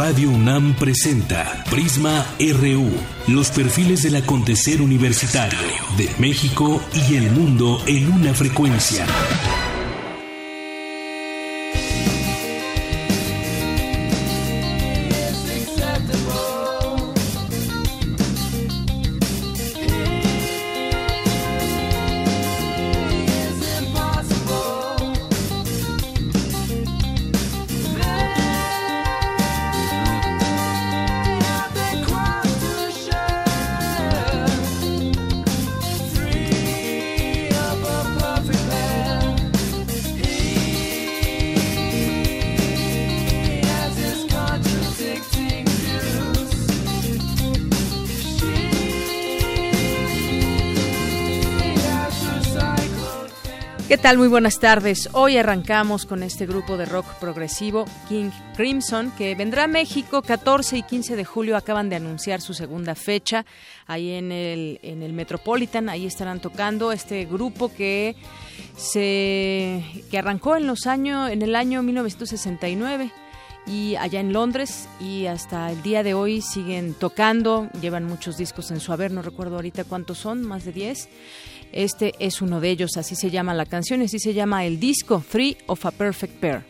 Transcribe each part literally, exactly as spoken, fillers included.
Radio UNAM presenta Prisma R U, los perfiles del acontecer universitario de México y el mundo en una frecuencia. ¿Qué tal? Muy buenas tardes. Hoy arrancamos con este grupo de rock progresivo, King Crimson, que vendrá a México catorce y quince de julio. Acaban de anunciar su segunda fecha ahí en el, en el Metropolitan. Ahí estarán tocando este grupo que se que arrancó en los años en el año mil novecientos sesenta y nueve. Y allá en Londres, y hasta el día de hoy siguen tocando, llevan muchos discos en su haber, no recuerdo ahorita cuántos son, más de diez. Este es uno de ellos, así se llama la canción, así se llama el disco, Three of a Perfect Pair.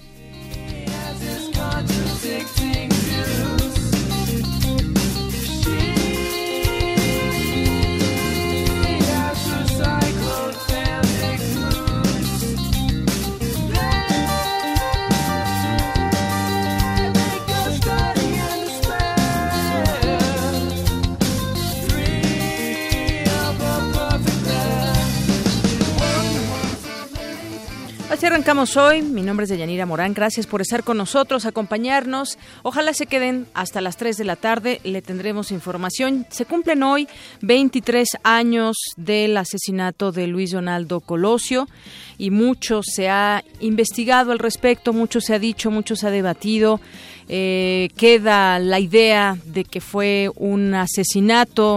Así arrancamos hoy. Mi nombre es Deyanira Morán. Gracias por estar con nosotros, acompañarnos. Ojalá se queden hasta las tres de la tarde. Le tendremos información. Se cumplen hoy veintitrés años del asesinato de Luis Donaldo Colosio y mucho se ha investigado al respecto, mucho se ha dicho, mucho se ha debatido. Eh, queda la idea de que fue un asesinato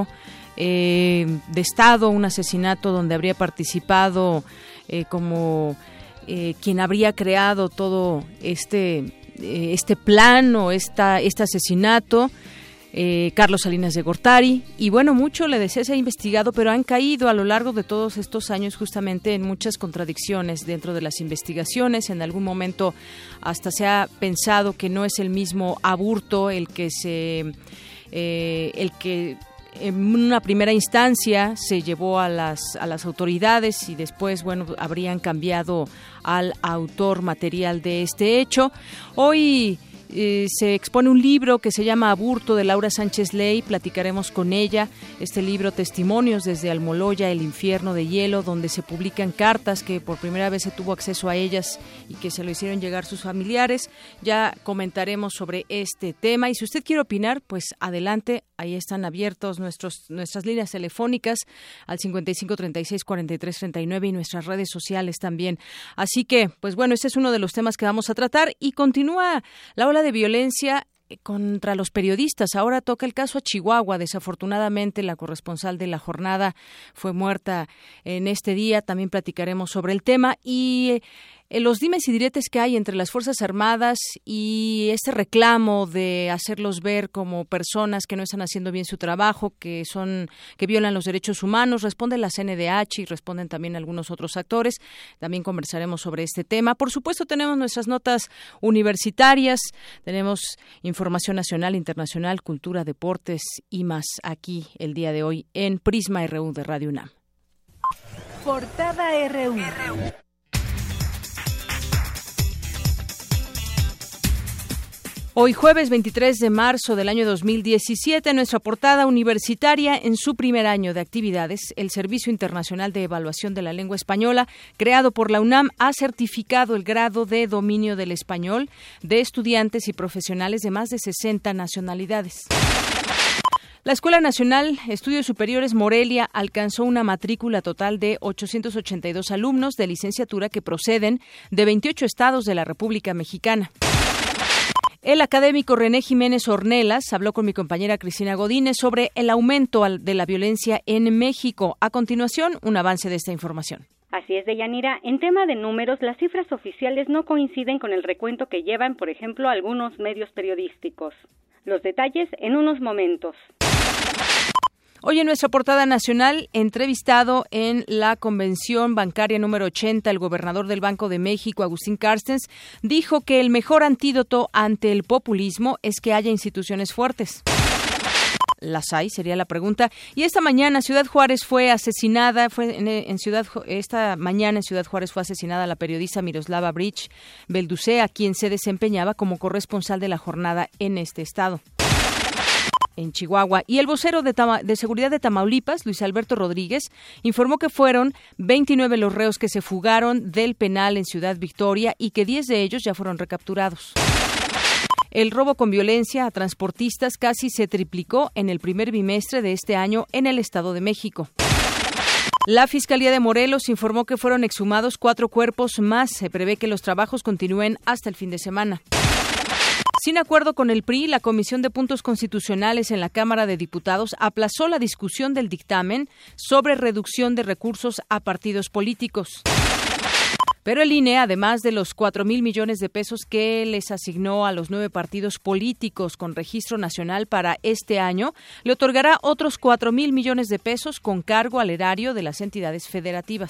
eh, de Estado, un asesinato donde habría participado eh, como... Eh, quien habría creado todo este eh, este plan o esta, este asesinato, eh, Carlos Salinas de Gortari. Y bueno, mucho, le decía, se ha investigado, pero han caído a lo largo de todos estos años justamente en muchas contradicciones dentro de las investigaciones. En algún momento hasta se ha pensado que no es el mismo Aburto el que se eh, el que en una primera instancia se llevó a las a las autoridades y después, bueno, habrían cambiado al autor material de este hecho. Hoy eh, se expone un libro que se llama Aburto, de Laura Sánchez Ley. Platicaremos con ella. Este libro, Testimonios desde Almoloya, el infierno de hielo, donde se publican cartas que por primera vez se tuvo acceso a ellas y que se lo hicieron llegar sus familiares. Ya comentaremos sobre este tema y si usted quiere opinar, pues adelante. Ahí están abiertos nuestros nuestras líneas telefónicas al cincuenta y cinco treinta y seis cuarenta y tres treinta y nueve y nuestras redes sociales también. Así que, pues bueno, este es uno de los temas que vamos a tratar y continúa la ola de violencia contra los periodistas. Ahora toca el caso a Chihuahua. Desafortunadamente, la corresponsal de La Jornada fue muerta en este día. También platicaremos sobre el tema y eh, los dimes y diretes que hay entre las Fuerzas Armadas y este reclamo de hacerlos ver como personas que no están haciendo bien su trabajo, que son que violan los derechos humanos. Responde la C N D H y responden también algunos otros actores. También conversaremos sobre este tema. Por supuesto, tenemos nuestras notas universitarias, tenemos información nacional, internacional, cultura, deportes y más aquí el día de hoy en Prisma R U de Radio UNAM. Portada R U. Hoy jueves veintitrés de marzo del año dos mil diecisiete, nuestra portada universitaria. En su primer año de actividades, el Servicio Internacional de Evaluación de la Lengua Española, creado por la UNAM, ha certificado el grado de dominio del español de estudiantes y profesionales de más de sesenta nacionalidades. La Escuela Nacional Estudios Superiores Morelia alcanzó una matrícula total de ochocientos ochenta y dos alumnos de licenciatura que proceden de veintiocho estados de la República Mexicana. El académico René Jiménez Ornelas habló con mi compañera Cristina Godínez sobre el aumento de la violencia en México. A continuación, un avance de esta información. Así es, Deyanira. En tema de números, las cifras oficiales no coinciden con el recuento que llevan, por ejemplo, algunos medios periodísticos. Los detalles en unos momentos. Hoy en nuestra portada nacional, entrevistado en la convención bancaria número ochenta, el gobernador del Banco de México, Agustín Carstens, dijo que el mejor antídoto ante el populismo es que haya instituciones fuertes. ¿Las hay? Sería la pregunta. Y esta mañana Ciudad Juárez fue asesinada, fue en, en Ciudad esta mañana en Ciudad Juárez fue asesinada la periodista Miroslava Bridge Belducea, quien se desempeñaba como corresponsal de la jornada en este estado. En Chihuahua. Y el vocero de, Tama- de Seguridad de Tamaulipas, Luis Alberto Rodríguez, informó que fueron veintinueve los reos que se fugaron del penal en Ciudad Victoria y que diez de ellos ya fueron recapturados. El robo con violencia a transportistas casi se triplicó en el primer bimestre de este año en el Estado de México. La Fiscalía de Morelos informó que fueron exhumados cuatro cuerpos más. Se prevé que los trabajos continúen hasta el fin de semana. Sin acuerdo con el P R I, la Comisión de Puntos Constitucionales en la Cámara de Diputados aplazó la discusión del dictamen sobre reducción de recursos a partidos políticos. Pero el I N E, además de los cuatro mil millones de pesos que les asignó a los nueve partidos políticos con registro nacional para este año, le otorgará otros cuatro mil millones de pesos con cargo al erario de las entidades federativas.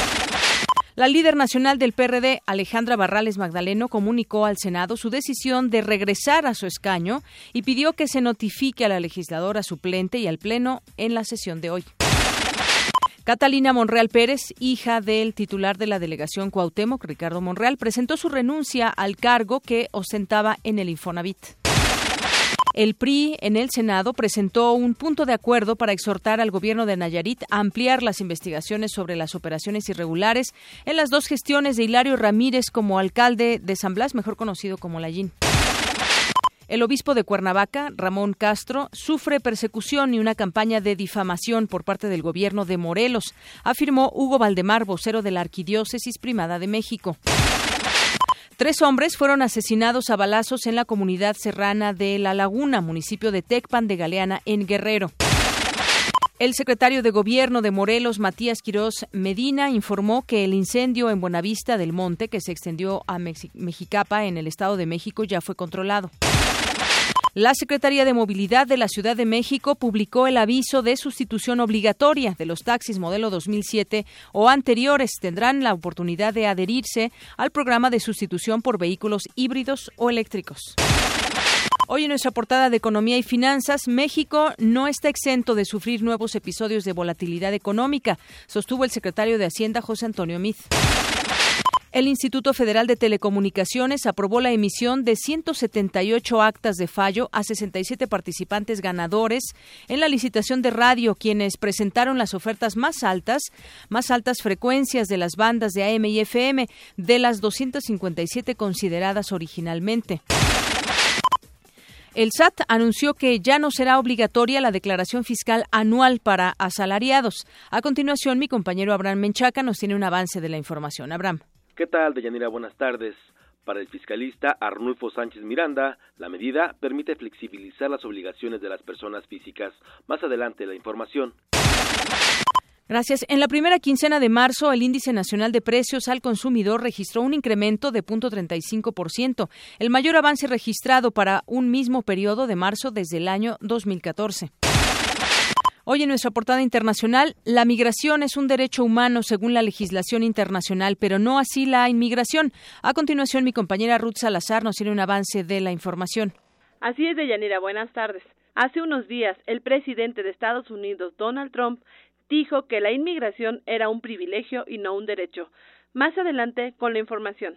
La líder nacional del P R D, Alejandra Barrales Magdaleno, comunicó al Senado su decisión de regresar a su escaño y pidió que se notifique a la legisladora suplente y al Pleno en la sesión de hoy. Catalina Monreal Pérez, hija del titular de la delegación Cuauhtémoc, Ricardo Monreal, presentó su renuncia al cargo que ostentaba en el Infonavit. El P R I en el Senado presentó un punto de acuerdo para exhortar al gobierno de Nayarit a ampliar las investigaciones sobre las operaciones irregulares en las dos gestiones de Hilario Ramírez como alcalde de San Blas, mejor conocido como Layín. El obispo de Cuernavaca, Ramón Castro, sufre persecución y una campaña de difamación por parte del gobierno de Morelos, afirmó Hugo Valdemar, vocero de la Arquidiócesis Primada de México. Tres hombres fueron asesinados a balazos en la comunidad serrana de La Laguna, municipio de Tecpan de Galeana, en Guerrero. El secretario de Gobierno de Morelos, Matías Quirós Medina, informó que el incendio en Buenavista del Monte, que se extendió a Mex- Mexicapa, en el Estado de México, ya fue controlado. La Secretaría de Movilidad de la Ciudad de México publicó el aviso de sustitución obligatoria de los taxis modelo dos mil siete o anteriores. Tendrán la oportunidad de adherirse al programa de sustitución por vehículos híbridos o eléctricos. Hoy en nuestra portada de Economía y Finanzas, México no está exento de sufrir nuevos episodios de volatilidad económica, sostuvo el secretario de Hacienda, José Antonio Meade. El Instituto Federal de Telecomunicaciones aprobó la emisión de ciento setenta y ocho actas de fallo a sesenta y siete participantes ganadores en la licitación de radio, quienes presentaron las ofertas más altas, más altas frecuencias de las bandas de A M y F M de las doscientas cincuenta y siete consideradas originalmente. El S A T anunció que ya no será obligatoria la declaración fiscal anual para asalariados. A continuación, mi compañero Abraham Menchaca nos tiene un avance de la información. Abraham. ¿Qué tal, Deyanira? Buenas tardes. Para el fiscalista Arnulfo Sánchez Miranda, la medida permite flexibilizar las obligaciones de las personas físicas. Más adelante la información. Gracias. En la primera quincena de marzo, el Índice Nacional de Precios al Consumidor registró un incremento de cero punto treinta y cinco por ciento, el mayor avance registrado para un mismo periodo de marzo desde el año dos mil catorce. Hoy en nuestra portada internacional, la migración es un derecho humano según la legislación internacional, pero no así la inmigración. A continuación, mi compañera Ruth Salazar nos tiene un avance de la información. Así es, Deyanira. Buenas tardes. Hace unos días, el presidente de Estados Unidos, Donald Trump, dijo que la inmigración era un privilegio y no un derecho. Más adelante, con la información.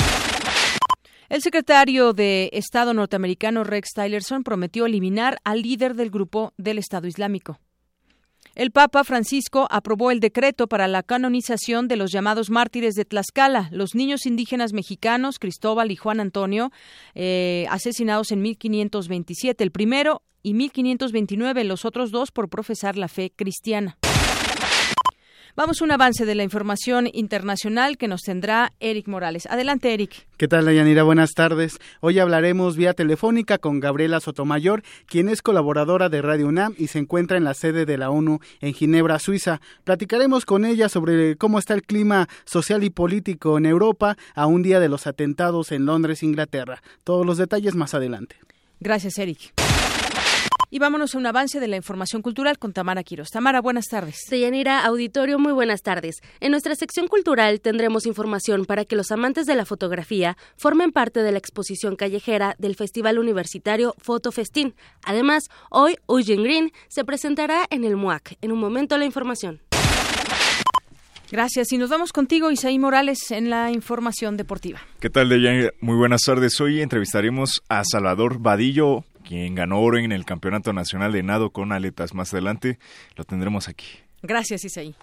El secretario de Estado norteamericano Rex Tillerson prometió eliminar al líder del grupo del Estado Islámico. El Papa Francisco aprobó el decreto para la canonización de los llamados mártires de Tlaxcala, los niños indígenas mexicanos Cristóbal y Juan Antonio, eh, asesinados en mil quinientos veintisiete, el primero, y mil quinientos veintinueve, los otros dos por profesar la fe cristiana. Vamos a un avance de la información internacional que nos tendrá Eric Morales. Adelante, Eric. ¿Qué tal, Deyanira? Buenas tardes. Hoy hablaremos vía telefónica con Gabriela Sotomayor, quien es colaboradora de Radio UNAM y se encuentra en la sede de la ONU en Ginebra, Suiza. Platicaremos con ella sobre cómo está el clima social y político en Europa a un día de los atentados en Londres, Inglaterra. Todos los detalles más adelante. Gracias, Eric. Y vámonos a un avance de la información cultural con Tamara Quiroz. Tamara, buenas tardes. Deyanira, auditorio, muy buenas tardes. En nuestra sección cultural tendremos información para que los amantes de la fotografía formen parte de la exposición callejera del Festival Universitario Fotofestín. Además, hoy Eugene Green se presentará en el M U A C. En un momento la información. Gracias. Y nos vamos contigo, Isaí Morales, en la información deportiva. ¿Qué tal, Deyanira? Muy buenas tardes. Hoy entrevistaremos a Salvador Vadillo, quien ganó oro en el Campeonato Nacional de Nado con aletas. Más adelante lo tendremos aquí. Gracias, Isaí.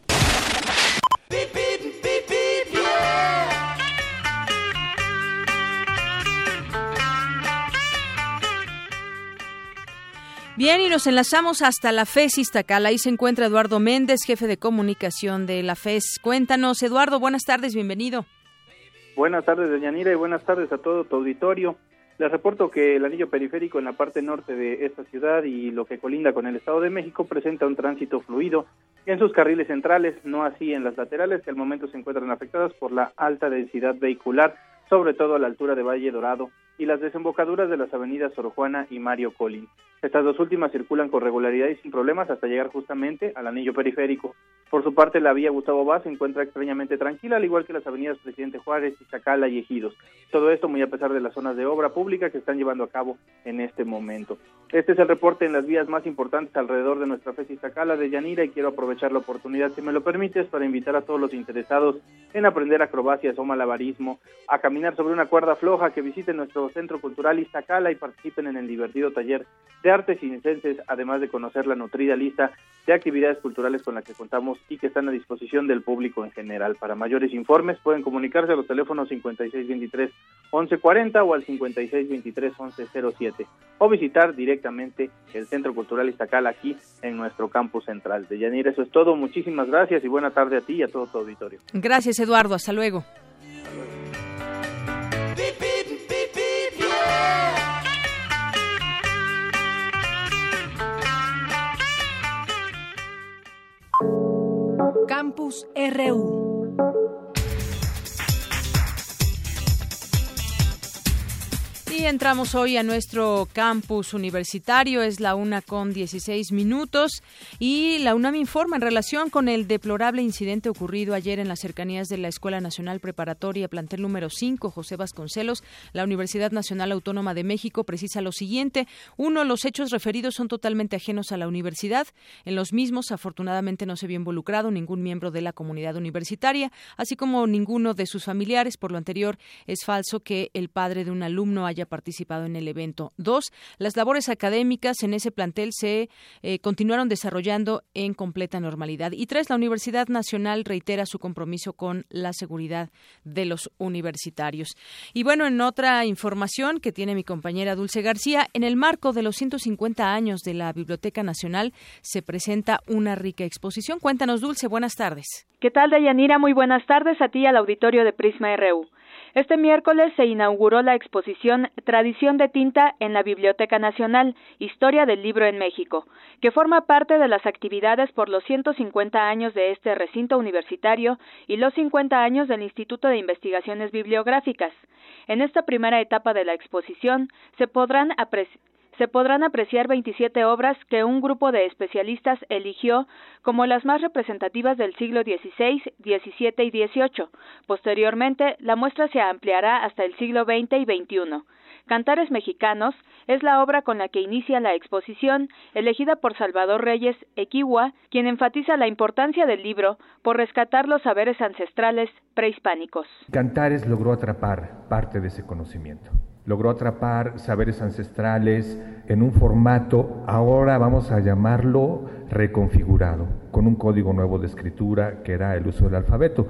Bien, y nos enlazamos hasta la FES Iztacala. Ahí se encuentra Eduardo Méndez, jefe de comunicación de la FES. Cuéntanos, Eduardo, buenas tardes, bienvenido. Buenas tardes, Deyanira, y buenas tardes a todo tu auditorio. Les reporto que el anillo periférico en la parte norte de esta ciudad y lo que colinda con el Estado de México presenta un tránsito fluido en sus carriles centrales, no así en las laterales, que al momento se encuentran afectadas por la alta densidad vehicular, sobre todo a la altura de Valle Dorado y las desembocaduras de las avenidas Sor Juana y Mario Colín. Estas dos últimas circulan con regularidad y sin problemas hasta llegar justamente al anillo periférico. Por su parte, la vía Gustavo Vaz se encuentra extrañamente tranquila, al igual que las avenidas Presidente Juárez, Iztacala y Ejidos. Todo esto muy a pesar de las zonas de obra pública que están llevando a cabo en este momento. Este es el reporte en las vías más importantes alrededor de nuestra FES Iztacala, Deyanira, y quiero aprovechar la oportunidad, si me lo permites, para invitar a todos los interesados en aprender acrobacias o malabarismo, a caminar sobre una cuerda floja, que visiten nuestro Centro Cultural Iztacala y participen en el divertido taller de artes circenses, además de conocer la nutrida lista de actividades culturales con la que contamos y que están a disposición del público en general. Para mayores informes pueden comunicarse a los teléfonos cincuenta y seis veintitrés once cuarenta o al cincuenta y seis veintitrés once cero siete o visitar directamente el Centro Cultural Iztacala aquí en nuestro campus central. Deyanira, eso es todo. Muchísimas gracias y buena tarde a ti y a todo tu auditorio. Gracias, Eduardo. Hasta luego. Campus R U. Y entramos hoy a nuestro campus universitario, es la una con dieciséis minutos, y la UNAM informa en relación con el deplorable incidente ocurrido ayer en las cercanías de la Escuela Nacional Preparatoria, plantel número cinco, José Vasconcelos. La Universidad Nacional Autónoma de México precisa lo siguiente: uno, los hechos referidos son totalmente ajenos a la universidad. En los mismos, afortunadamente, no se vio involucrado ningún miembro de la comunidad universitaria, así como ninguno de sus familiares. Por lo anterior, es falso que el padre de un alumno haya participado en el evento. Dos, las labores académicas en ese plantel se eh, continuaron desarrollando en completa normalidad. Y tres, la Universidad Nacional reitera su compromiso con la seguridad de los universitarios. Y bueno, en otra información que tiene mi compañera Dulce García, en el marco de los ciento cincuenta años de la Biblioteca Nacional se presenta una rica exposición. Cuéntanos, Dulce, buenas tardes. ¿Qué tal, Deyanira? Muy buenas tardes a ti y al auditorio de Prisma R U. Este miércoles se inauguró la exposición Tradición de Tinta en la Biblioteca Nacional, Historia del Libro en México, que forma parte de las actividades por los ciento cincuenta años de este recinto universitario y los cincuenta años del Instituto de Investigaciones Bibliográficas. En esta primera etapa de la exposición se podrán apreciar Se podrán apreciar veintisiete obras que un grupo de especialistas eligió como las más representativas del siglo dieciséis, diecisiete y dieciocho. Posteriormente, la muestra se ampliará hasta el siglo veinte y veintiuno. Cantares Mexicanos es la obra con la que inicia la exposición, elegida por Salvador Reyes Equihua, quien enfatiza la importancia del libro por rescatar los saberes ancestrales prehispánicos. Cantares logró atrapar parte de ese conocimiento. Logró atrapar saberes ancestrales en un formato, ahora vamos a llamarlo reconfigurado, con un código nuevo de escritura que era el uso del alfabeto.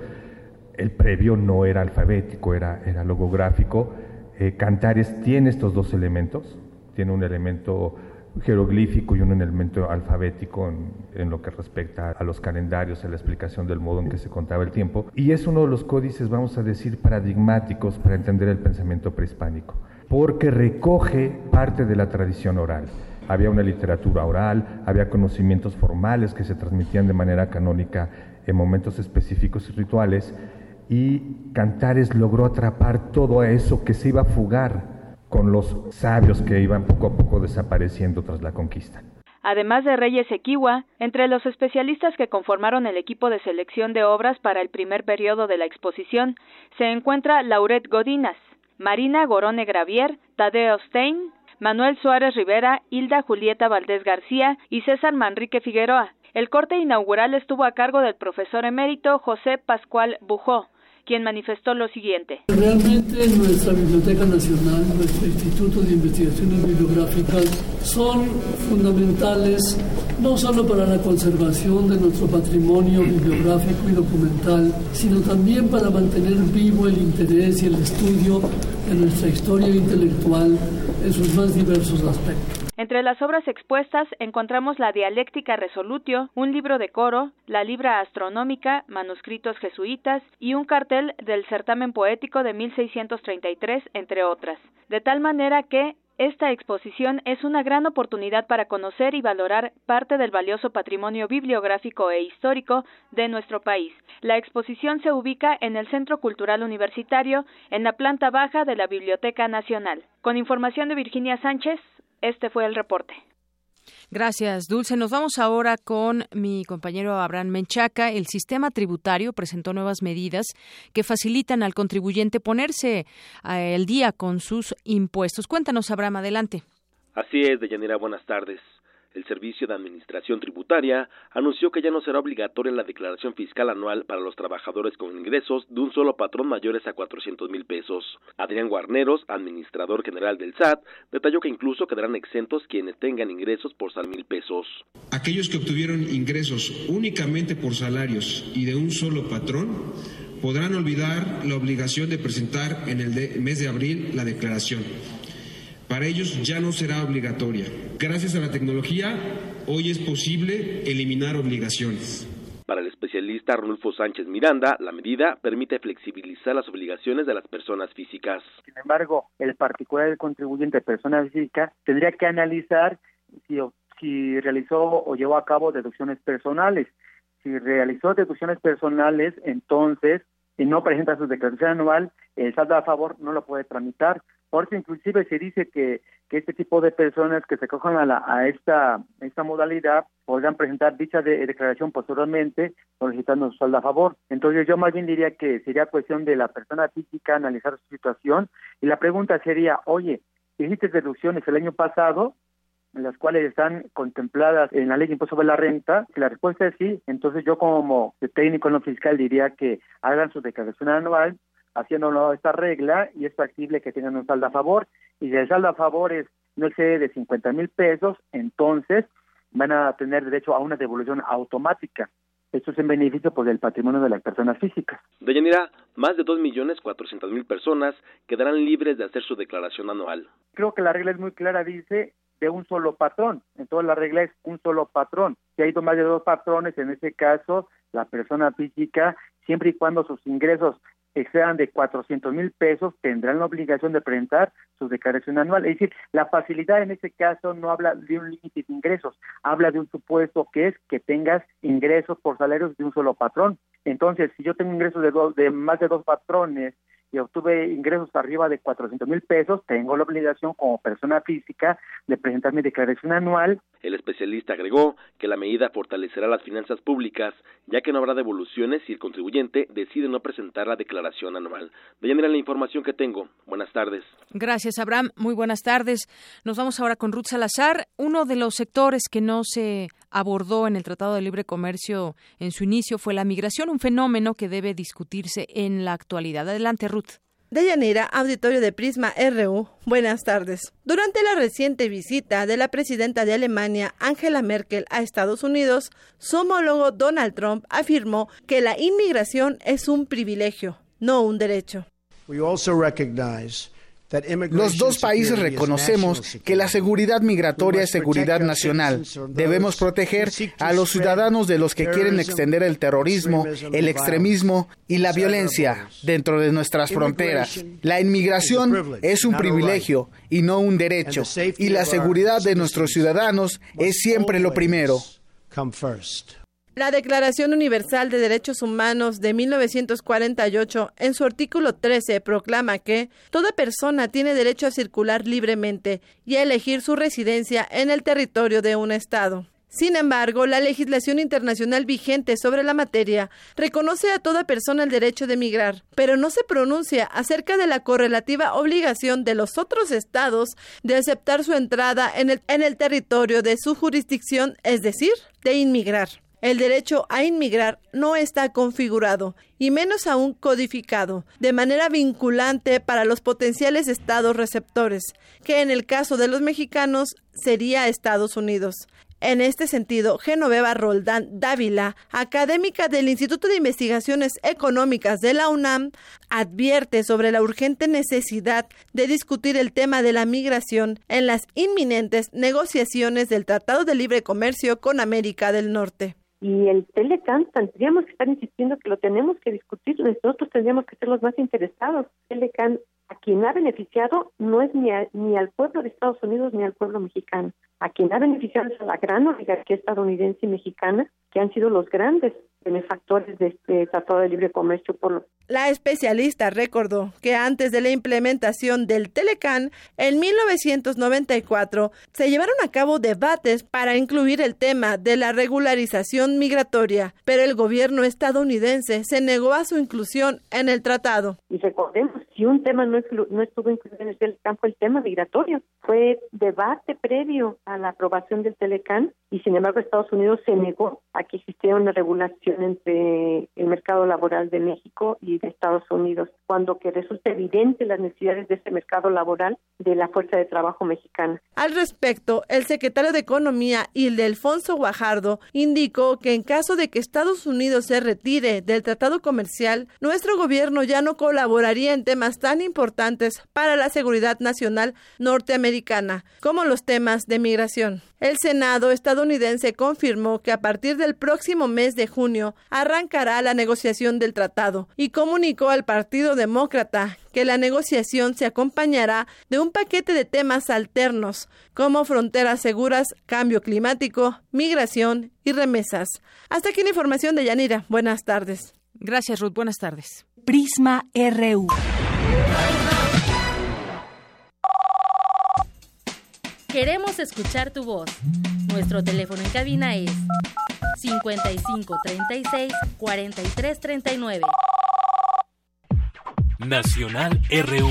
El previo no era alfabético, era, era logográfico. Eh, Cantares tiene estos dos elementos, tiene un elemento jeroglífico y un elemento alfabético en, en lo que respecta a los calendarios, a la explicación del modo en que se contaba el tiempo. Y es uno de los códices, vamos a decir, paradigmáticos para entender el pensamiento prehispánico, porque recoge parte de la tradición oral. Había una literatura oral, había conocimientos formales que se transmitían de manera canónica en momentos específicos y rituales, y Cantares logró atrapar todo eso que se iba a fugar con los sabios que iban poco a poco desapareciendo tras la conquista. Además de Reyes Equiwa, entre los especialistas que conformaron el equipo de selección de obras para el primer periodo de la exposición, se encuentra Lauret Godinas, Marina Gorone Gravier, Tadeo Stein, Manuel Suárez Rivera, Hilda Julieta Valdés García y César Manrique Figueroa. El corte inaugural estuvo a cargo del profesor emérito José Pascual Bujó, quien manifestó lo siguiente. Realmente nuestra Biblioteca Nacional, nuestro Instituto de Investigaciones Bibliográficas son fundamentales no solo para la conservación de nuestro patrimonio bibliográfico y documental, sino también para mantener vivo el interés y el estudio de nuestra historia intelectual en sus más diversos aspectos. Entre las obras expuestas encontramos la Dialéctica Resolutio, un libro de coro, la Libra Astronómica, manuscritos jesuitas y un cartel del certamen poético de mil seiscientos treinta y tres, entre otras. De tal manera que esta exposición es una gran oportunidad para conocer y valorar parte del valioso patrimonio bibliográfico e histórico de nuestro país. La exposición se ubica en el Centro Cultural Universitario, en la planta baja de la Biblioteca Nacional. Con información de Virginia Sánchez, este fue el reporte. Gracias, Dulce. Nos vamos ahora con mi compañero Abraham Menchaca. El sistema tributario presentó nuevas medidas que facilitan al contribuyente ponerse al día con sus impuestos. Cuéntanos, Abraham, adelante. Así es, Deyanira, buenas tardes. El Servicio de Administración Tributaria anunció que ya no será obligatoria la declaración fiscal anual para los trabajadores con ingresos de un solo patrón mayores a cuatrocientos mil pesos. Adrián Guarneros, administrador general del S A T, detalló que incluso quedarán exentos quienes tengan ingresos por mil pesos. Aquellos que obtuvieron ingresos únicamente por salarios y de un solo patrón podrán olvidar la obligación de presentar en el de- mes de abril la declaración. Para ellos ya no será obligatoria. Gracias a la tecnología, hoy es posible eliminar obligaciones. Para el especialista Arnulfo Sánchez Miranda, la medida permite flexibilizar las obligaciones de las personas físicas. Sin embargo, el particular del contribuyente, persona física, tendría que analizar si, si realizó o llevó a cabo deducciones personales. Si realizó deducciones personales, entonces, si no presenta su declaración anual, el saldo a favor no lo puede tramitar. Por eso inclusive se dice que, que este tipo de personas que se cojan a, la, a esta, esta modalidad podrán presentar dicha de, declaración posteriormente solicitando su saldo a favor. Entonces yo más bien diría que sería cuestión de la persona física analizar su situación y la pregunta sería, oye, ¿hiciste deducciones el año pasado en las cuales están contempladas en la ley de impuesto sobre la renta? Si la respuesta es sí, entonces yo como técnico no fiscal diría que hagan su declaración anual haciéndolo esta regla y es factible que tengan un saldo a favor, y si el saldo a favor es no excede de cincuenta mil pesos, entonces van a tener derecho a una devolución automática. Esto es en beneficio pues, del patrimonio de las personas físicas. Deyanira, más de dos millones cuatrocientas mil personas quedarán libres de hacer su declaración anual. Creo que la regla es muy clara, dice de un solo patrón, entonces la regla es un solo patrón. Si hay más de dos patrones, en ese caso, la persona física, siempre y cuando sus ingresos excedan de cuatrocientos mil pesos, tendrán la obligación de presentar su declaración anual. Es decir, la facilidad en este caso no habla de un límite de ingresos, habla de un supuesto que es que tengas ingresos por salarios de un solo patrón. Entonces, si yo tengo ingresos de, dos, de más de dos patrones y obtuve ingresos arriba de cuatrocientos mil pesos, tengo la obligación como persona física de presentar mi declaración anual. El especialista agregó que la medida fortalecerá las finanzas públicas, ya que no habrá devoluciones si el contribuyente decide no presentar la declaración anual. Deyanira, la información que tengo. Buenas tardes. Gracias, Abraham. Muy buenas tardes. Nos vamos ahora con Ruth Salazar. Uno de los sectores que no se abordó en el Tratado de Libre Comercio en su inicio fue la migración, un fenómeno que debe discutirse en la actualidad. Adelante, Ruth. Deyanira, auditorio de Prisma R U, buenas tardes. Durante la reciente visita de la presidenta de Alemania, Angela Merkel, a Estados Unidos, su homólogo Donald Trump afirmó que la inmigración es un privilegio, no un derecho. We also recognize Los dos países reconocemos que la seguridad migratoria es seguridad nacional. Debemos proteger a los ciudadanos de los que quieren extender el terrorismo, el extremismo y la violencia dentro de nuestras fronteras. La inmigración es un privilegio y no un derecho, y la seguridad de nuestros ciudadanos es siempre lo primero. La Declaración Universal de Derechos Humanos de mil novecientos cuarenta y ocho, en su artículo trece, proclama que toda persona tiene derecho a circular libremente y a elegir su residencia en el territorio de un Estado. Sin embargo, la legislación internacional vigente sobre la materia reconoce a toda persona el derecho de migrar, pero no se pronuncia acerca de la correlativa obligación de los otros estados de aceptar su entrada en el, en el territorio de su jurisdicción, es decir, de inmigrar. El derecho a inmigrar no está configurado, y menos aún codificado, de manera vinculante para los potenciales estados receptores, que en el caso de los mexicanos sería Estados Unidos. En este sentido, Genoveva Roldán Dávila, académica del Instituto de Investigaciones Económicas de la UNAM, advierte sobre la urgente necesidad de discutir el tema de la migración en las inminentes negociaciones del Tratado de Libre Comercio con América del Norte. Y el Telecán, tendríamos que estar insistiendo que lo tenemos que discutir, nosotros tendríamos que ser los más interesados. Telecán, a quien ha beneficiado no es ni, a, ni al pueblo de Estados Unidos ni al pueblo mexicano. A quien ha beneficiado es a la gran oligarquía estadounidense y mexicana, que han sido los grandes benefactores de este Tratado de Libre Comercio. Por lo... La especialista recordó que antes de la implementación del Telecán, en mil novecientos noventa y cuatro, se llevaron a cabo debates para incluir el tema de la regularización migratoria, pero el gobierno estadounidense se negó a su inclusión en el tratado. Y recordemos, si un tema no, exclu- no estuvo incluido en el Telecán fue el tema migratorio. Fue debate previo a la aprobación del Telecán y sin embargo Estados Unidos se negó a que existiera una regulación entre el mercado laboral de México y de Estados Unidos, cuando que resulta evidente las necesidades de ese mercado laboral de la fuerza de trabajo mexicana. Al respecto, el secretario de Economía, Ildefonso Guajardo, indicó que en caso de que Estados Unidos se retire del tratado comercial, nuestro gobierno ya no colaboraría en temas tan importantes para la seguridad nacional norteamericana, como los temas de migración. El Senado estadounidense confirmó que a partir del próximo mes de junio arrancará la negociación del tratado y comunicó al Partido Demócrata que la negociación se acompañará de un paquete de temas alternos como fronteras seguras, cambio climático, migración y remesas. Hasta aquí la información de Yanira. Buenas tardes. Gracias, Ruth. Buenas tardes. Prisma R U. Queremos escuchar tu voz. Nuestro teléfono en cabina es cincuenta y cinco treinta y seis cuarenta y tres treinta y nueve. Nacional R U.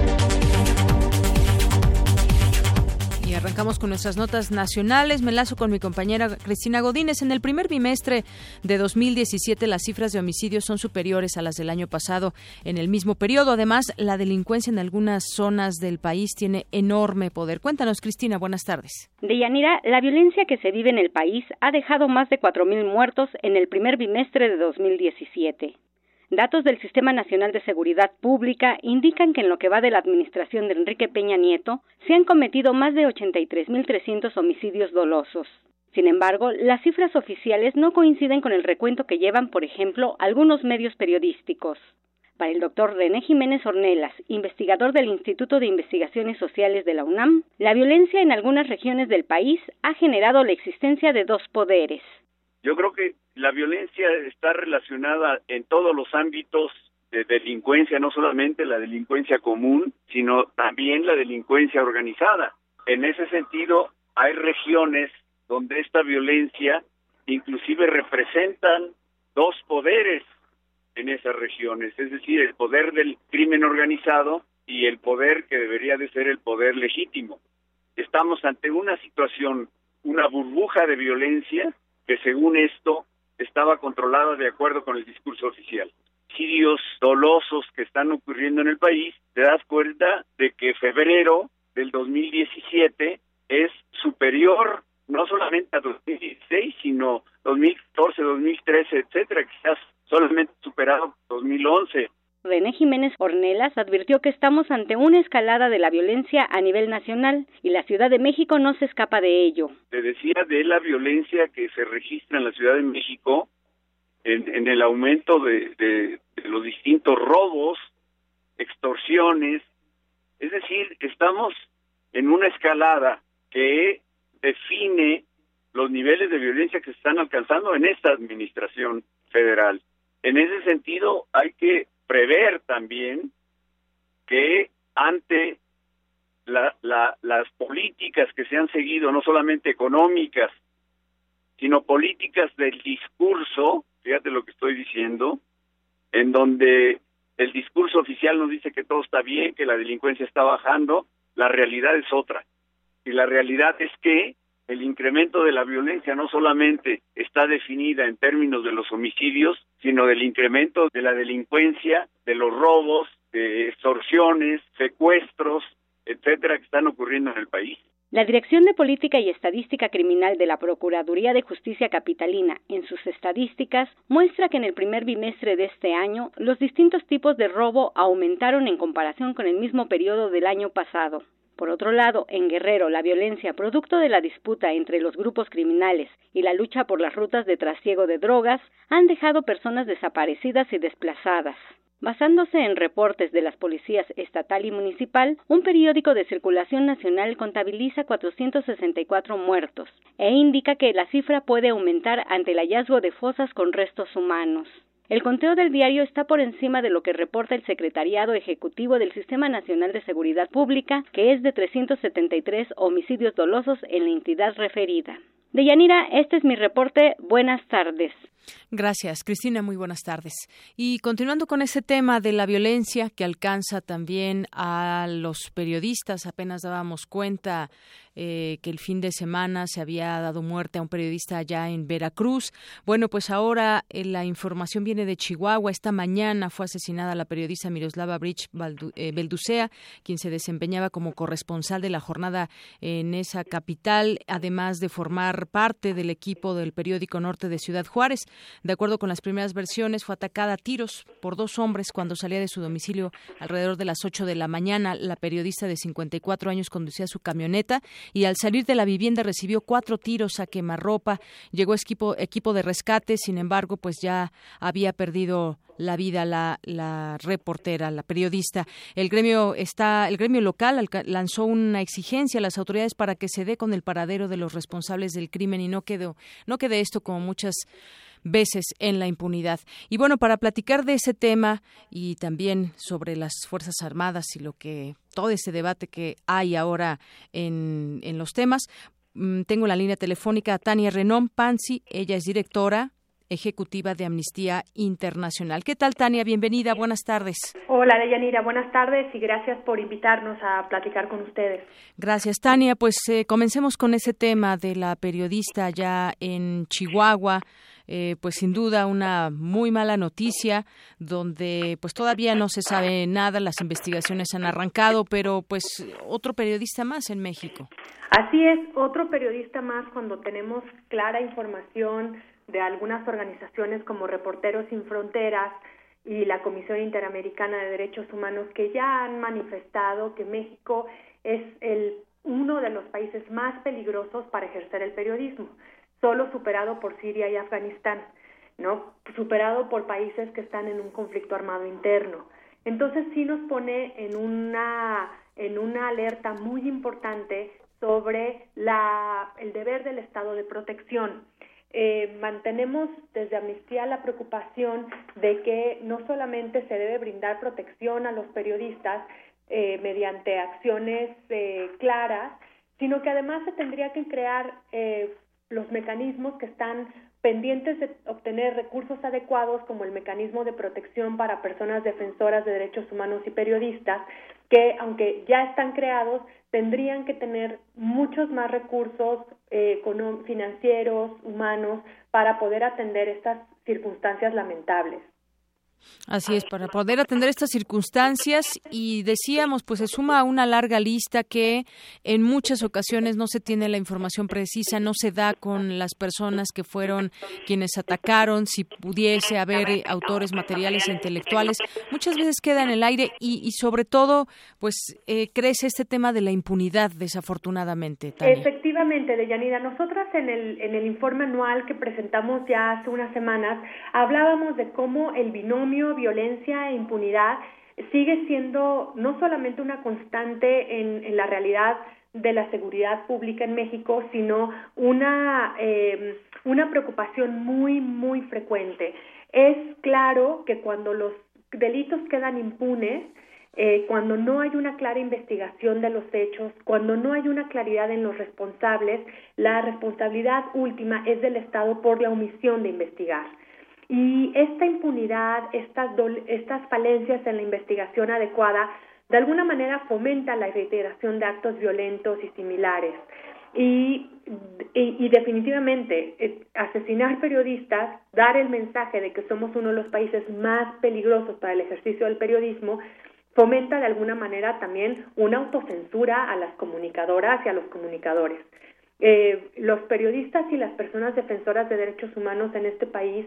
Y arrancamos con nuestras notas nacionales. Me enlazo con mi compañera Cristina Godínez. En el primer bimestre de dos mil diecisiete, las cifras de homicidios son superiores a las del año pasado en el mismo periodo. Además, la delincuencia en algunas zonas del país tiene enorme poder. Cuéntanos, Cristina, buenas tardes. Deyanira, la violencia que se vive en el país ha dejado más de cuatro mil muertos en el primer bimestre de dos mil diecisiete. Datos del Sistema Nacional de Seguridad Pública indican que en lo que va de la administración de Enrique Peña Nieto se han cometido más de ochenta y tres mil trescientos homicidios dolosos. Sin embargo, las cifras oficiales no coinciden con el recuento que llevan, por ejemplo, algunos medios periodísticos. Para el doctor René Jiménez Ornelas, investigador del Instituto de Investigaciones Sociales de la UNAM, la violencia en algunas regiones del país ha generado la existencia de dos poderes. Yo creo que la violencia está relacionada en todos los ámbitos de delincuencia, no solamente la delincuencia común, sino también la delincuencia organizada. En ese sentido, hay regiones donde esta violencia inclusive representan dos poderes en esas regiones, es decir, el poder del crimen organizado y el poder que debería de ser el poder legítimo. Estamos ante una situación, una burbuja de violencia que según esto estaba controlada de acuerdo con el discurso oficial. Homicidios dolosos que están ocurriendo en el país, te das cuenta de que febrero del dos mil diecisiete es superior no solamente a dos mil dieciséis, sino dos mil catorce, dos mil trece, etcétera, quizás solamente superado dos mil once. De René Jiménez Ornelas advirtió que estamos ante una escalada de la violencia a nivel nacional y la Ciudad de México no se escapa de ello. Te decía de la violencia que se registra en la Ciudad de México, en, en el aumento de, de, de los distintos robos, extorsiones, es decir, estamos en una escalada que define los niveles de violencia que se están alcanzando en esta administración federal. En ese sentido, hay que prever también que ante la, la, las políticas que se han seguido, no solamente económicas, sino políticas del discurso, fíjate lo que estoy diciendo, en donde el discurso oficial nos dice que todo está bien, que la delincuencia está bajando, la realidad es otra. Y la realidad es que el incremento de la violencia no solamente está definida en términos de los homicidios, sino del incremento de la delincuencia, de los robos, de extorsiones, secuestros, etcétera, que están ocurriendo en el país. La Dirección de Política y Estadística Criminal de la Procuraduría de Justicia Capitalina, en sus estadísticas, muestra que en el primer bimestre de este año, los distintos tipos de robo aumentaron en comparación con el mismo periodo del año pasado. Por otro lado, en Guerrero, la violencia producto de la disputa entre los grupos criminales y la lucha por las rutas de trasiego de drogas han dejado personas desaparecidas y desplazadas. Basándose en reportes de las policías estatal y municipal, un periódico de circulación nacional contabiliza cuatrocientos sesenta y cuatro muertos e indica que la cifra puede aumentar ante el hallazgo de fosas con restos humanos. El conteo del diario está por encima de lo que reporta el Secretariado Ejecutivo del Sistema Nacional de Seguridad Pública, que es de trescientos setenta y tres homicidios dolosos en la entidad referida. Deyanira, este es mi reporte. Buenas tardes. Gracias, Cristina. Muy buenas tardes. Y continuando con ese tema de la violencia que alcanza también a los periodistas, apenas dábamos cuenta eh, que el fin de semana se había dado muerte a un periodista allá en Veracruz. Bueno, pues ahora eh, la información viene de Chihuahua. Esta mañana fue asesinada la periodista Miroslava Bridge Belducea, quien se desempeñaba como corresponsal de la jornada en esa capital, además de formar parte del equipo del periódico Norte de Ciudad Juárez. De acuerdo con las primeras versiones, fue atacada a tiros por dos hombres cuando salía de su domicilio alrededor de las ocho de la mañana. La periodista de cincuenta y cuatro años conducía su camioneta y al salir de la vivienda recibió cuatro tiros a quemarropa. Llegó equipo, equipo de rescate, sin embargo, pues ya había perdido la vida la, la reportera, la periodista. El gremio está, el gremio local lanzó una exigencia a las autoridades para que se dé con el paradero de los responsables del crimen y no quedó, no quede esto como muchas veces en la impunidad. Y bueno, para platicar de ese tema y también sobre las Fuerzas Armadas y lo que todo ese debate que hay ahora en, en los temas, tengo en la línea telefónica a Tania Renón Panzi. Ella es directora ejecutiva de Amnistía Internacional. ¿Qué tal, Tania? Bienvenida, buenas tardes. Hola, Deyanira, buenas tardes y gracias por invitarnos a platicar con ustedes. Gracias, Tania. Pues eh, comencemos con ese tema de la periodista allá en Chihuahua. Eh, pues sin duda una muy mala noticia, donde pues todavía no se sabe nada, las investigaciones han arrancado, pero pues otro periodista más en México. Así es, otro periodista más cuando tenemos clara información de algunas organizaciones como Reporteros Sin Fronteras y la Comisión Interamericana de Derechos Humanos, que ya han manifestado que México es el uno de los países más peligrosos para ejercer el periodismo, solo superado por Siria y Afganistán, ¿no? Superado por países que están en un conflicto armado interno. Entonces sí nos pone en una en una alerta muy importante sobre la el deber del Estado de protección. Eh, mantenemos desde Amnistía la preocupación de que no solamente se debe brindar protección a los periodistas eh, mediante acciones eh, claras, sino que además se tendría que crear eh, los mecanismos que están pendientes de obtener recursos adecuados, como el mecanismo de protección para personas defensoras de derechos humanos y periodistas, que aunque ya están creados, tendrían que tener muchos más recursos eh, financieros, humanos, para poder atender estas circunstancias lamentables. Así es, para poder atender estas circunstancias, y decíamos, pues se suma a una larga lista que en muchas ocasiones no se tiene la información precisa, no se da con las personas que fueron quienes atacaron, si pudiese haber eh, autores materiales e intelectuales, muchas veces queda en el aire y, y sobre todo, pues eh, crece este tema de la impunidad, desafortunadamente. Tania. Efectivamente, Deyanira, nosotras en el, en el informe anual que presentamos ya hace unas semanas, hablábamos de cómo el binomio violencia e impunidad sigue siendo no solamente una constante en, en la realidad de la seguridad pública en México, sino una, eh, una preocupación muy, muy frecuente. Es claro que cuando los delitos quedan impunes, eh, cuando no hay una clara investigación de los hechos, cuando no hay una claridad en los responsables, la responsabilidad última es del Estado por la omisión de investigar. Y esta impunidad, estas, do- estas falencias en la investigación adecuada, de alguna manera fomenta la reiteración de actos violentos y similares. Y, y, y definitivamente, eh, asesinar periodistas, dar el mensaje de que somos uno de los países más peligrosos para el ejercicio del periodismo, fomenta de alguna manera también una autocensura a las comunicadoras y a los comunicadores. Eh, los periodistas y las personas defensoras de derechos humanos en este país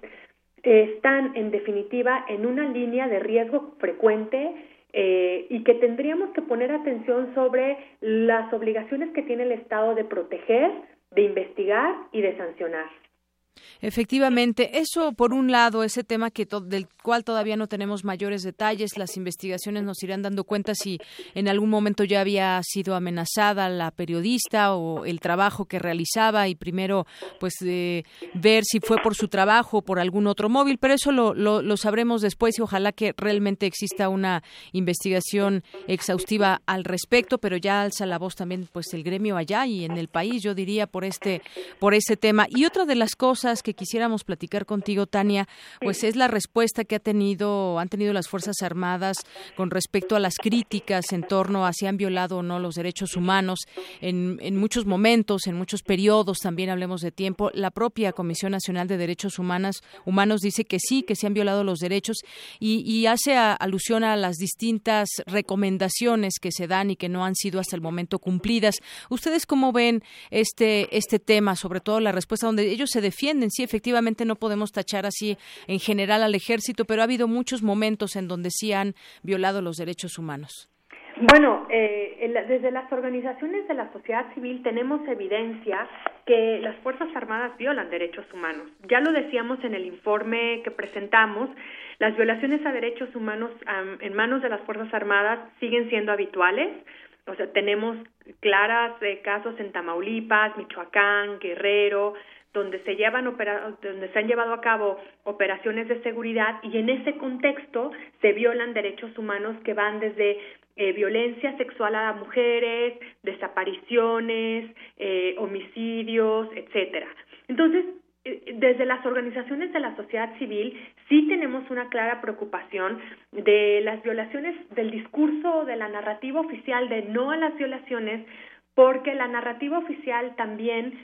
están, en definitiva, en una línea de riesgo frecuente eh, y que tendríamos que poner atención sobre las obligaciones que tiene el Estado de proteger, de investigar y de sancionar. Efectivamente, eso por un lado, ese tema que to- del cual todavía no tenemos mayores detalles, las investigaciones nos irán dando cuenta si en algún momento ya había sido amenazada la periodista o el trabajo que realizaba, y primero pues eh, ver si fue por su trabajo o por algún otro móvil, pero eso lo, lo, lo sabremos después, y ojalá que realmente exista una investigación exhaustiva al respecto, pero ya alza la voz también pues el gremio allá y en el país, yo diría, por este por ese tema. Y otra de las cosas que quisiéramos platicar contigo, Tania, pues es la respuesta que ha tenido, han tenido las Fuerzas Armadas con respecto a las críticas en torno a si han violado o no los derechos humanos en, en muchos momentos, en muchos periodos, también hablemos de tiempo. La propia Comisión Nacional de Derechos Humanos, Humanos dice que sí, que se han violado los derechos, y, y hace a, alusión a las distintas recomendaciones que se dan y que no han sido hasta el momento cumplidas. ¿Ustedes cómo ven este, este tema, sobre todo la respuesta donde ellos se defienden? Sí, efectivamente no podemos tachar así en general al ejército, pero ha habido muchos momentos en donde sí han violado los derechos humanos. Bueno, eh, el, desde las organizaciones de la sociedad civil tenemos evidencia que las Fuerzas Armadas violan derechos humanos. Ya lo decíamos en el informe que presentamos, las violaciones a derechos humanos um, en manos de las Fuerzas Armadas siguen siendo habituales. O sea, tenemos claras eh, casos en Tamaulipas, Michoacán, Guerrero, donde se llevan opera- donde se han llevado a cabo operaciones de seguridad, y en ese contexto se violan derechos humanos que van desde eh, violencia sexual a mujeres, desapariciones, eh, homicidios, etcétera. Entonces, eh, desde las organizaciones de la sociedad civil sí tenemos una clara preocupación de las violaciones, del discurso, de la narrativa oficial de no a las violaciones, porque la narrativa oficial también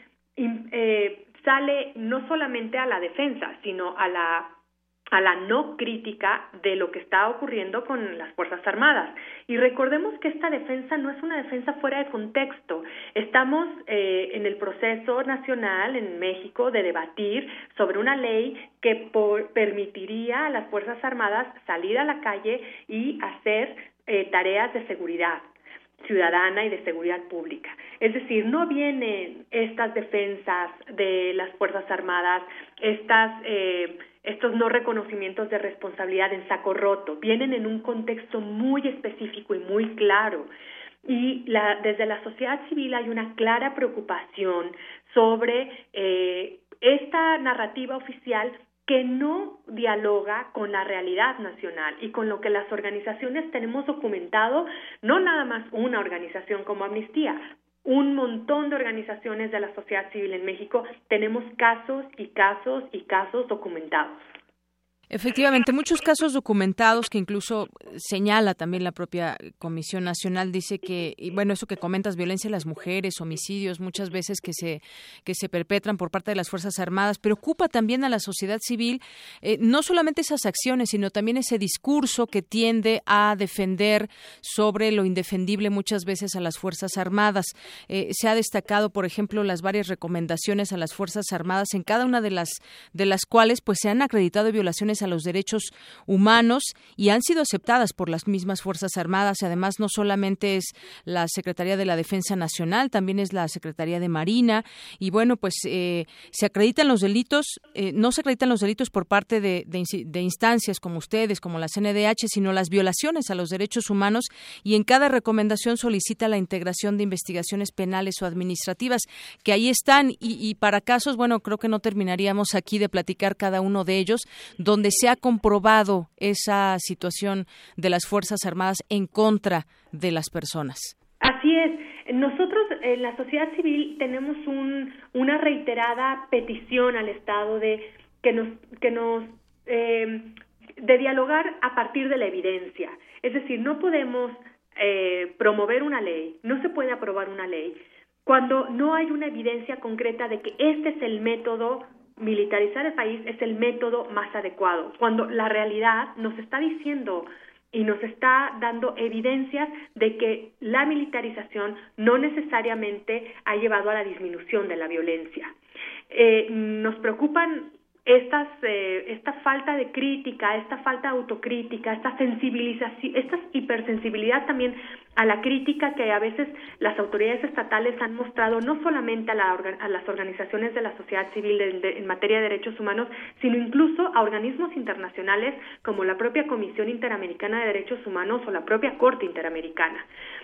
eh, sale no solamente a la defensa, sino a la a la no crítica de lo que está ocurriendo con las Fuerzas Armadas. Y recordemos que esta defensa no es una defensa fuera de contexto. Estamos eh, en el proceso nacional en México de debatir sobre una ley que por, permitiría a las Fuerzas Armadas salir a la calle y hacer eh, tareas de seguridad ciudadana y de seguridad pública. Es decir, no vienen estas defensas de las Fuerzas Armadas, estas eh, estos no reconocimientos de responsabilidad en saco roto, vienen en un contexto muy específico y muy claro. Y la, desde la sociedad civil hay una clara preocupación sobre eh, esta narrativa oficial que no dialoga con la realidad nacional y con lo que las organizaciones tenemos documentado, no nada más una organización como Amnistía, un montón de organizaciones de la sociedad civil en México, tenemos casos y casos y casos documentados. Efectivamente, muchos casos documentados que incluso señala también la propia Comisión Nacional, dice que, y bueno, eso que comentas, violencia a las mujeres, homicidios, muchas veces que se que se perpetran por parte de las Fuerzas Armadas, preocupa también a la sociedad civil, eh, no solamente esas acciones, sino también ese discurso que tiende a defender sobre lo indefendible muchas veces a las Fuerzas Armadas. Eh, se ha destacado, por ejemplo, las varias recomendaciones a las Fuerzas Armadas, en cada una de las de las cuales pues se han acreditado violaciones a los derechos humanos y han sido aceptadas por las mismas Fuerzas Armadas. Además, no solamente es la Secretaría de la Defensa Nacional, también es la Secretaría de Marina y bueno, pues eh, se acreditan los delitos, eh, no se acreditan los delitos por parte de, de, de instancias como ustedes, como la C N D H, sino las violaciones a los derechos humanos y en cada recomendación solicita la integración de investigaciones penales o administrativas, que ahí están y, y para casos, bueno, creo que no terminaríamos aquí de platicar cada uno de ellos, donde se ha comprobado esa situación de las Fuerzas Armadas en contra de las personas. Así es. Nosotros en la sociedad civil tenemos un, una reiterada petición al Estado de que nos que nos eh, de dialogar a partir de la evidencia. Es decir, no podemos eh, promover una ley, no se puede aprobar una ley cuando no hay una evidencia concreta de que este es el método. Militarizar el país es el método más adecuado, cuando la realidad nos está diciendo y nos está dando evidencias de que la militarización no necesariamente ha llevado a la disminución de la violencia. Eh, nos preocupan estas eh, esta falta de crítica, esta falta de autocrítica, esta sensibilización, esta hipersensibilidad también a la crítica que a veces las autoridades estatales han mostrado no solamente a, la, a las organizaciones de la sociedad civil de, de, en materia de derechos humanos, sino incluso a organismos internacionales como la propia Comisión Interamericana de Derechos Humanos o la propia Corte Interamericana,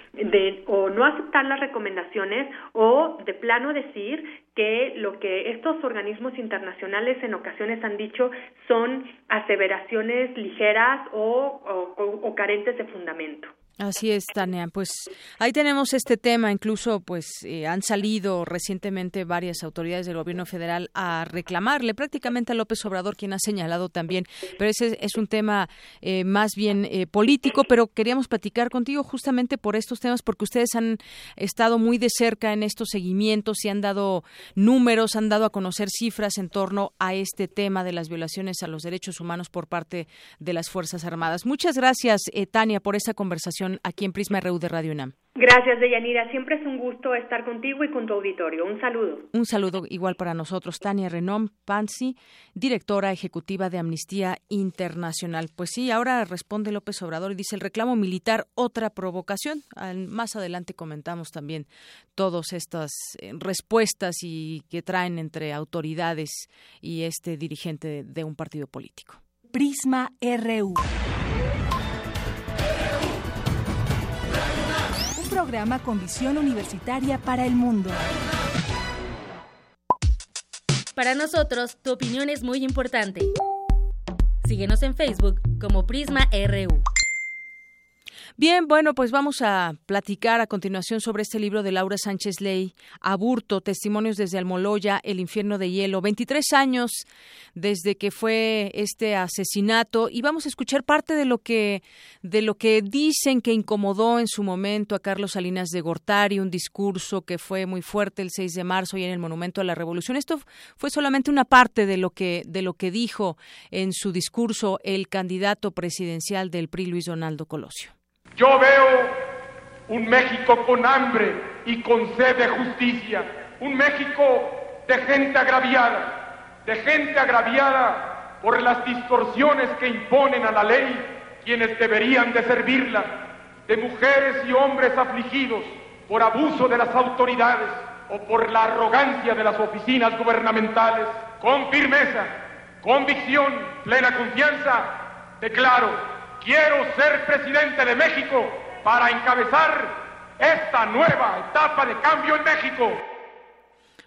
de o no aceptar las recomendaciones o de plano decir que lo que estos organismos internacionales en ocasiones han dicho son aseveraciones ligeras o, o, o carentes de fundamento. Así es, Tania. Pues ahí tenemos este tema. Incluso, pues eh, han salido recientemente varias autoridades del Gobierno Federal a reclamarle prácticamente a López Obrador, quien ha señalado también. Pero ese es un tema eh, más bien eh, político. Pero queríamos platicar contigo justamente por estos temas, porque ustedes han estado muy de cerca en estos seguimientos y han dado números, han dado a conocer cifras en torno a este tema de las violaciones a los derechos humanos por parte de las Fuerzas Armadas. Muchas gracias, eh, Tania, por esa conversación aquí en Prisma R U de Radio UNAM. Gracias, Deyanira. Siempre es un gusto estar contigo y con tu auditorio. Un saludo. Un saludo igual para nosotros. Tania Renom Pansi, directora ejecutiva de Amnistía Internacional. Pues sí, ahora responde López Obrador y dice: el reclamo militar, otra provocación. Más adelante comentamos también todas estas respuestas y que traen entre autoridades y este dirigente de un partido político. Prisma R U. Programa con visión universitaria para el mundo. Para nosotros, tu opinión es muy importante. Síguenos en Facebook como Prisma R U. Bien, bueno, pues vamos a platicar a continuación sobre este libro de Laura Sánchez Ley, Aburto, Testimonios desde Almoloya, El infierno de hielo. veintitrés años desde que fue este asesinato y vamos a escuchar parte de lo que de lo que dicen que incomodó en su momento a Carlos Salinas de Gortari, un discurso que fue muy fuerte el seis de marzo y en el Monumento a la Revolución. Esto fue solamente una parte de lo que de lo que dijo en su discurso el candidato presidencial del P R I, Luis Donaldo Colosio. Yo veo un México con hambre y con sed de justicia, un México de gente agraviada, de gente agraviada por las distorsiones que imponen a la ley quienes deberían de servirla, de mujeres y hombres afligidos por abuso de las autoridades o por la arrogancia de las oficinas gubernamentales. Con firmeza, convicción, plena confianza, declaro: quiero ser presidente de México para encabezar esta nueva etapa de cambio en México.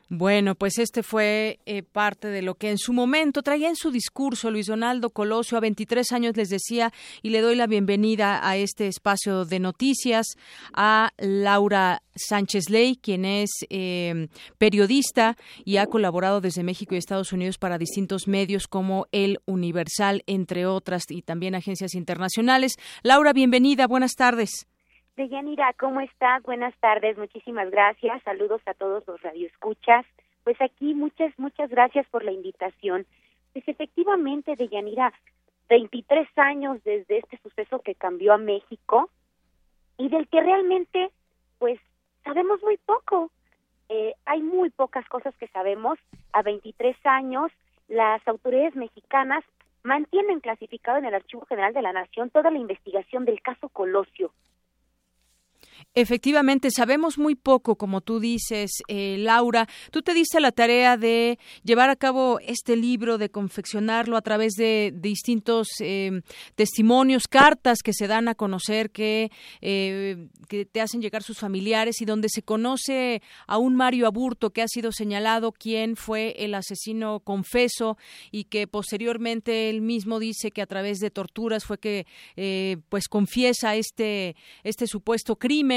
Bueno, pues este fue eh, parte de lo que en su momento traía en su discurso Luis Donaldo Colosio. A veintitrés años les decía, y le doy la bienvenida a este espacio de noticias a Laura Sánchez Ley, quien es eh, periodista y ha colaborado desde México y Estados Unidos para distintos medios como El Universal, entre otras, y también agencias internacionales. Laura, bienvenida, buenas tardes. Deyanira, ¿cómo estás? Buenas tardes, muchísimas gracias. Saludos a todos los radioescuchas. Pues aquí muchas, muchas gracias por la invitación. Pues efectivamente, Deyanira, veintitrés años desde este suceso que cambió a México y del que realmente, pues, sabemos muy poco. Eh, hay muy pocas cosas que sabemos. A veintitrés años, las autoridades mexicanas mantienen clasificado en el Archivo General de la Nación toda la investigación del caso Colosio. Efectivamente, sabemos muy poco, como tú dices, eh, Laura. Tú te diste la tarea de llevar a cabo este libro, de confeccionarlo a través de, de distintos eh, testimonios, cartas que se dan a conocer, que, eh, que te hacen llegar sus familiares y donde se conoce a un Mario Aburto que ha sido señalado quien fue el asesino confeso y que posteriormente él mismo dice que a través de torturas fue que eh, pues confiesa este, este supuesto crimen.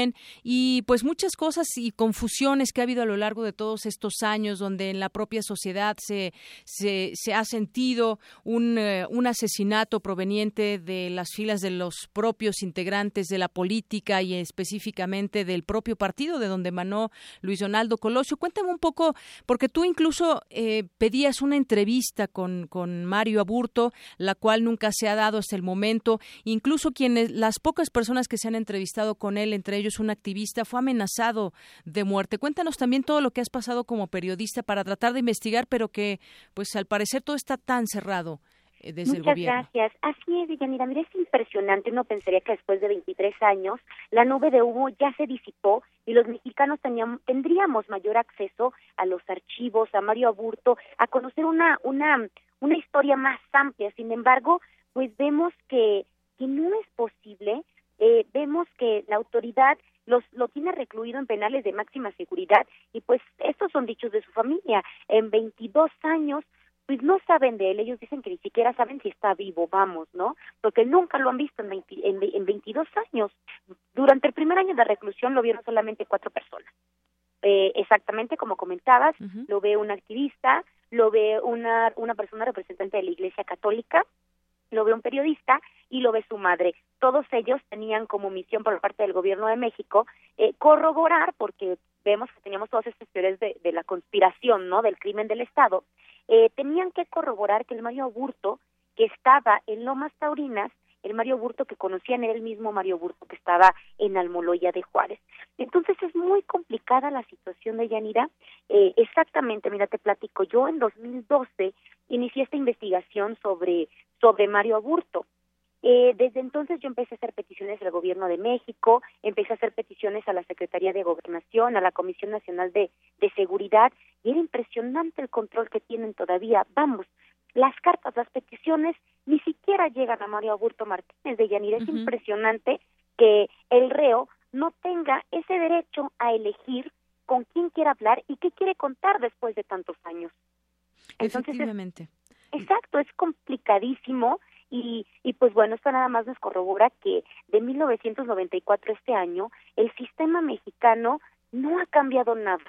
Y pues muchas cosas y confusiones que ha habido a lo largo de todos estos años, donde en la propia sociedad se se, se ha sentido un, eh, un asesinato proveniente de las filas de los propios integrantes de la política y específicamente del propio partido de donde emanó Luis Donaldo Colosio. Cuéntame un poco, porque tú incluso eh, pedías una entrevista con, con Mario Aburto, la cual nunca se ha dado hasta el momento. Incluso quienes, las pocas personas que se han entrevistado con él, entre ellos un activista, fue amenazado de muerte. Cuéntanos también todo lo que has pasado como periodista para tratar de investigar, pero que, pues, al parecer todo está tan cerrado eh, desde Muchas el gobierno. Muchas gracias. Así es, Deyanira, mira, es impresionante. Uno pensaría que después de veintitrés años la nube de humo ya se disipó y los mexicanos teníamos, tendríamos mayor acceso a los archivos, a Mario Aburto, a conocer una, una, una historia más amplia. Sin embargo, pues vemos que, que no es posible. Eh, vemos que la autoridad los, lo tiene recluido en penales de máxima seguridad y pues estos son dichos de su familia. En veintidós años, pues no saben de él, ellos dicen que ni siquiera saben si está vivo, vamos, ¿no? Porque nunca lo han visto en, veinte, en, en veintidós años. Durante el primer año de reclusión lo vieron solamente cuatro personas. Eh, exactamente como comentabas, uh-huh. Lo ve un activista, lo ve una, una persona representante de la Iglesia Católica, lo ve un periodista y lo ve su madre. Todos ellos tenían como misión por parte del gobierno de México eh, corroborar, porque vemos que teníamos todas estas teorías de, de la conspiración, ¿no?, del crimen del Estado, eh, tenían que corroborar que el Mario Aburto, que estaba en Lomas Taurinas, el Mario Aburto que conocían era el mismo Mario Aburto que estaba en Almoloya de Juárez. Entonces es muy complicada la situación de Yanira. Eh, exactamente, mira, te platico, yo en dos mil doce inicié esta investigación sobre, sobre Mario Aburto. Eh, desde entonces yo empecé a hacer peticiones al Gobierno de México, empecé a hacer peticiones a la Secretaría de Gobernación, a la Comisión Nacional de, de Seguridad, y era impresionante el control que tienen todavía. Vamos, las cartas, las peticiones ni siquiera llegan a Mario Aburto Martínez de Yanira. Es uh-huh. impresionante que el reo no tenga ese derecho a elegir con quién quiere hablar y qué quiere contar después de tantos años. Entonces, efectivamente. Es, exacto, es complicadísimo y, y pues bueno, esto nada más nos corrobora que de mil novecientos noventa y cuatro este año el sistema mexicano no ha cambiado nada.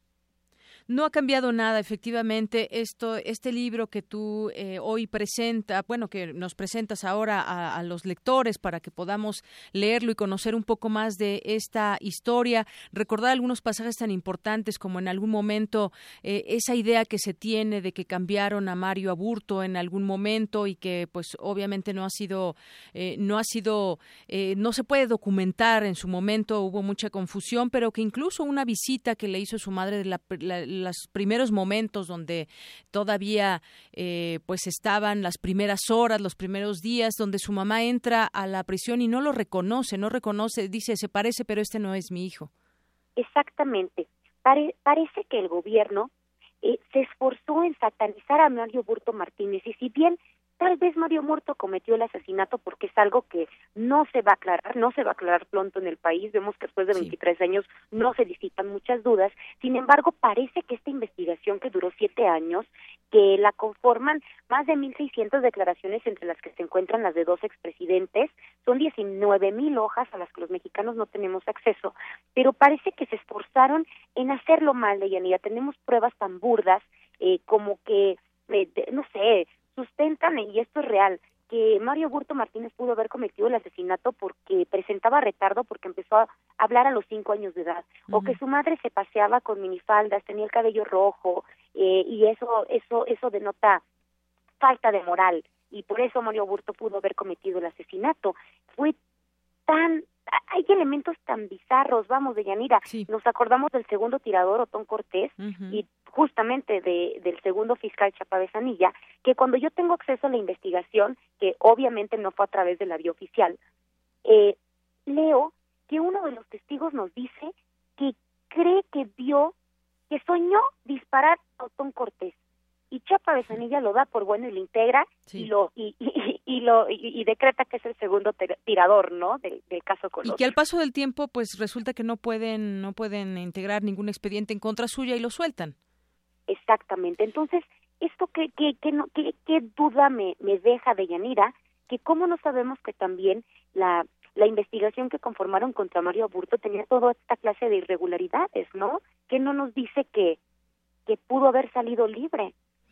No ha cambiado nada, efectivamente. Esto, este libro que tú eh, hoy presenta, bueno, que nos presentas ahora a, a los lectores para que podamos leerlo y conocer un poco más de esta historia, recordar algunos pasajes tan importantes como en algún momento eh, esa idea que se tiene de que cambiaron a Mario Aburto en algún momento y que, pues, obviamente no ha sido, eh, no ha sido, eh, no se puede documentar en su momento. Hubo mucha confusión, pero que incluso una visita que le hizo su madre de la, la los primeros momentos donde todavía eh, pues estaban las primeras horas, los primeros días, donde su mamá entra a la prisión y no lo reconoce, no reconoce, dice, se parece, pero este no es mi hijo. Exactamente. Pare, parece que el gobierno eh, se esforzó en satanizar a Mario Aburto Martínez, y si bien Tal vez Mario Aburto cometió el asesinato porque es algo que no se va a aclarar, no se va a aclarar pronto en el país. Vemos que después de veintitrés sí. años no se disipan muchas dudas. Sin embargo, parece que esta investigación que duró siete años, que la conforman más de mil seiscientas declaraciones entre las que se encuentran las de dos expresidentes, son diecinueve mil hojas a las que los mexicanos no tenemos acceso, pero parece que se esforzaron en hacerlo mal, Deyanira. Tenemos pruebas tan burdas eh, como que, eh, de, no sé, sustentan, y esto es real, que Mario Aburto Martínez pudo haber cometido el asesinato porque presentaba retardo, porque empezó a hablar a los cinco años de edad, uh-huh. o que su madre se paseaba con minifaldas, tenía el cabello rojo, eh, y eso, eso, eso denota falta de moral, y por eso Mario Aburto pudo haber cometido el asesinato. Fue tan, hay elementos tan bizarros, vamos, Deyanira, sí. Nos acordamos del segundo tirador, Otón Cortés, uh-huh. y justamente de, del segundo fiscal Chapa Besanilla, que cuando yo tengo acceso a la investigación, que obviamente no fue a través de la vía oficial, eh, leo que uno de los testigos nos dice que cree que vio, que soñó disparar a Otón Cortés, y Chapa Besanilla lo da por bueno y lo integra, sí. y lo y, y, y lo y, y decreta que es el segundo tirador, ¿no? Del, del caso Colosio. Y que al paso del tiempo, pues resulta que no pueden no pueden integrar ningún expediente en contra suya y lo sueltan. Exactamente. Entonces, esto que que que no que, que duda me me deja, Deyanira, que cómo no sabemos que también la la investigación que conformaron contra Mario Aburto tenía toda esta clase de irregularidades, ¿no? Que no nos dice que que pudo haber salido libre.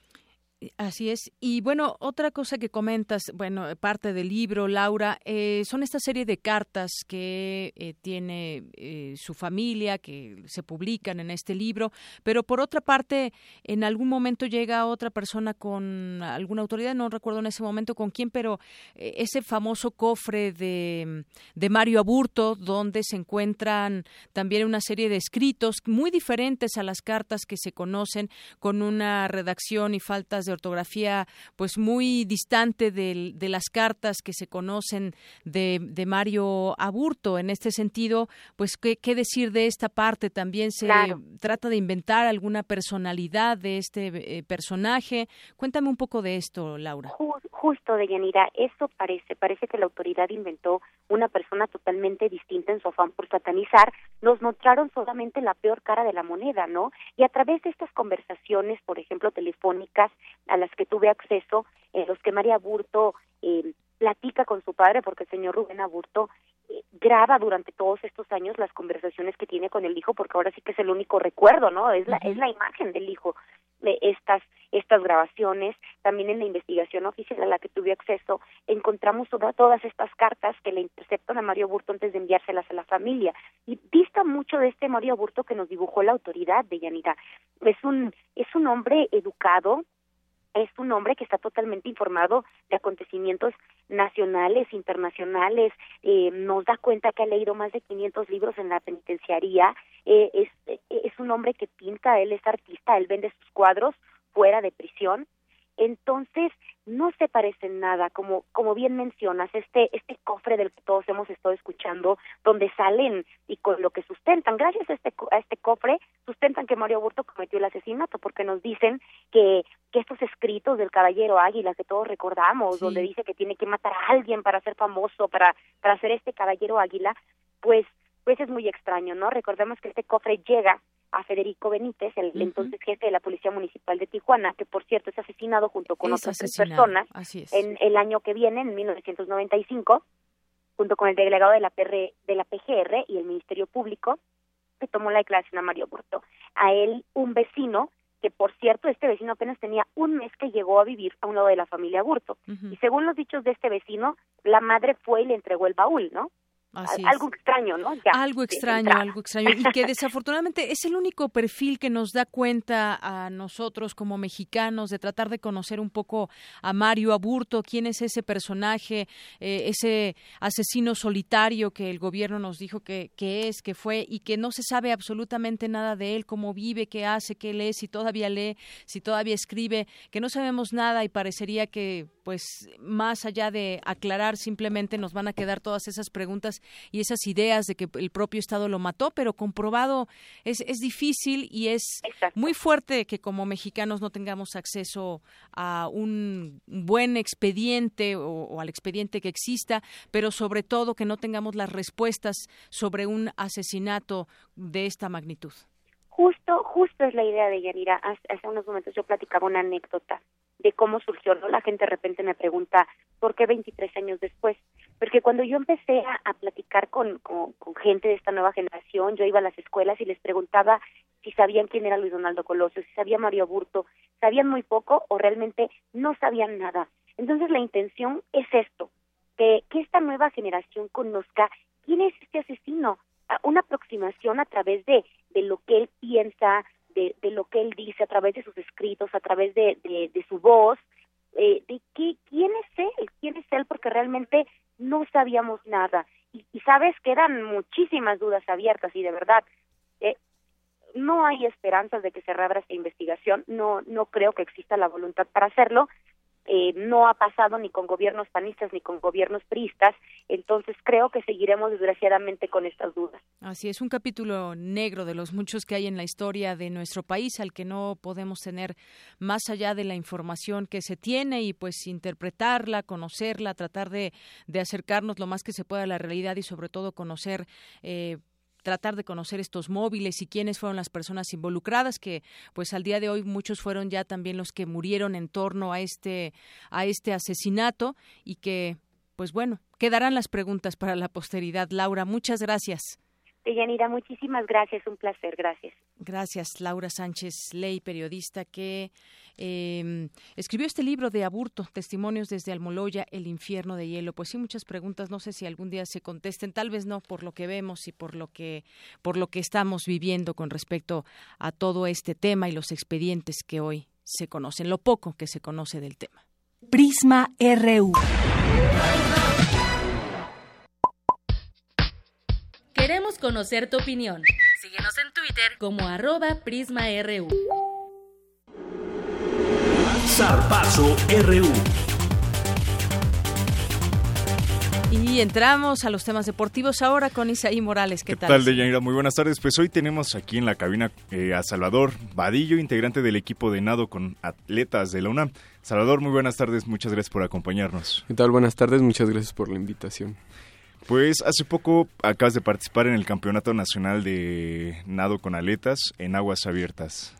Así es. Y bueno, otra cosa que comentas, bueno, parte del libro, Laura, eh, son esta serie de cartas que eh, tiene eh, su familia, que se publican en este libro, pero por otra parte, en algún momento llega otra persona con alguna autoridad, no recuerdo en ese momento con quién, pero eh, ese famoso cofre de, de Mario Aburto, donde se encuentran también una serie de escritos muy diferentes a las cartas que se conocen, con una redacción y faltas de ortografía pues muy distante de, de las cartas que se conocen de, de Mario Aburto. En este sentido, pues ¿qué, qué decir de esta parte? También se claro. trata de inventar alguna personalidad de este eh, personaje. Cuéntame un poco de esto, Laura. Just, justo, Deyanira, eso parece, parece que la autoridad inventó una persona totalmente distinta en su afán por satanizar. Nos mostraron solamente la peor cara de la moneda, ¿no? Y a través de estas conversaciones, por ejemplo, telefónicas, a las que tuve acceso, en los que Mario Aburto eh, platica con su padre, porque el señor Rubén Aburto eh, graba durante todos estos años las conversaciones que tiene con el hijo, porque ahora sí que es el único recuerdo, ¿no? Es la, uh-huh. es la imagen del hijo de estas estas grabaciones. También en la investigación oficial a la que tuve acceso, encontramos toda, todas estas cartas que le interceptan a Mario Aburto antes de enviárselas a la familia. Y dista mucho de este Mario Aburto que nos dibujó la autoridad, Deyanira. Es un, es un hombre educado, es un hombre que está totalmente informado de acontecimientos nacionales, internacionales, eh, nos da cuenta que ha leído más de quinientos libros en la penitenciaría, eh, es, es un hombre que pinta, él es artista, él vende sus cuadros fuera de prisión. Entonces, no se parecen nada, como como bien mencionas, este este cofre del que todos hemos estado escuchando, donde salen y con lo que sustentan, gracias a este a este cofre, sustentan que Mario Aburto cometió el asesinato, porque nos dicen que que estos escritos del Caballero Águila que todos recordamos, sí. donde dice que tiene que matar a alguien para ser famoso, para para ser este Caballero Águila, pues pues es muy extraño, ¿no? Recordemos que este cofre llega a Federico Benítez, el uh-huh. entonces jefe de la Policía Municipal de Tijuana, que por cierto es asesinado junto con es otras tres personas en el año que viene, en mil novecientos noventa y cinco, junto con el delegado de la P R, de la P G R y el Ministerio Público, que tomó la declaración a Mario Aburto. A él, un vecino, que por cierto, este vecino apenas tenía un mes que llegó a vivir a un lado de la familia Aburto. Uh-huh. Y según los dichos de este vecino, la madre fue y le entregó el baúl, ¿no? Así algo es. extraño, ¿no? Ya, algo extraño, algo extraño. Y que desafortunadamente es el único perfil que nos da cuenta a nosotros como mexicanos de tratar de conocer un poco a Mario Aburto, quién es ese personaje, eh, ese asesino solitario que el gobierno nos dijo que, que es, que fue, y que no se sabe absolutamente nada de él, cómo vive, qué hace, qué lee, si todavía lee, si todavía escribe, que no sabemos nada y parecería que, pues, más allá de aclarar, simplemente nos van a quedar todas esas preguntas y esas ideas de que el propio Estado lo mató, pero comprobado es, es difícil y es Exacto. muy fuerte que como mexicanos no tengamos acceso a un buen expediente o, o al expediente que exista, pero sobre todo que no tengamos las respuestas sobre un asesinato de esta magnitud. Justo, justo es la idea de Yanira. Hace, hace unos momentos yo platicaba una anécdota de cómo surgió, ¿no? La gente de repente me pregunta, ¿por qué veintitrés años después? Porque cuando yo empecé a, a platicar con, con, con gente de esta nueva generación, yo iba a las escuelas y les preguntaba si sabían quién era Luis Donaldo Colosio, si sabía Mario Aburto, sabían muy poco o realmente no sabían nada. Entonces la intención es esto, que, que esta nueva generación conozca quién es este asesino, una aproximación a través de, de lo que él piensa, de, de lo que él dice, a través de sus escritos, a través de, de, de su voz, eh, de qué, quién es él, quién es él, porque realmente no sabíamos nada. Y, y sabes, quedan muchísimas dudas abiertas y de verdad, eh, no hay esperanzas de que se reabra esta investigación, no, no creo que exista la voluntad para hacerlo. Eh, no ha pasado ni con gobiernos panistas ni con gobiernos priistas, entonces creo que seguiremos desgraciadamente con estas dudas. Así es, un capítulo negro de los muchos que hay en la historia de nuestro país, al que no podemos tener más allá de la información que se tiene y pues interpretarla, conocerla, tratar de, de acercarnos lo más que se pueda a la realidad y sobre todo conocer eh, tratar de conocer estos móviles y quiénes fueron las personas involucradas, que pues al día de hoy muchos fueron ya también los que murieron en torno a este a este asesinato y que pues bueno, quedarán las preguntas para la posteridad. Laura, muchas gracias. Deyanira, muchísimas gracias, un placer, gracias. Gracias, Laura Sánchez Ley, periodista que eh, escribió este libro de Aburto, Testimonios desde Almoloya, el infierno de hielo. Pues sí, muchas preguntas, no sé si algún día se contesten, tal vez no, por lo que vemos y por lo que, por lo que estamos viviendo con respecto a todo este tema y los expedientes que hoy se conocen, lo poco que se conoce del tema. Prisma R U. Queremos conocer tu opinión. Síguenos en Twitter como arroba PrismaRU. Zarpazo R U. Y entramos a los temas deportivos ahora con Isaí Morales. ¿Qué, ¿Qué tal? tal, Deyanira? Muy buenas tardes. Pues hoy tenemos aquí en la cabina eh, a Salvador Vadillo, integrante del equipo de nado con atletas de la UNAM. Salvador, muy buenas tardes. Muchas gracias por acompañarnos. ¿Qué tal? Buenas tardes. Muchas gracias por la invitación. Pues hace poco acabas de participar en el Campeonato Nacional de Nado con Aletas en aguas abiertas.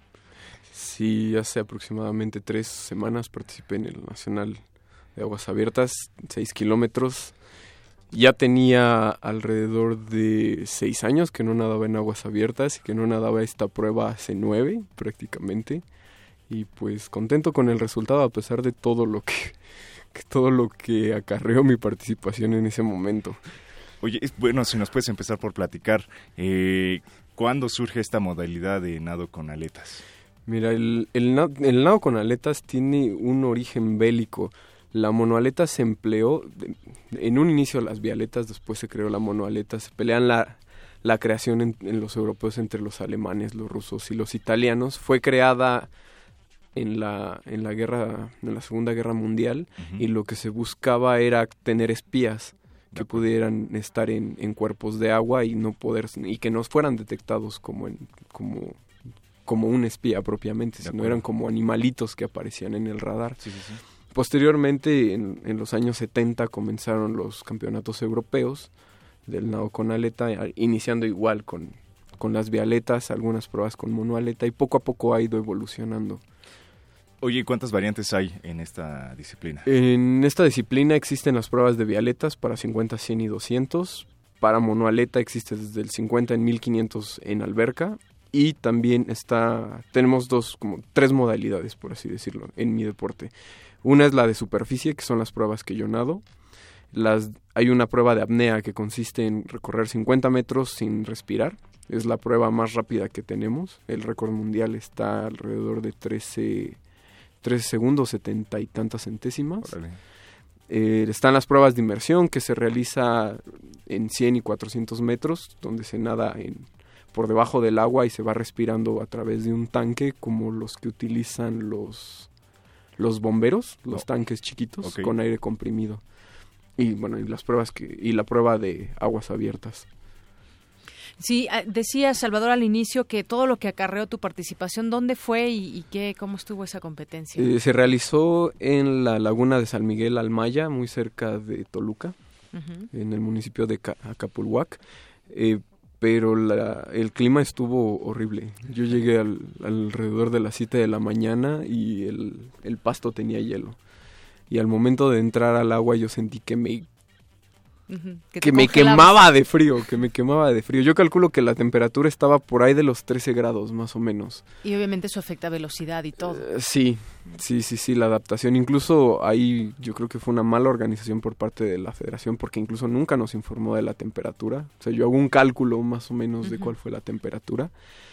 Sí, hace aproximadamente tres semanas participé en el Nacional de Aguas Abiertas, seis kilómetros. Ya tenía alrededor de seis años que no nadaba en aguas abiertas y que no nadaba esta prueba hace nueve prácticamente. Y pues contento con el resultado a pesar de todo lo que... todo lo que acarreó mi participación en ese momento. Oye, bueno, si nos puedes empezar por platicar, eh, ¿cuándo surge esta modalidad de nado con aletas? Mira, el, el, el nado con aletas tiene un origen bélico. La monoaleta se empleó, de, en un inicio las bialetas, después se creó la monoaleta, se pelean la, la creación en, en los europeos entre los alemanes, los rusos y los italianos. Fue creada en la en la guerra en la Segunda Guerra Mundial, uh-huh. y lo que se buscaba era tener espías que pudieran estar en, en cuerpos de agua y no poder y que no fueran detectados como en, como como un espía propiamente, sino eran como animalitos que aparecían en el radar. Sí, sí, sí. Posteriormente, en, en los años setenta comenzaron los campeonatos europeos del nado con aleta, iniciando igual con con las bialetas, algunas pruebas con monoaleta y poco a poco ha ido evolucionando. Oye, ¿cuántas variantes hay en esta disciplina? En esta disciplina existen las pruebas de bialetas para cincuenta, cien y doscientos. Para monoaleta existe desde el cincuenta en mil quinientos en alberca. Y también está tenemos dos, como tres modalidades, por así decirlo, en mi deporte. Una es la de superficie, que son las pruebas que yo nado. Las, hay una prueba de apnea que consiste en recorrer cincuenta metros sin respirar. Es la prueba más rápida que tenemos. El récord mundial está alrededor de trece... trece segundos, setenta y tantas centésimas. Eh, están las pruebas de inmersión que se realiza en cien y cuatrocientos metros, donde se nada en, por debajo del agua y se va respirando a través de un tanque como los que utilizan los, los bomberos, los oh. tanques chiquitos, okay. con aire comprimido. y bueno, y las pruebas que y la prueba de aguas abiertas. Sí, decía Salvador al inicio que todo lo que acarreó tu participación, ¿dónde fue y, y qué, cómo estuvo esa competencia? Eh, se realizó en la laguna de San Miguel Almaya, muy cerca de Toluca, uh-huh. en el municipio de Acapulhuac, eh, pero la, el clima estuvo horrible. Yo llegué al, alrededor de las siete de la mañana y el, el pasto tenía hielo. Y al momento de entrar al agua yo sentí que me... Uh-huh. Que, que me quemaba de frío, que me quemaba de frío. Yo calculo que la temperatura estaba por ahí de los trece grados, más o menos. Y obviamente eso afecta velocidad y todo. Uh, sí, sí, sí, sí, la adaptación. Incluso ahí yo creo que fue una mala organización por parte de la federación, porque incluso nunca nos informó de la temperatura. O sea, yo hago un cálculo más o menos uh-huh. de cuál fue la temperatura.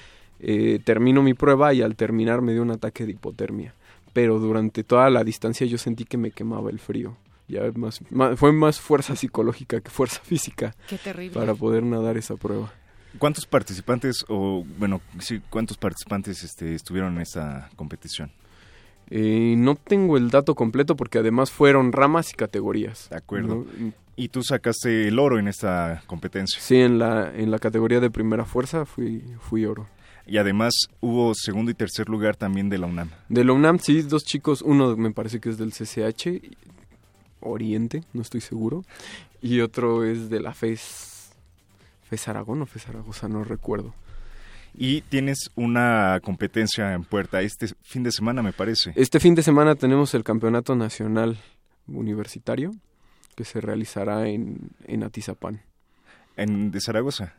Eh, termino mi prueba y al terminar me dio un ataque de hipotermia. Pero durante toda la distancia yo sentí que me quemaba el frío. Ya más, más, fue más fuerza psicológica que fuerza física. Qué terrible. Para poder nadar esa prueba. ¿Cuántos participantes o bueno, sí, cuántos participantes este, estuvieron en esta competición? Eh, no tengo el dato completo porque además fueron ramas y categorías. De acuerdo. ¿No? ¿Y tú sacaste el oro en esta competencia? Sí, en la en la categoría de primera fuerza fui fui oro. Y además hubo segundo y tercer lugar también de la UNAM. De la UNAM, sí, dos chicos, uno me parece que es del C C H Oriente, no estoy seguro, y otro es de la FES FES Aragón o FES Zaragoza, no recuerdo. Y tienes una competencia en puerta este fin de semana, me parece. Este fin de semana tenemos el Campeonato Nacional Universitario, que se realizará en, en Atizapán. ¿En de Zaragoza?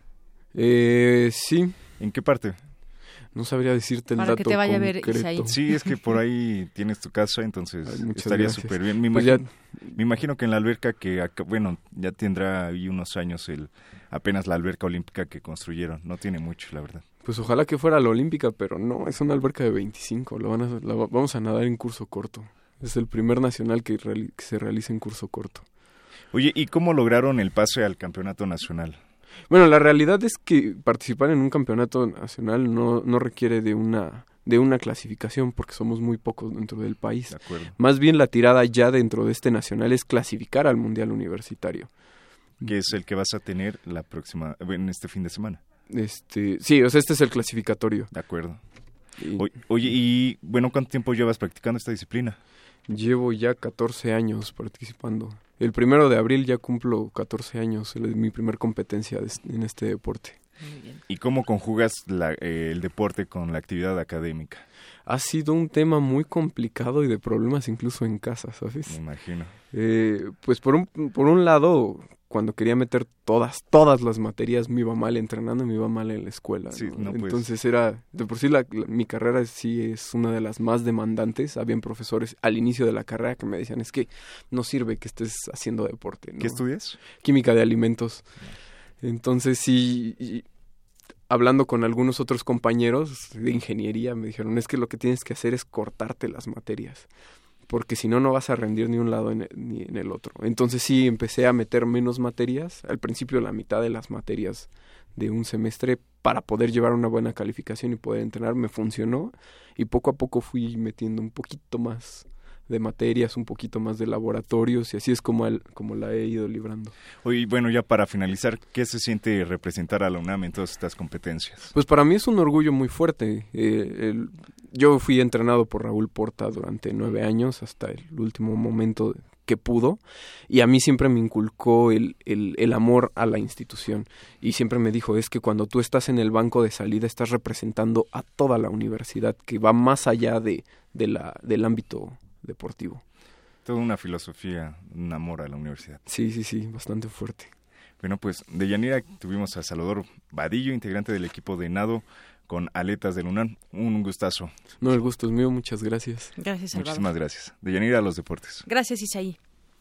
Eh, sí. ¿En qué parte? No sabría decirte el Para dato que te vaya concreto. A ver, Isaí. Sí, es que por ahí tienes tu casa, entonces Ay, estaría súper bien. Me, pues imagino, ya... me imagino que en la alberca que, acá, bueno, ya tendrá ahí unos años el apenas la alberca olímpica que construyeron. No tiene mucho, la verdad. Pues ojalá que fuera la olímpica, pero no, es una alberca de veinticinco. La van a, la, vamos a nadar en curso corto. Es el primer nacional que, reali- que se realiza en curso corto. Oye, ¿y cómo lograron el pase al campeonato nacional? Bueno, la realidad es que participar en un campeonato nacional no, no requiere de una de una clasificación porque somos muy pocos dentro del país. De acuerdo. Más bien la tirada ya dentro de este nacional es clasificar al mundial universitario. Que es el que vas a tener la próxima, en este fin de semana. Este, sí, o sea, este es el clasificatorio. De acuerdo. Y... O, oye, y bueno, ¿cuánto tiempo llevas practicando esta disciplina? Llevo ya catorce años participando. El primero de abril ya cumplo catorce años, es mi primer competencia de, en este deporte. Muy bien. ¿Y cómo conjugas la, eh, el deporte con la actividad académica? Ha sido un tema muy complicado y de problemas incluso en casa, ¿sabes? Me imagino. Eh, pues por un, por un lado, cuando quería meter todas, todas las materias, me iba mal entrenando y me iba mal en la escuela. Sí, ¿no? no, pues. Entonces era, de por sí la, la, mi carrera sí es una de las más demandantes. Habían profesores al inicio de la carrera que me decían, es que no sirve que estés haciendo deporte, ¿no? ¿Qué estudias? Química de alimentos. Entonces sí, y, hablando con algunos otros compañeros de ingeniería, me dijeron, es que lo que tienes que hacer es cortarte las materias, porque si no, no vas a rendir ni un lado en el, ni en el otro. Entonces sí, empecé a meter menos materias, al principio la mitad de las materias de un semestre para poder llevar una buena calificación y poder entrenar, me funcionó, y poco a poco fui metiendo un poquito más de materias, un poquito más de laboratorios, y así es como, el, como la he ido librando. Oye, bueno, ya para finalizar, ¿qué se siente representar a la UNAM en todas estas competencias? Pues para mí es un orgullo muy fuerte. Eh, el, yo fui entrenado por Raúl Porta durante nueve años, hasta el último momento que pudo, y a mí siempre me inculcó el, el, el amor a la institución, y siempre me dijo, es que cuando tú estás en el banco de salida, estás representando a toda la universidad, que va más allá de, de la, del ámbito deportivo. Toda una filosofía, un amor a la universidad. Sí, sí, sí, bastante fuerte. Bueno, pues de Yanira tuvimos a Salvador Vadillo, integrante del equipo de nado con aletas del UNAM. Un gustazo. No, el gusto es mío, muchas gracias. Gracias, Salvador. Muchísimas gracias. De Yanira a los deportes. Gracias, Isaí.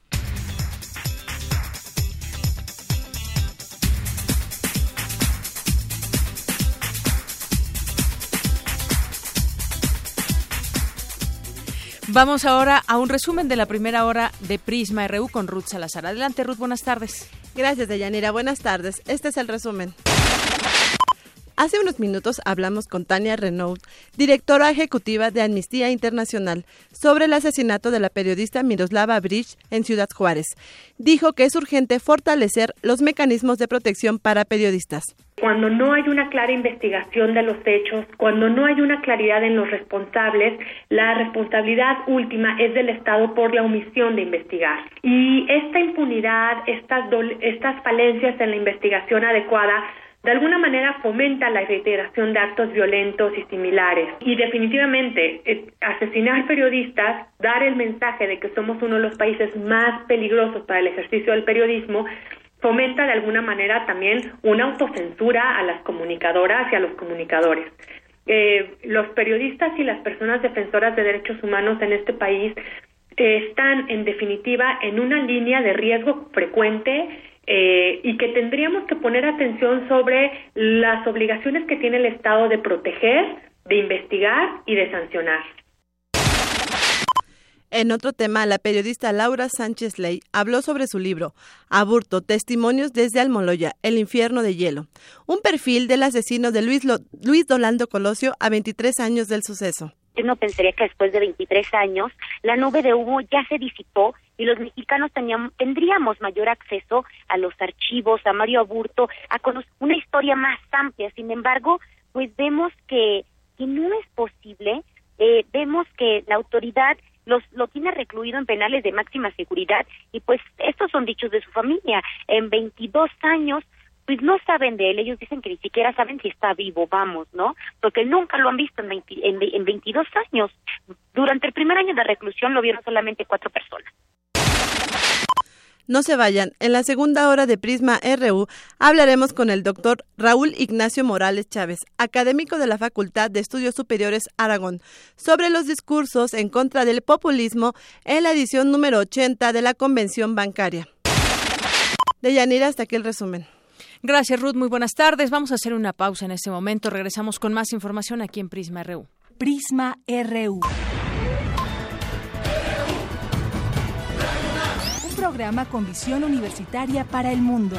Vamos ahora a un resumen de la primera hora de Prisma R U con Ruth Salazar. Adelante, Ruth, buenas tardes. Gracias, Deyanira. Buenas tardes. Este es el resumen. Hace unos minutos hablamos con Tania Renaud, directora ejecutiva de Amnistía Internacional, sobre el asesinato de la periodista Miroslava Breach en Ciudad Juárez. Dijo que es urgente fortalecer los mecanismos de protección para periodistas. Cuando no hay una clara investigación de los hechos, cuando no hay una claridad en los responsables, la responsabilidad última es del Estado por la omisión de investigar. Y esta impunidad, estas, do- estas falencias en la investigación adecuada, de alguna manera fomenta la reiteración de actos violentos y similares. Y definitivamente, eh, asesinar periodistas, dar el mensaje de que somos uno de los países más peligrosos para el ejercicio del periodismo, fomenta de alguna manera también una autocensura a las comunicadoras y a los comunicadores. Eh, los periodistas y las personas defensoras de derechos humanos en este país eh, están, en definitiva, en una línea de riesgo frecuente eh, y que tendríamos que poner atención sobre las obligaciones que tiene el Estado de proteger, de investigar y de sancionar. En otro tema, la periodista Laura Sánchez Ley habló sobre su libro Aburto, testimonios desde Almoloya, el infierno de hielo, un perfil del asesino de Luis, Lo- Luis Donaldo Colosio a veintitrés años del suceso. Uno pensaría que después de veintitrés años la nube de humo ya se disipó y los mexicanos teníamos, tendríamos mayor acceso a los archivos, a Mario Aburto, a conocer una historia más amplia. Sin embargo, pues vemos que, que no es posible, eh, vemos que la autoridad Los, lo tiene recluido en penales de máxima seguridad y pues estos son dichos de su familia. En veintidós años, pues no saben de él, ellos dicen que ni siquiera saben si está vivo, vamos, ¿no? Porque nunca lo han visto en, veinte, en, en veintidós años. Durante el primer año de reclusión lo vieron solamente cuatro personas. No se vayan, en la segunda hora de Prisma R U hablaremos con el doctor Raúl Ignacio Morales Chávez, académico de la Facultad de Estudios Superiores Aragón, sobre los discursos en contra del populismo en la edición número ochenta de la Convención Bancaria. Deyanira, hasta aquí el resumen. Gracias, Ruth. Muy buenas tardes. Vamos a hacer una pausa en este momento. Regresamos con más información aquí en Prisma R U. Prisma R U. Programa con visión universitaria para el mundo.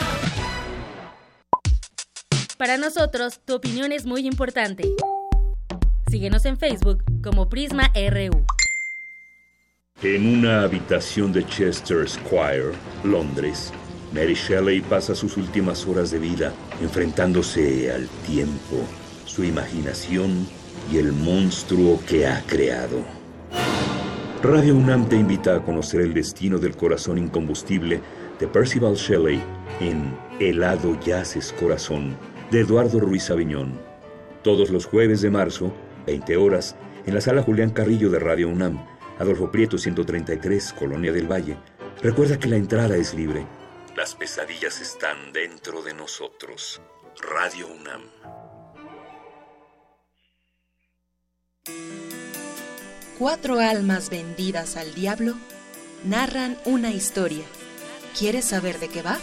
Para nosotros, tu opinión es muy importante. Síguenos en Facebook como Prisma R U. En una habitación de Chester Square, Londres, Mary Shelley pasa sus últimas horas de vida enfrentándose al tiempo, su imaginación y el monstruo que ha creado. Radio UNAM te invita a conocer el destino del corazón incombustible de Percival Shelley en Helado Yaces Corazón, de Eduardo Ruiz Aviñón. Todos los jueves de marzo, veinte horas, en la Sala Julián Carrillo de Radio UNAM, Adolfo Prieto ciento treinta y tres, Colonia del Valle. Recuerda que la entrada es libre. Las pesadillas están dentro de nosotros. Radio UNAM. Cuatro almas vendidas al diablo narran una historia. ¿Quieres saber de qué va?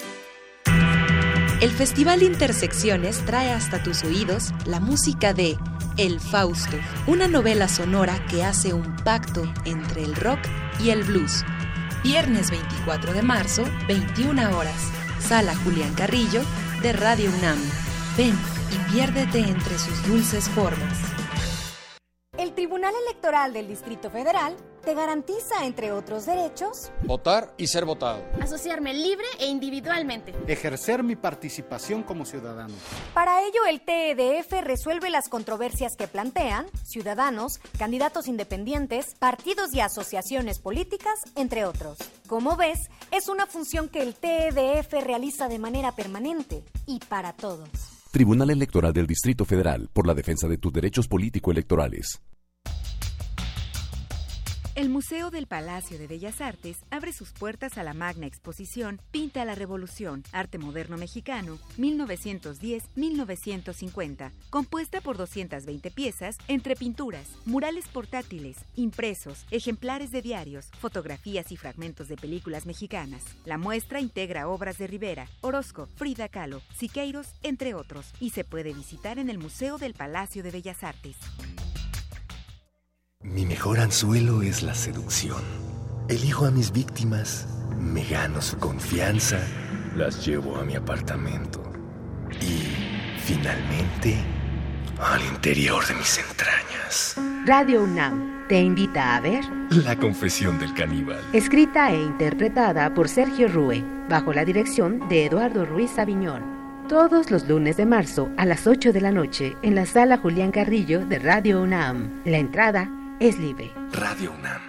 El Festival Intersecciones trae hasta tus oídos la música de El Fausto, una novela sonora que hace un pacto entre el rock y el blues. Viernes veinticuatro de marzo, veintiuna horas, Sala Julián Carrillo de Radio UNAM. Ven y piérdete entre sus dulces formas. El Tribunal Electoral del Distrito Federal te garantiza, entre otros derechos, votar y ser votado, asociarme libre e individualmente, ejercer mi participación como ciudadano. Para ello, el T E D F resuelve las controversias que plantean ciudadanos, candidatos independientes, partidos y asociaciones políticas, entre otros. Como ves, es una función que el T E D F realiza de manera permanente y para todos. Tribunal Electoral del Distrito Federal, por la defensa de tus derechos político-electorales. El Museo del Palacio de Bellas Artes abre sus puertas a la magna exposición Pinta la Revolución, Arte Moderno Mexicano, mil novecientos diez a mil novecientos cincuenta, compuesta por doscientas veinte piezas entre pinturas, murales portátiles, impresos, ejemplares de diarios, fotografías y fragmentos de películas mexicanas. La muestra integra obras de Rivera, Orozco, Frida Kahlo, Siqueiros, entre otros, y se puede visitar en el Museo del Palacio de Bellas Artes. Mi mejor anzuelo es la seducción. Elijo a mis víctimas, me gano su confianza, las llevo a mi apartamento y Finalmente, al interior de mis entrañas. Radio UNAM te invita a ver La confesión del caníbal. Escrita e interpretada por Sergio Rue, bajo la dirección de Eduardo Ruiz Aviñón. Todos los lunes de marzo a las ocho de la noche en la sala Julián Carrillo de Radio UNAM. La entrada es libre. Radio UNAM.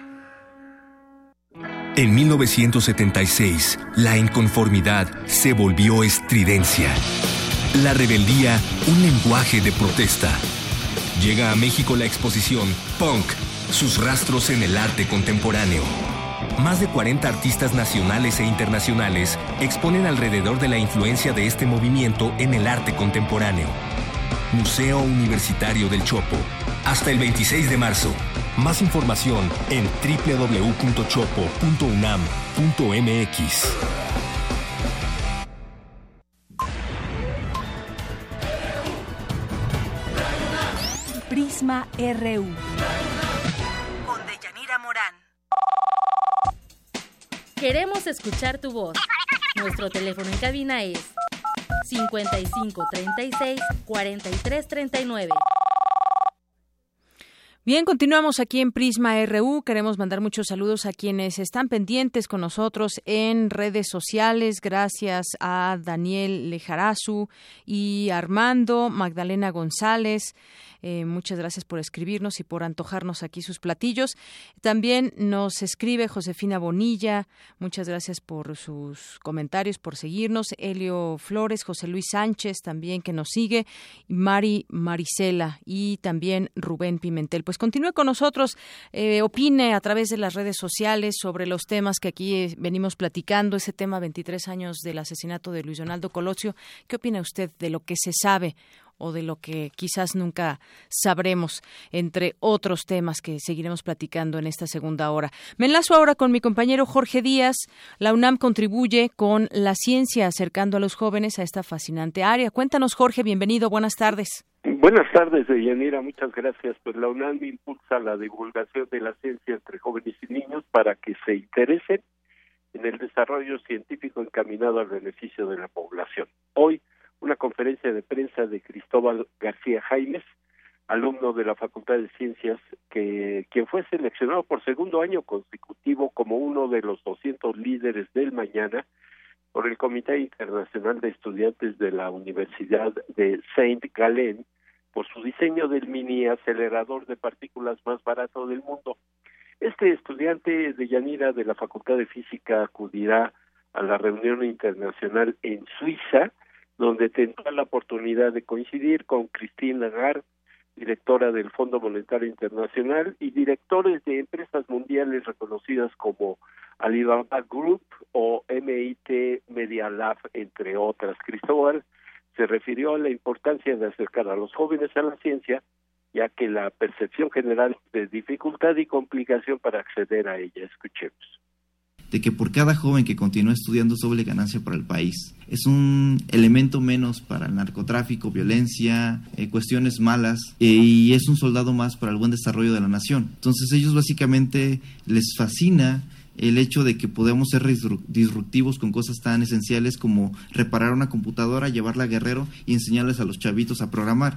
En mil novecientos setenta y seis, la inconformidad se volvió estridencia. La rebeldía, un lenguaje de protesta. Llega a México la exposición Punk, sus rastros en el arte contemporáneo. Más de cuarenta artistas nacionales e internacionales exponen alrededor de la influencia de este movimiento en el arte contemporáneo. Museo Universitario del Chopo, hasta el veintiséis de marzo. Más información en doble u doble u doble u punto chopo punto unam punto m x. Prisma R U. Con Deyanira Morán. Queremos escuchar tu voz. Nuestro teléfono en cabina es cincuenta y cinco treinta y seis cuarenta y tres treinta y nueve. Bien, continuamos aquí en Prisma R U. Queremos mandar muchos saludos a quienes están pendientes con nosotros en redes sociales. Gracias a Daniel Lejarazu y Armando, Magdalena González. Eh, muchas gracias por escribirnos y por antojarnos aquí sus platillos. También nos escribe Josefina Bonilla. Muchas gracias por sus comentarios, por seguirnos. Elio Flores, José Luis Sánchez también que nos sigue. Mari Marisela y también Rubén Pimentel. Pues continúe con nosotros, eh, opine a través de las redes sociales sobre los temas que aquí eh, venimos platicando, ese tema veintitrés años del asesinato de Luis Donaldo Colosio. ¿Qué opina usted de lo que se sabe o de lo que quizás nunca sabremos, entre otros temas que seguiremos platicando en esta segunda hora? Me enlazo ahora con mi compañero Jorge Díaz. La UNAM contribuye con la ciencia acercando a los jóvenes a esta fascinante área. Cuéntanos, Jorge, bienvenido, buenas tardes. Buenas tardes, Deyanira, muchas gracias. Pues la UNAM impulsa la divulgación de la ciencia entre jóvenes y niños para que se interesen en el desarrollo científico encaminado al beneficio de la población. Hoy, una conferencia de prensa de Cristóbal García Jaimes, alumno de la Facultad de Ciencias, que quien fue seleccionado por segundo año consecutivo como uno de los doscientos líderes del mañana por el Comité Internacional de Estudiantes de la Universidad de Saint-Gallen por su diseño del mini acelerador de partículas más barato del mundo. Este estudiante de Yanira de la Facultad de Física acudirá a la reunión internacional en Suiza, donde tendrá la oportunidad de coincidir con Christine Lagarde, directora del Fondo Monetario Internacional, y directores de empresas mundiales reconocidas como Alibaba Group o M I T Media Lab, entre otras. Cristóbal se refirió a la importancia de acercar a los jóvenes a la ciencia, ya que la percepción general de dificultad y complicación para acceder a ella. Escuchemos. De que por cada joven que continúa estudiando es doble ganancia para el país. Es un elemento menos para el narcotráfico, violencia, eh, cuestiones malas, eh, y es un soldado más para el buen desarrollo de la nación. Entonces ellos básicamente les fascina el hecho de que podemos ser disruptivos con cosas tan esenciales como reparar una computadora, llevarla a Guerrero y enseñarles a los chavitos a programar.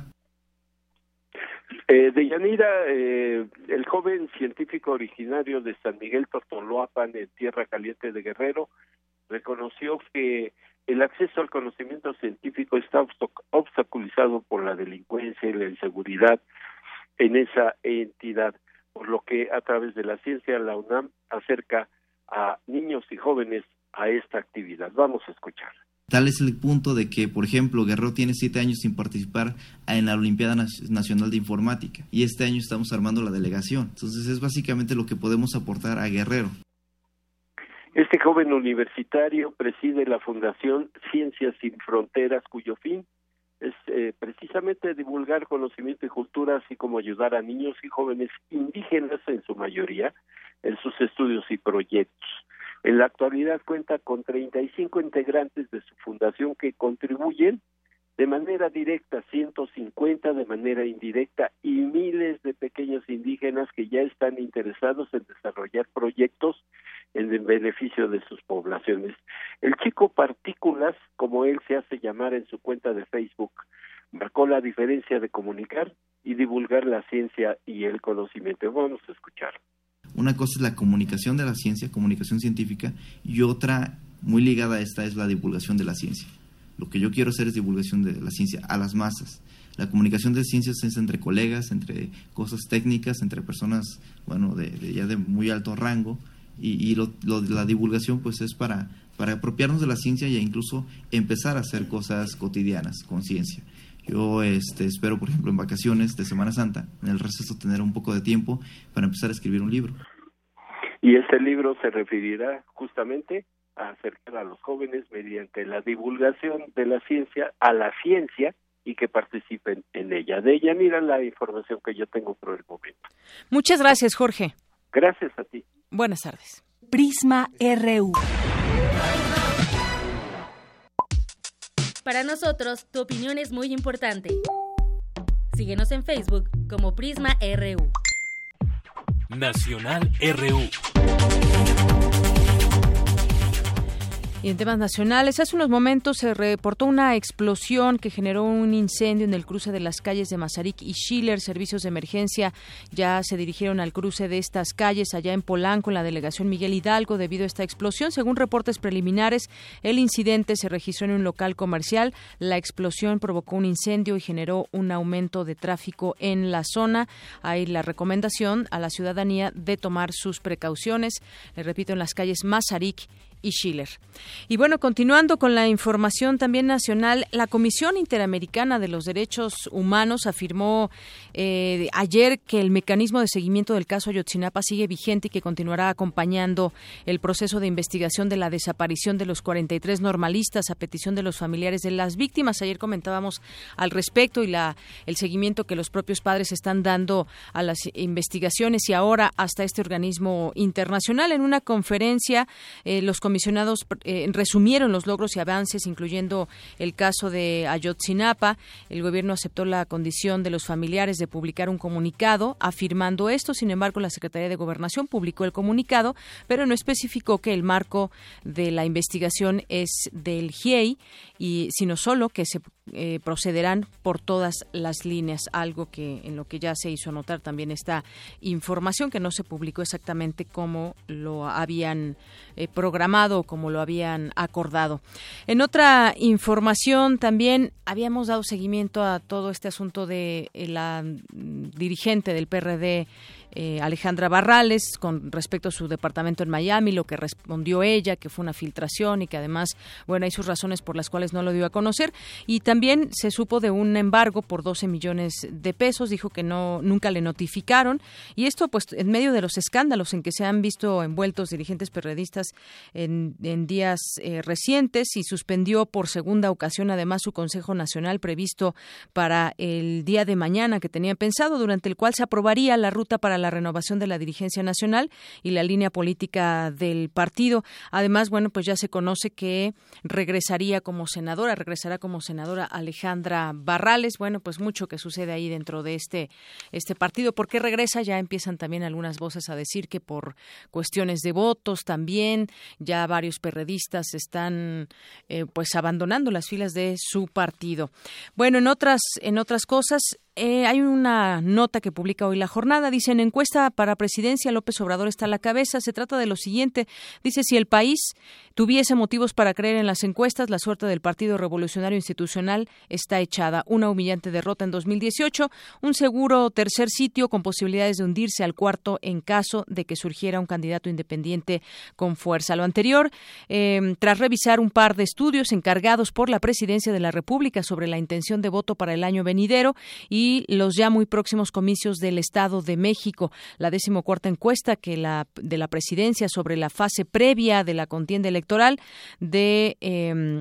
Eh, Deyanira, eh, el joven científico originario de San Miguel Totoloapan, en Tierra Caliente de Guerrero, reconoció que el acceso al conocimiento científico está obstaculizado por la delincuencia y la inseguridad en esa entidad, por lo que a través de la ciencia la UNAM acerca a niños y jóvenes a esta actividad. Vamos a escuchar. Tal es el punto de que, por ejemplo, Guerrero tiene siete años sin participar en la Olimpiada Nacional de Informática y este año estamos armando la delegación. Entonces es básicamente lo que podemos aportar a Guerrero. Este joven universitario preside la Fundación Ciencias Sin Fronteras, cuyo fin es eh, precisamente divulgar conocimiento y cultura, así como ayudar a niños y jóvenes indígenas en su mayoría en sus estudios y proyectos. En la actualidad cuenta con treinta y cinco integrantes de su fundación que contribuyen de manera directa, ciento cincuenta de manera indirecta y miles de pequeños indígenas que ya están interesados en desarrollar proyectos en el beneficio de sus poblaciones. El chico Partículas, como él se hace llamar en su cuenta de Facebook, marcó la diferencia de comunicar y divulgar la ciencia y el conocimiento. Vamos a escuchar. Una cosa es la comunicación de la ciencia, comunicación científica, y otra muy ligada a esta es la divulgación de la ciencia. Lo que yo quiero hacer es divulgación de la ciencia a las masas. La comunicación de ciencias es entre colegas, entre cosas técnicas, entre personas, bueno, de, de ya de muy alto rango, y, y lo, lo, la divulgación pues es para, para apropiarnos de la ciencia e incluso empezar a hacer cosas cotidianas con ciencia. Yo este, espero, por ejemplo, en vacaciones de Semana Santa, en el receso, tener un poco de tiempo para empezar a escribir un libro. Y este libro se referirá justamente a acercar a los jóvenes mediante la divulgación de la ciencia a la ciencia y que participen en ella. De ella, mira la información que yo tengo por el momento. Muchas gracias, Jorge. Gracias a ti. Buenas tardes. Prisma R U. Para nosotros, tu opinión es muy importante. Síguenos en Facebook como Prisma R U. Nacional R U. Y en temas nacionales, hace unos momentos se reportó una explosión que generó un incendio en el cruce de las calles de Mazarik y Schiller. Servicios de emergencia ya se dirigieron al cruce de estas calles allá en Polanco, en la delegación Miguel Hidalgo, debido a esta explosión. Según reportes preliminares, el incidente se registró en un local comercial. La explosión provocó un incendio y generó un aumento de tráfico en la zona. Hay la recomendación a la ciudadanía de tomar sus precauciones, le repito, en las calles Mazarik y Schiller. Y bueno, continuando con la información también nacional, la Comisión Interamericana de los Derechos Humanos afirmó eh, ayer que el mecanismo de seguimiento del caso Ayotzinapa sigue vigente y que continuará acompañando el proceso de investigación de la desaparición de los cuarenta y tres normalistas a petición de los familiares de las víctimas. Ayer comentábamos al respecto y la el seguimiento que los propios padres están dando a las investigaciones y ahora hasta este organismo internacional. En una conferencia, eh, los comisionados eh, resumieron los logros y avances, incluyendo el caso de Ayotzinapa. El gobierno aceptó la condición de los familiares de publicar un comunicado afirmando esto. Sin embargo, la Secretaría de Gobernación publicó el comunicado, pero no especificó que el marco de la investigación es del G I E I, y sino solo que se eh, procederán por todas las líneas, algo que en lo que ya se hizo notar también esta información, que no se publicó exactamente como lo habían eh, programado o como lo habían acordado. En otra información también habíamos dado seguimiento a todo este asunto de eh, la mm, dirigente del P R D, Eh, Alejandra Barrales, con respecto a su departamento en Miami, lo que respondió ella, que fue una filtración y que además, bueno, hay sus razones por las cuales no lo dio a conocer. Y también se supo de un embargo por doce millones de pesos, dijo que no nunca le notificaron. Y esto, pues, en medio de los escándalos en que se han visto envueltos dirigentes periodistas en, en días eh, recientes, y suspendió por segunda ocasión, además, su Consejo Nacional previsto para el día de mañana que tenía pensado, durante el cual se aprobaría la ruta para la renovación de la dirigencia nacional y la línea política del partido. Además, bueno, pues ya se conoce que regresaría como senadora, regresará como senadora Alejandra Barrales. Bueno, pues mucho que sucede ahí dentro de este, este partido. ¿Por qué regresa? Ya empiezan también algunas voces a decir que por cuestiones de votos también, ya varios perredistas están eh, pues abandonando las filas de su partido. Bueno, en otras, en otras cosas, Eh, hay una nota que publica hoy La Jornada. Dice, en encuesta para presidencia, López Obrador está a la cabeza. Se trata de lo siguiente. Dice, si el país tuviese motivos para creer en las encuestas, la suerte del Partido Revolucionario Institucional está echada. Una humillante derrota en dos mil dieciocho, un seguro tercer sitio con posibilidades de hundirse al cuarto en caso de que surgiera un candidato independiente con fuerza. Lo anterior, eh, tras revisar un par de estudios encargados por la Presidencia de la República sobre la intención de voto para el año venidero y y los ya muy próximos comicios del Estado de México. La decimocuarta encuesta que la de la presidencia sobre la fase previa de la contienda electoral de, eh,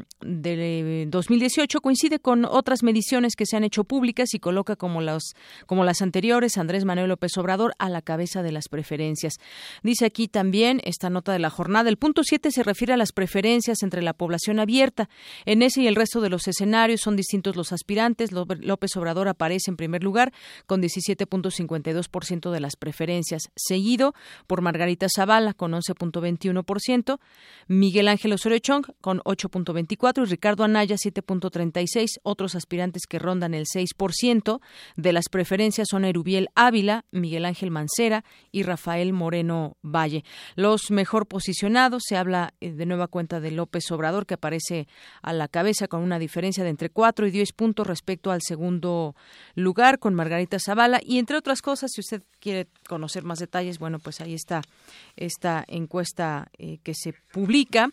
de dos mil dieciocho coincide con otras mediciones que se han hecho públicas y coloca como, los, como las anteriores Andrés Manuel López Obrador a la cabeza de las preferencias. Dice aquí también esta nota de La Jornada, el punto siete se refiere a las preferencias entre la población abierta. En ese y el resto de los escenarios son distintos los aspirantes. López Obrador aparece en en primer lugar, con diecisiete punto cincuenta y dos por ciento de las preferencias, seguido por Margarita Zavala, con once punto veintiuno por ciento, Miguel Ángel Osorio Chong, con ocho punto veinticuatro por ciento, y Ricardo Anaya, siete punto treinta y seis por ciento. Otros aspirantes que rondan el seis por ciento de las preferencias son Erubiel Ávila, Miguel Ángel Mancera y Rafael Moreno Valle. Los mejor posicionados, se habla de nueva cuenta de López Obrador, que aparece a la cabeza con una diferencia de entre cuatro y diez puntos respecto al segundo lugar, con Margarita Zavala, y entre otras cosas, si usted quiere conocer más detalles, bueno, pues ahí está esta encuesta eh, que se publica.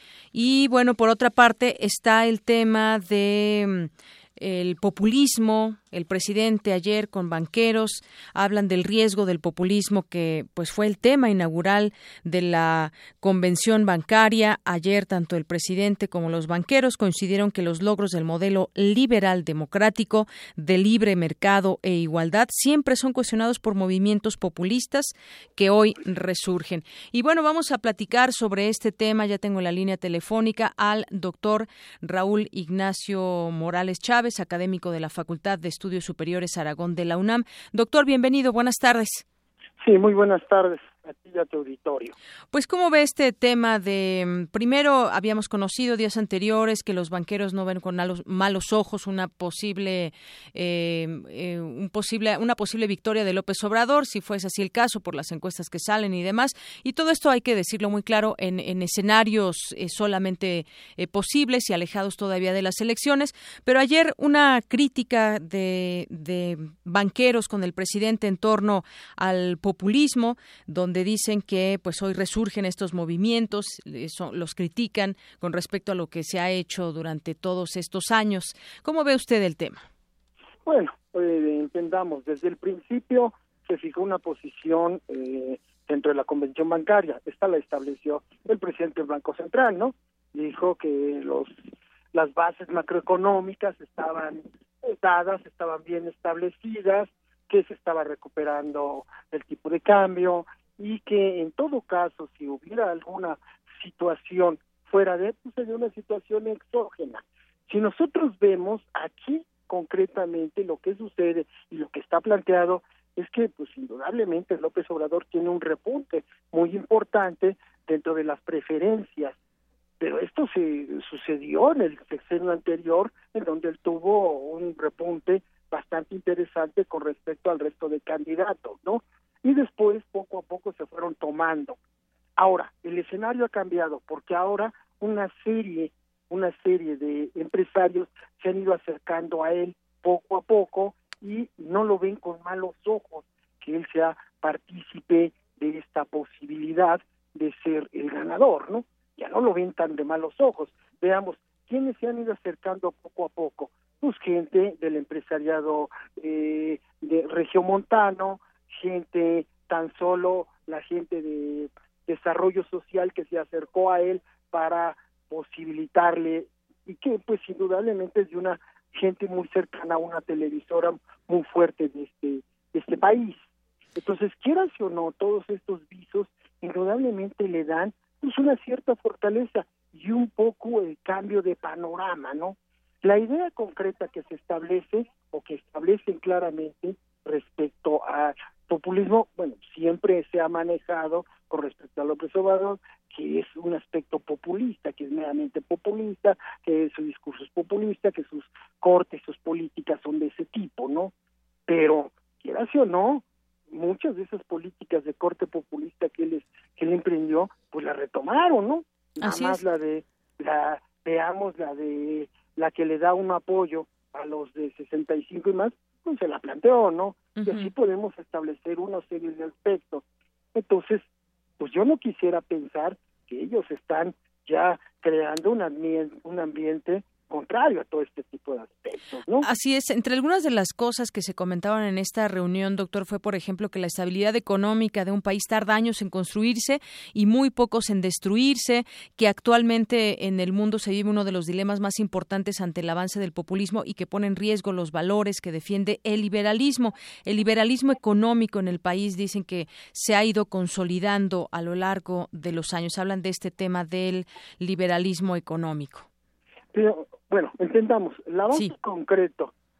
Y bueno, por otra parte está el tema de el populismo. El presidente ayer con banqueros hablan del riesgo del populismo, que pues fue el tema inaugural de la convención bancaria. Ayer tanto el presidente como los banqueros coincidieron que los logros del modelo liberal democrático de libre mercado e igualdad siempre son cuestionados por movimientos populistas que hoy resurgen. Y bueno, vamos a platicar sobre este tema. Ya tengo en la línea telefónica al doctor Raúl Ignacio Morales Chávez, académico de la Facultad de Estudios Superiores Aragón de la UNAM. Doctor, bienvenido, buenas tardes. Sí, muy buenas tardes a ti y a tu auditorio. Pues, ¿cómo ve este tema de, primero, habíamos conocido días anteriores que los banqueros no ven con malos, malos ojos una posible, eh, eh, un posible, una posible victoria de López Obrador, si fuese así el caso, por las encuestas que salen y demás, y todo esto hay que decirlo muy claro, en, en escenarios eh, solamente eh, posibles y alejados todavía de las elecciones, pero ayer una crítica de, de banqueros con el presidente en torno al populismo, donde dicen que pues hoy resurgen estos movimientos, eso, los critican con respecto a lo que se ha hecho durante todos estos años. ¿Cómo ve usted el tema? Bueno, eh, entendamos, desde el principio se fijó una posición eh, dentro de la convención bancaria. Esta la estableció el presidente del Banco Central, ¿no? Dijo que los las bases macroeconómicas estaban dadas, estaban bien establecidas, que se estaba recuperando el tipo de cambio y que en todo caso, si hubiera alguna situación fuera de, pues sería una situación exógena. Si nosotros vemos aquí concretamente lo que sucede y lo que está planteado es que, pues indudablemente López Obrador tiene un repunte muy importante dentro de las preferencias, pero esto se sucedió en el sexenio anterior, en donde él tuvo un repunte bastante interesante con respecto al resto de candidatos, ¿no? Y después, poco a poco, se fueron tomando. Ahora, el escenario ha cambiado, porque ahora una serie, una serie de empresarios se han ido acercando a él poco a poco y no lo ven con malos ojos que él sea partícipe de esta posibilidad de ser el ganador, ¿no? Ya no lo ven tan de malos ojos. Veamos, ¿quiénes se han ido acercando poco a poco? Pues gente del empresariado eh, de regiomontano, gente, tan solo la gente de desarrollo social que se acercó a él para posibilitarle, y que pues indudablemente es de una gente muy cercana a una televisora muy fuerte de este, de este país. Entonces, quieras o no, todos estos visos indudablemente le dan pues una cierta fortaleza y un poco el cambio de panorama, ¿no? La idea concreta que se establece o que establecen claramente respecto a populismo, bueno, siempre se ha manejado con respecto a López Obrador, que es un aspecto populista, que es meramente populista, que su discurso es populista, que sus cortes, sus políticas son de ese tipo, ¿no? Pero, quieras o no, muchas de esas políticas de corte populista que él, que él emprendió, pues la retomaron, ¿no? Nada Así más es. la de, la veamos la de la que le da un apoyo a los de sesenta y cinco y más, pues se la planteó, ¿no? Uh-huh. Y así podemos establecer una serie de aspectos. Entonces, pues yo no quisiera pensar que ellos están ya creando un ambiente, un ambiente contrario a todo este tipo de aspectos, ¿no? Así es. Entre algunas de las cosas que se comentaban en esta reunión, doctor, fue, por ejemplo, que la estabilidad económica de un país tarda años en construirse y muy pocos en destruirse, que actualmente en el mundo se vive uno de los dilemas más importantes ante el avance del populismo y que pone en riesgo los valores que defiende el liberalismo. El liberalismo económico en el país, dicen que se ha ido consolidando a lo largo de los años. Hablan de este tema del liberalismo económico. Pero, bueno, entendamos, el avance sí. concreto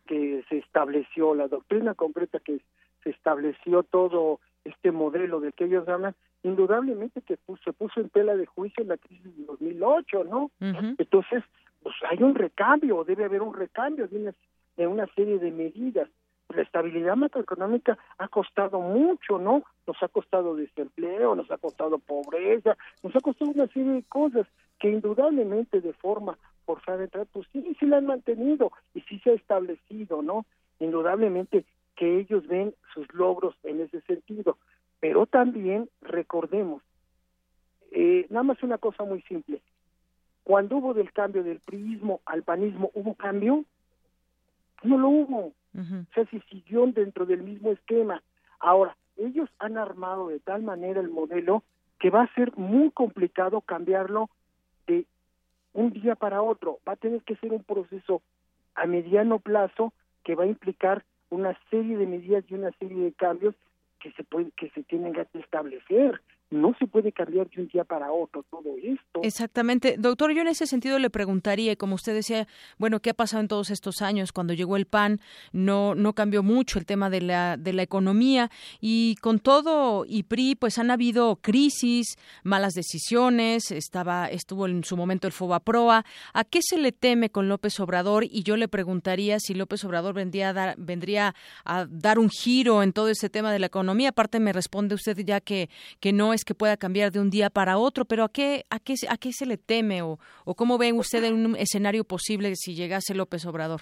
que se estableció, la doctrina concreta que se estableció, todo este modelo del que ellos hablan, indudablemente que pues, se puso en tela de juicio en la crisis de dos mil ocho, ¿no? Uh-huh. Entonces, pues hay un recambio, debe haber un recambio de una, de una serie de medidas. La estabilidad macroeconómica ha costado mucho, ¿no? Nos ha costado desempleo, nos ha costado pobreza, nos ha costado una serie de cosas que indudablemente de forma forzada, pues sí, sí la han mantenido y sí se ha establecido, ¿no? Indudablemente que ellos ven sus logros en ese sentido, pero también recordemos, eh, nada más una cosa muy simple, cuando hubo del cambio del priismo al panismo, ¿hubo cambio? No lo hubo. Uh-huh. O sea, se siguió dentro del mismo esquema. Ahora, ellos han armado de tal manera el modelo que va a ser muy complicado cambiarlo de un día para otro. Va a tener que ser un proceso a mediano plazo que va a implicar una serie de medidas y una serie de cambios que se puede, que se tienen que establecer. No se puede cambiar de un día para otro todo esto. Exactamente. Doctor, yo en ese sentido le preguntaría, como usted decía, bueno, ¿qué ha pasado en todos estos años? Cuando llegó el P A N no no cambió mucho el tema de la de la economía y con todo y P R I pues han habido crisis, malas decisiones, estaba estuvo en su momento el Fobaproa. ¿A qué se le teme con López Obrador? Y yo le preguntaría si López Obrador vendría a dar, vendría a dar un giro en todo ese tema de la economía. Aparte me responde usted ya que que no es que pueda cambiar de un día para otro, pero ¿a qué a qué a qué se le teme o, o cómo ven usted en un escenario posible si llegase López Obrador?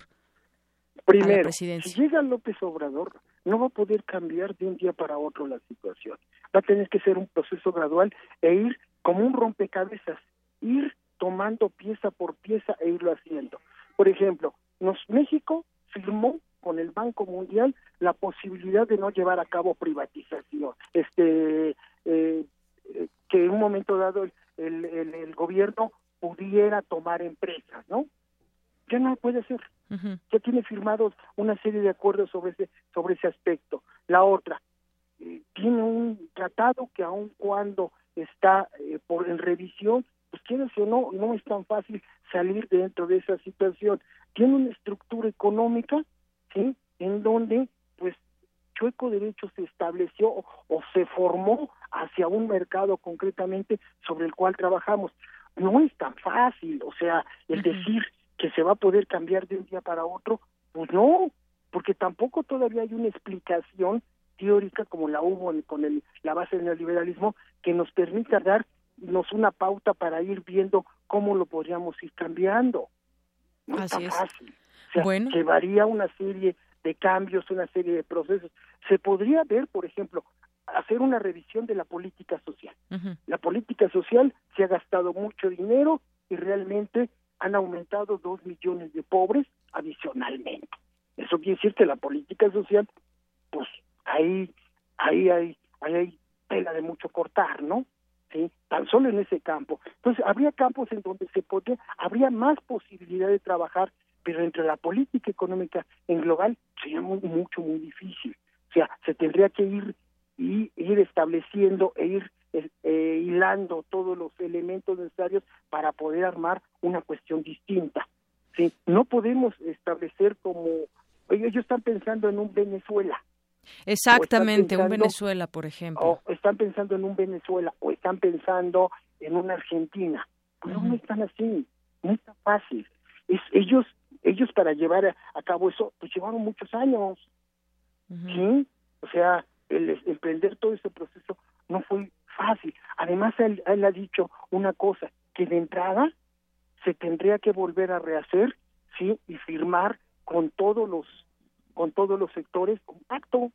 Primero, si llega López Obrador, no va a poder cambiar de un día para otro la situación. Va a tener que ser un proceso gradual e ir como un rompecabezas, ir tomando pieza por pieza e irlo haciendo. Por ejemplo, nos, México firmó con el Banco Mundial la posibilidad de no llevar a cabo privatización, este eh, eh, que en un momento dado el, el, el, el gobierno pudiera tomar empresas, ¿no? Ya no puede ser. Uh-huh. Ya tiene firmados una serie de acuerdos sobre ese sobre ese aspecto. La otra, eh, tiene un tratado que aun cuando está eh, por en revisión, pues quieres o no, no es tan fácil salir dentro de esa situación. Tiene una estructura económica, ¿sí?, en donde pues Chueco Derecho se estableció o, o se formó hacia un mercado concretamente sobre el cual trabajamos. No es tan fácil, o sea, el uh-huh. decir que se va a poder cambiar de un día para otro, pues no, porque tampoco todavía hay una explicación teórica como la hubo en, con el, la base del neoliberalismo que nos permita darnos una pauta para ir viendo cómo lo podríamos ir cambiando. No Así es tan es. fácil. O sea, bueno. llevaría una serie de cambios, una serie de procesos. Se podría ver, por ejemplo, hacer una revisión de la política social. Uh-huh. La política social se ha gastado mucho dinero y realmente han aumentado dos millones de pobres adicionalmente. Eso quiere decir que la política social, pues ahí, ahí hay, ahí hay tela de mucho cortar, ¿no? Sí, tan solo en ese campo. Entonces, habría campos en donde se podría, habría más posibilidad de trabajar, pero entre la política económica en global sería muy, mucho, muy difícil. O sea, se tendría que ir y ir estableciendo e ir eh, hilando todos los elementos necesarios para poder armar una cuestión distinta. Sí, no podemos establecer como ellos están pensando en un Venezuela. Exactamente, pensando, un Venezuela, por ejemplo. O están pensando en un Venezuela o están pensando en una Argentina. Pero uh-huh. no están así, no es tan fácil. Es, ellos ellos para llevar a, a cabo eso, pues llevaron muchos años. Uh-huh. ¿Sí? O sea, el emprender todo ese proceso no fue fácil. Además, él, él ha dicho una cosa, que de entrada se tendría que volver a rehacer, sí, y firmar con todos los con todos los sectores un pacto.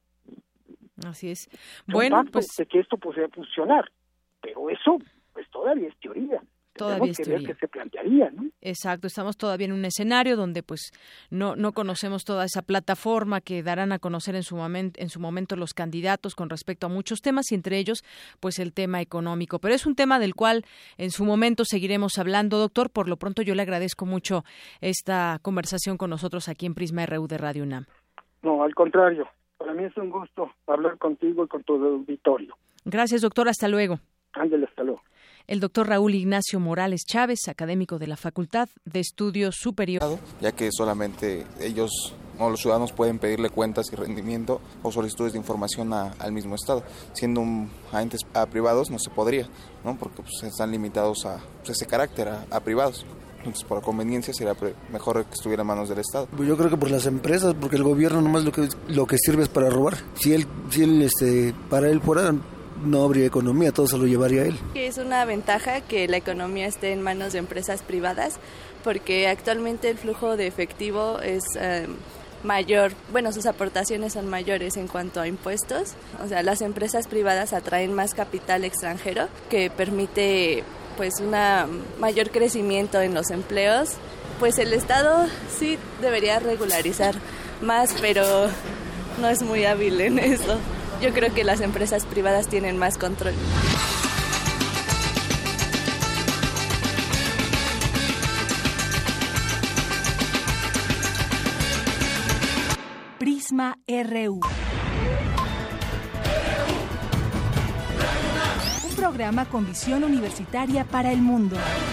Así es. Un bueno, pacto pues de que esto pudiera funcionar, pero eso pues todavía es teoría. Todavía es teoría. Que se plantearía, ¿no? Exacto, estamos todavía en un escenario donde pues no no conocemos toda esa plataforma que darán a conocer en su momento en su momento los candidatos con respecto a muchos temas y entre ellos pues el tema económico, pero es un tema del cual en su momento seguiremos hablando, doctor. Por lo pronto yo le agradezco mucho esta conversación con nosotros aquí en Prisma R U de Radio UNAM. No, al contrario, para mí es un gusto hablar contigo y con tu auditorio. Gracias, doctor, hasta luego. Ándale, hasta luego. El doctor Raúl Ignacio Morales Chávez, académico de la Facultad de Estudios Superiores. Ya que solamente ellos o los ciudadanos pueden pedirle cuentas y rendimiento o solicitudes de información a, al mismo Estado. Siendo un, a entes a privados no se podría, ¿no? Porque pues, están limitados a pues, ese carácter, a, a privados. Entonces, por conveniencia, sería mejor que estuviera en manos del Estado. Yo creo que por las empresas, porque el gobierno nomás lo que lo que sirve es para robar. Si él, si él este, para él fuera, no habría economía, todo se lo llevaría a él. Es una ventaja que la economía esté en manos de empresas privadas, porque actualmente el flujo de efectivo es eh, mayor, bueno, sus aportaciones son mayores en cuanto a impuestos. O sea, las empresas privadas atraen más capital extranjero que permite pues un mayor crecimiento en los empleos. Pues el Estado sí debería regularizar más, pero no es muy hábil en eso. Yo creo que las empresas privadas tienen más control. Prisma R U. Programa con visión universitaria para el mundo.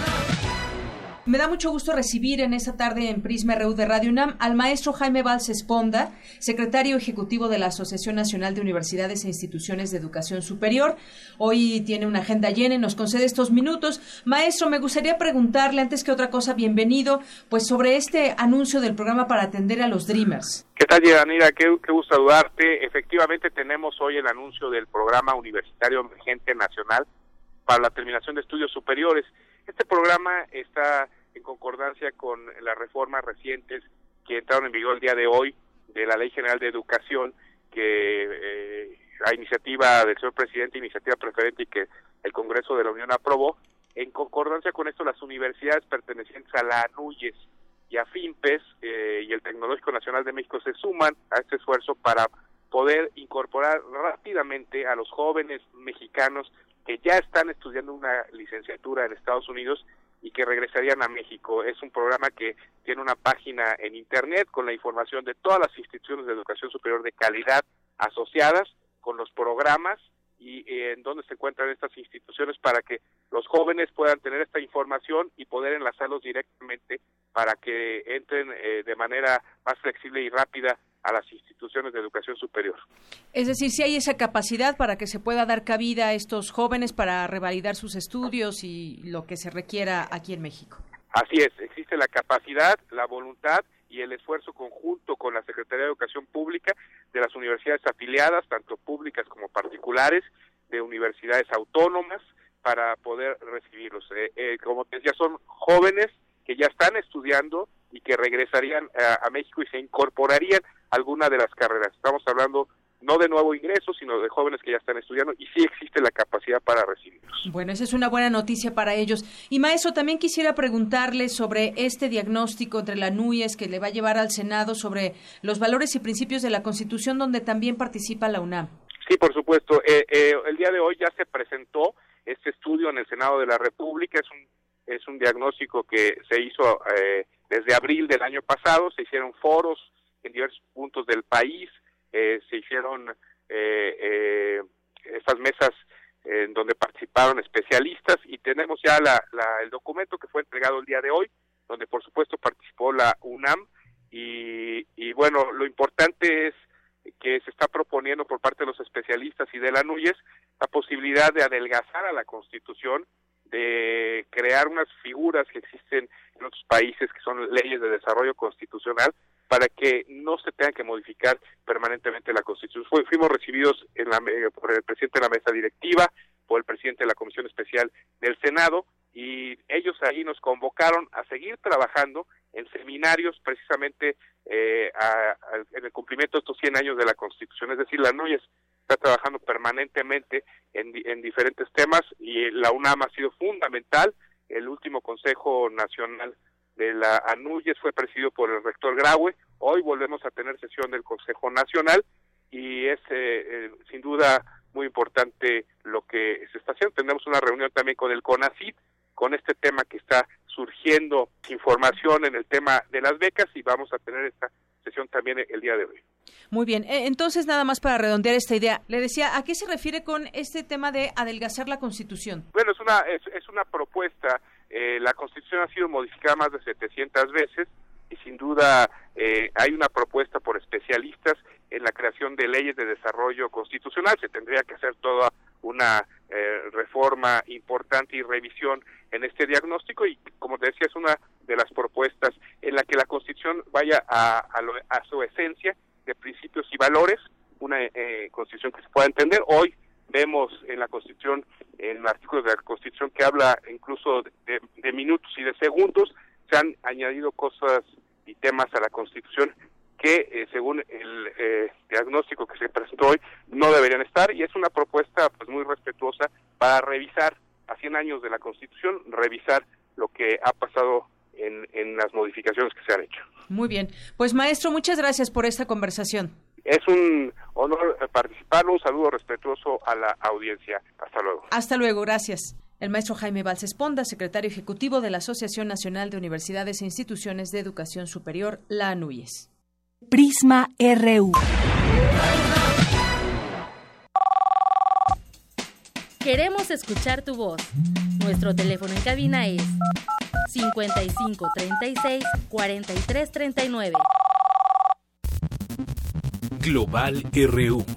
Me da mucho gusto recibir en esta tarde en Prisma R U de Radio UNAM al maestro Jaime Valls Esponda, secretario ejecutivo de la Asociación Nacional de Universidades e Instituciones de Educación Superior. Hoy tiene una agenda llena y nos concede estos minutos. Maestro, me gustaría preguntarle, antes que otra cosa, bienvenido, pues sobre este anuncio del programa para atender a los Dreamers. ¿Qué tal, Yanira? Qué, qué gusto saludarte. Efectivamente, tenemos hoy el anuncio del Programa Universitario Emergente Nacional para la Terminación de Estudios Superiores. Este programa está en concordancia con las reformas recientes que entraron en vigor el día de hoy de la Ley General de Educación, que eh, a iniciativa del señor presidente, iniciativa preferente y que el Congreso de la Unión aprobó. En concordancia con esto, las universidades pertenecientes a la ANUYES y a FIMPES eh, y el Tecnológico Nacional de México se suman a este esfuerzo para poder incorporar rápidamente a los jóvenes mexicanos que ya están estudiando una licenciatura en Estados Unidos y que regresarían a México. Es un programa que tiene una página en Internet con la información de todas las instituciones de educación superior de calidad asociadas con los programas y eh, en dónde se encuentran estas instituciones para que los jóvenes puedan tener esta información y poder enlazarlos directamente para que entren eh, de manera más flexible y rápida a las instituciones de educación superior. Es decir, si hay esa capacidad para que se pueda dar cabida a estos jóvenes para revalidar sus estudios y lo que se requiera aquí en México. Así es, existe la capacidad, la voluntad y el esfuerzo conjunto con la Secretaría de Educación Pública de las universidades afiliadas, tanto públicas como particulares, de universidades autónomas, para poder recibirlos. Eh, eh, como te decía, son jóvenes que ya están estudiando y que regresarían a, a México y se incorporarían a alguna de las carreras. Estamos hablando no de nuevo ingreso, sino de jóvenes que ya están estudiando y sí existe la capacidad para recibirlos. Bueno, esa es una buena noticia para ellos. Y maestro, también quisiera preguntarle sobre este diagnóstico entre la ANUYES que le va a llevar al Senado sobre los valores y principios de la Constitución, donde también participa la UNAM. Sí, por supuesto. Eh, eh, el día de hoy ya se presentó este estudio en el Senado de la República. Es un es un diagnóstico que se hizo eh, desde abril del año pasado. Se hicieron foros en diversos puntos del país. Eh, se hicieron eh, eh, estas mesas en donde participaron especialistas y tenemos ya la, la, el documento que fue entregado el día de hoy, donde por supuesto participó la UNAM y, y bueno, lo importante es que se está proponiendo por parte de los especialistas y de la ANUYES la posibilidad de adelgazar a la Constitución, de crear unas figuras que existen en otros países que son leyes de desarrollo constitucional para que no se tenga que modificar permanentemente la Constitución. Fuimos recibidos en la, por el presidente de la mesa directiva, por el presidente de la Comisión Especial del Senado, y ellos ahí nos convocaron a seguir trabajando en seminarios precisamente eh, a, a, en el cumplimiento de estos cien años de la Constitución. Es decir, la ANUYES está trabajando permanentemente en, en diferentes temas y la UNAM ha sido fundamental. El último Consejo Nacional de la ANUYES fue presidido por el rector Graue. Hoy volvemos a tener sesión del Consejo Nacional y es eh, eh, sin duda muy importante lo que se está haciendo. Tendremos una reunión también con el CONACYT, con este tema que está surgiendo información en el tema de las becas y vamos a tener esta sesión también el día de hoy. Muy bien, entonces nada más para redondear esta idea, le decía, ¿a qué se refiere con este tema de adelgazar la Constitución? Bueno, es una es, es una propuesta, eh, la Constitución ha sido modificada más de setecientas veces y sin duda eh, hay una propuesta por especialistas en la creación de leyes de desarrollo constitucional. Se tendría que hacer toda una eh, reforma importante y revisión en este diagnóstico, y como te decía, es una de las propuestas en la que la Constitución vaya a, a, lo, a su esencia de principios y valores, una eh, Constitución que se pueda entender. Hoy vemos en la Constitución, en el artículo de la Constitución que habla incluso de, de minutos y de segundos, se han añadido cosas y temas a la Constitución que eh, según el eh, diagnóstico que se presentó hoy no deberían estar, y es una propuesta pues muy respetuosa para revisar a cien años de la Constitución, revisar lo que ha pasado en, en las modificaciones que se han hecho. Muy bien, pues maestro, muchas gracias por esta conversación. Es un honor participar, un saludo respetuoso a la audiencia. Hasta luego. Hasta luego, gracias. El maestro Jaime Valls Esponda, secretario ejecutivo de la Asociación Nacional de Universidades e Instituciones de Educación Superior, la ANUYES. Prisma R U. Queremos escuchar tu voz. Nuestro teléfono en cabina es cincuenta y cinco treinta y seis cuarenta y tres treinta y nueve. Global R U.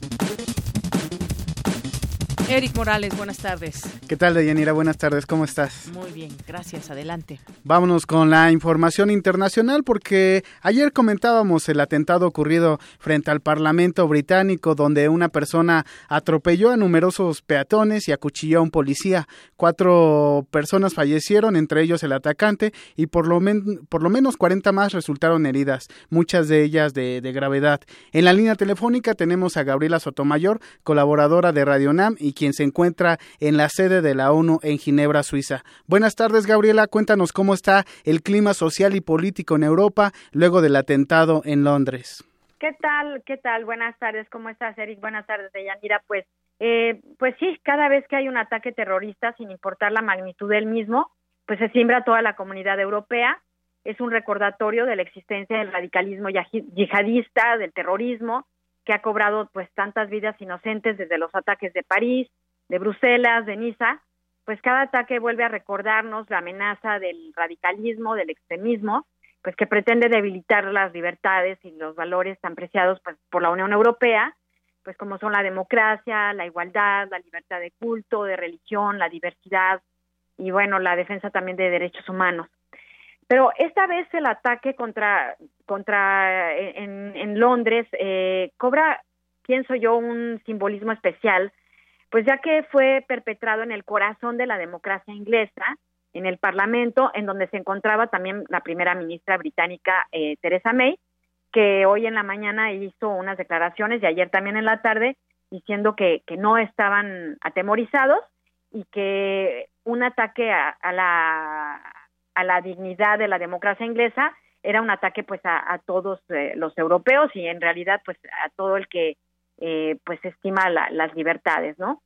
Eric Morales, buenas tardes. ¿Qué tal, Deyanira? Buenas tardes, ¿cómo estás? Muy bien, gracias, adelante. Vámonos con la información internacional, porque ayer comentábamos el atentado ocurrido frente al Parlamento británico, donde una persona atropelló a numerosos peatones y acuchilló a un policía. Cuatro personas fallecieron, entre ellos el atacante, y por lo, men- por lo menos cuarenta más resultaron heridas, muchas de ellas de, de gravedad. En la línea telefónica tenemos a Gabriela Sotomayor, colaboradora de Radio UNAM y quien se encuentra en la sede de la ONU en Ginebra, Suiza. Buenas tardes, Gabriela, cuéntanos cómo está el clima social y político en Europa luego del atentado en Londres. ¿Qué tal? ¿Qué tal? Buenas tardes, ¿cómo estás, Eric? Buenas tardes, Deyanira. Pues, eh, pues sí, cada vez que hay un ataque terrorista, sin importar la magnitud del mismo, pues se siembra toda la comunidad europea. Es un recordatorio de la existencia del radicalismo yihadista, del terrorismo, que ha cobrado pues tantas vidas inocentes desde los ataques de París, de Bruselas, de Niza. Pues cada ataque vuelve a recordarnos la amenaza del radicalismo, del extremismo, pues que pretende debilitar las libertades y los valores tan preciados pues, por la Unión Europea, pues como son la democracia, la igualdad, la libertad de culto, de religión, la diversidad y bueno, la defensa también de derechos humanos. Pero esta vez el ataque contra contra en, en Londres eh, cobra, pienso yo, un simbolismo especial, pues ya que fue perpetrado en el corazón de la democracia inglesa, en el Parlamento, en donde se encontraba también la primera ministra británica eh, Theresa May, que hoy en la mañana hizo unas declaraciones y ayer también en la tarde diciendo que, que no estaban atemorizados y que un ataque a, a la a la dignidad de la democracia inglesa era un ataque pues a, a todos eh, los europeos y en realidad pues a todo el que eh, pues estima la, las libertades, ¿no?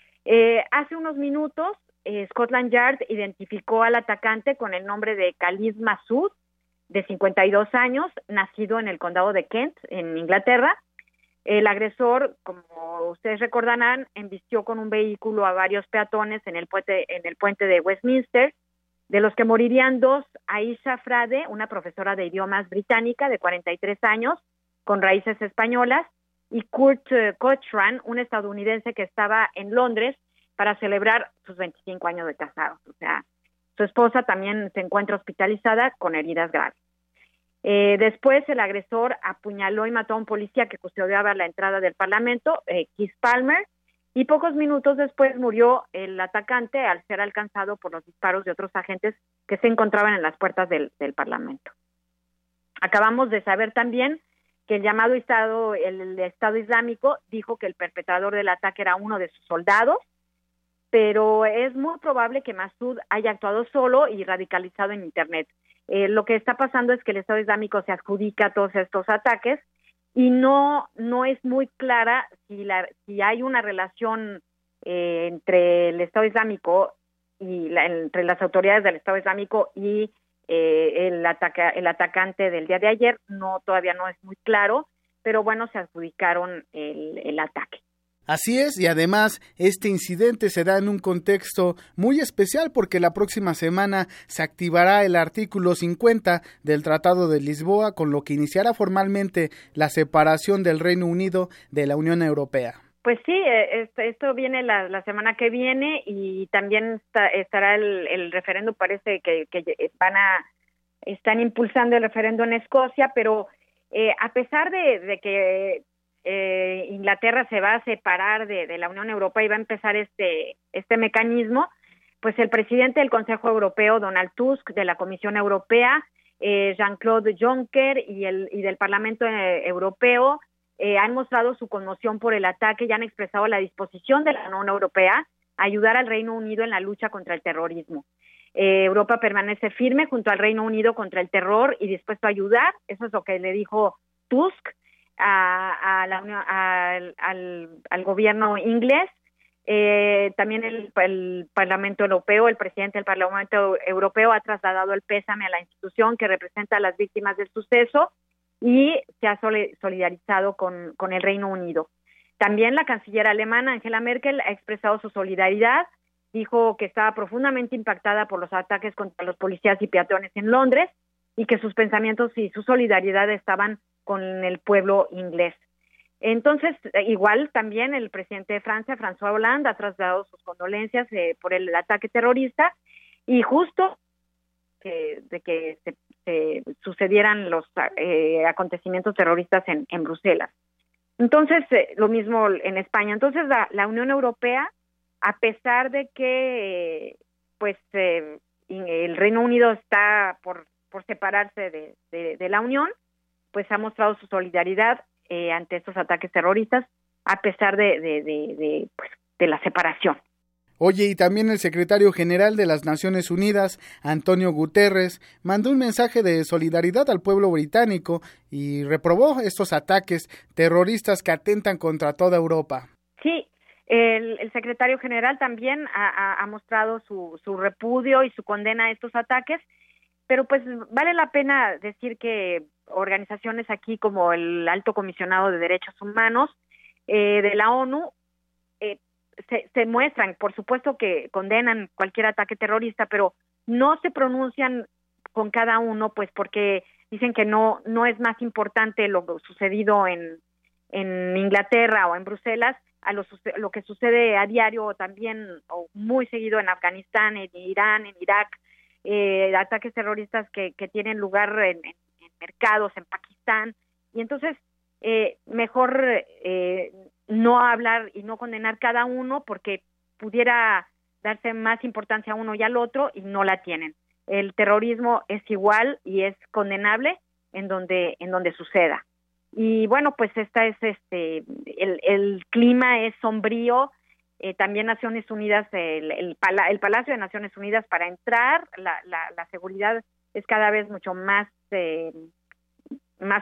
Eh, hace unos minutos eh, Scotland Yard identificó al atacante con el nombre de Khalid Masood, de cincuenta y dos años, nacido en el condado de Kent, en Inglaterra. El agresor, como ustedes recordarán, embistió con un vehículo a varios peatones en el puente, en el puente de Westminster, de los que morirían dos: Aisha Frade, una profesora de idiomas británica de cuarenta y tres años, con raíces españolas, y Kurt uh, Cochran, un estadounidense que estaba en Londres para celebrar sus veinticinco años de casados. O sea, su esposa también se encuentra hospitalizada con heridas graves. Eh, después el agresor apuñaló y mató a un policía que custodiaba la entrada del Parlamento, eh, Keith Palmer, y pocos minutos después murió el atacante al ser alcanzado por los disparos de otros agentes que se encontraban en las puertas del, del Parlamento. Acabamos de saber también que el llamado Estado, el, el Estado Islámico, dijo que el perpetrador del ataque era uno de sus soldados, pero es muy probable que Masood haya actuado solo y radicalizado en Internet. Eh, lo que está pasando es que el Estado Islámico se adjudica todos estos ataques y no no es muy clara si la si hay una relación eh, entre el Estado Islámico y la, entre las autoridades del Estado Islámico y eh, el ataca, el atacante del día de ayer. No, todavía no es muy claro, pero bueno, se adjudicaron el, el ataque. Así es, y además este incidente se da en un contexto muy especial porque la próxima semana se activará el artículo cincuenta del Tratado de Lisboa, con lo que iniciará formalmente la separación del Reino Unido de la Unión Europea. Pues sí, esto viene la, la semana que viene y también está, estará el, el referendo, parece que, que van a, están impulsando el referendo en Escocia, pero eh, a pesar de, de que Eh, Inglaterra se va a separar de, de la Unión Europea y va a empezar este este mecanismo, pues el presidente del Consejo Europeo, Donald Tusk, de la Comisión Europea, eh, Jean-Claude Juncker y el y del Parlamento eh, Europeo eh, han mostrado su conmoción por el ataque y han expresado la disposición de la Unión Europea a ayudar al Reino Unido en la lucha contra el terrorismo. Eh, Europa permanece firme junto al Reino Unido contra el terror y dispuesto a ayudar. Eso es lo que le dijo Tusk a, a la, a, al, al gobierno inglés. Eh, también el, el Parlamento Europeo, el presidente del Parlamento Europeo ha trasladado el pésame a la institución que representa a las víctimas del suceso y se ha solidarizado con, con el Reino Unido. También la canciller alemana Angela Merkel ha expresado su solidaridad, dijo que estaba profundamente impactada por los ataques contra los policías y peatones en Londres y que sus pensamientos y su solidaridad estaban con el pueblo inglés. Entonces, igual también el presidente de Francia, François Hollande, ha trasladado sus condolencias eh, por el ataque terrorista y justo que, de que se, se sucedieran los eh, acontecimientos terroristas en, en Bruselas. Entonces, eh, lo mismo en España. Entonces, la, la Unión Europea, a pesar de que pues eh, el Reino Unido está por, por separarse de, de, de la Unión, pues ha mostrado su solidaridad eh, ante estos ataques terroristas, a pesar de, de, de, de, pues, de la separación. Oye, y también el secretario general de las Naciones Unidas, Antonio Guterres, mandó un mensaje de solidaridad al pueblo británico y reprobó estos ataques terroristas que atentan contra toda Europa. Sí, el, el secretario general también ha, ha, ha mostrado su, su repudio y su condena a estos ataques, pero pues vale la pena decir que organizaciones aquí como el Alto Comisionado de Derechos Humanos eh, de la ONU eh, se, se muestran, por supuesto que condenan cualquier ataque terrorista, pero no se pronuncian con cada uno, pues porque dicen que no no es más importante lo sucedido en, en Inglaterra o en Bruselas a lo, lo que sucede a diario o también o muy seguido en Afganistán, en Irán, en Irak, eh, ataques terroristas que, que tienen lugar en, en, en mercados, en Pakistán, y entonces eh, mejor eh, no hablar y no condenar cada uno porque pudiera darse más importancia a uno y al otro y no la tienen. El terrorismo es igual y es condenable en donde en donde suceda. Y bueno, pues esta es este el, el clima es sombrío. Eh, también Naciones Unidas, el, el, pala, el Palacio de Naciones Unidas para entrar, la, la, la seguridad es cada vez mucho más eh, más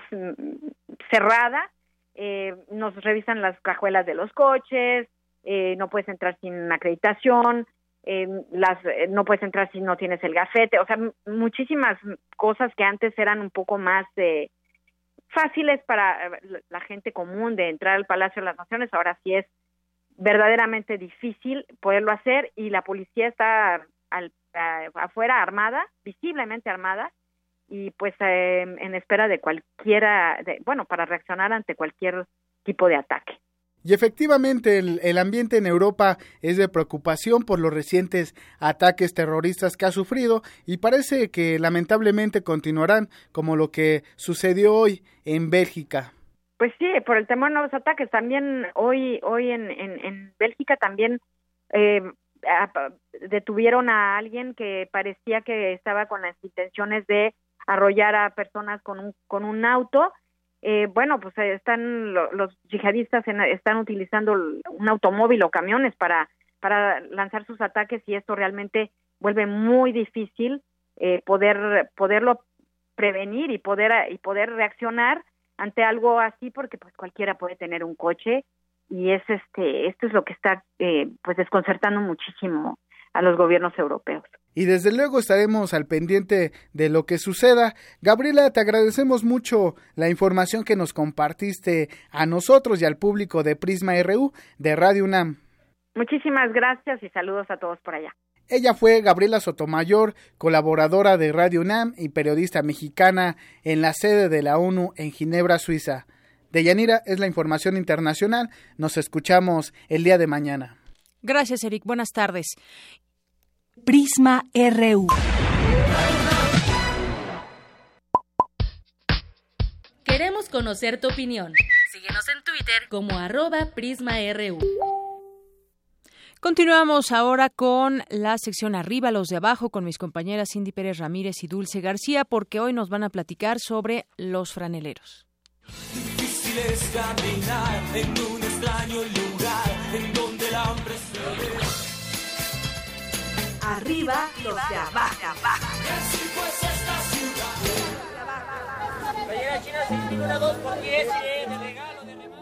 cerrada. Eh, nos revisan las cajuelas de los coches, eh, no puedes entrar sin acreditación, eh, las eh, no puedes entrar si no tienes el gafete, o sea, m- muchísimas cosas que antes eran un poco más eh, fáciles para la gente común de entrar al Palacio de las Naciones, ahora sí es verdaderamente difícil poderlo hacer y la policía está al, a, afuera armada, visiblemente armada, y pues eh, en espera de cualquiera, de, bueno, para reaccionar ante cualquier tipo de ataque. Y efectivamente el, el ambiente en Europa es de preocupación por los recientes ataques terroristas que ha sufrido y parece que lamentablemente continuarán, como lo que sucedió hoy en Bélgica. Pues sí, por el temor a nuevos ataques. También hoy hoy en, en, en Bélgica también eh, a, detuvieron a alguien que parecía que estaba con las intenciones de arrollar a personas con un con un auto. Eh, bueno, pues están lo, los yihadistas en, están utilizando un automóvil o camiones para para lanzar sus ataques y esto realmente vuelve muy difícil eh, poder poderlo prevenir y poder y poder reaccionar ante algo así, porque pues cualquiera puede tener un coche y es este esto es lo que está eh, pues desconcertando muchísimo a los gobiernos europeos. Y desde luego estaremos al pendiente de lo que suceda. Gabriela, te agradecemos mucho la información que nos compartiste a nosotros y al público de Prisma R U de Radio UNAM. Muchísimas gracias y saludos a todos por allá. Ella fue Gabriela Sotomayor, colaboradora de Radio UNAM y periodista mexicana en la sede de la ONU en Ginebra, Suiza. Deyanira, es la información internacional. Nos escuchamos el día de mañana. Gracias, Eric. Buenas tardes. Prisma R U. Queremos conocer tu opinión. Síguenos en Twitter como arroba PrismaRU. Continuamos ahora con la sección Arriba, los de abajo, con mis compañeras Cindy Pérez Ramírez y Dulce García, porque hoy nos van a platicar sobre los franeleros. Difícil es caminar en un extraño lugar en donde el hambre se ve. Arriba, los de abajo. Así pues esta ciudad. Playera china sin una dos por diez, eh, de regalo, de regalo.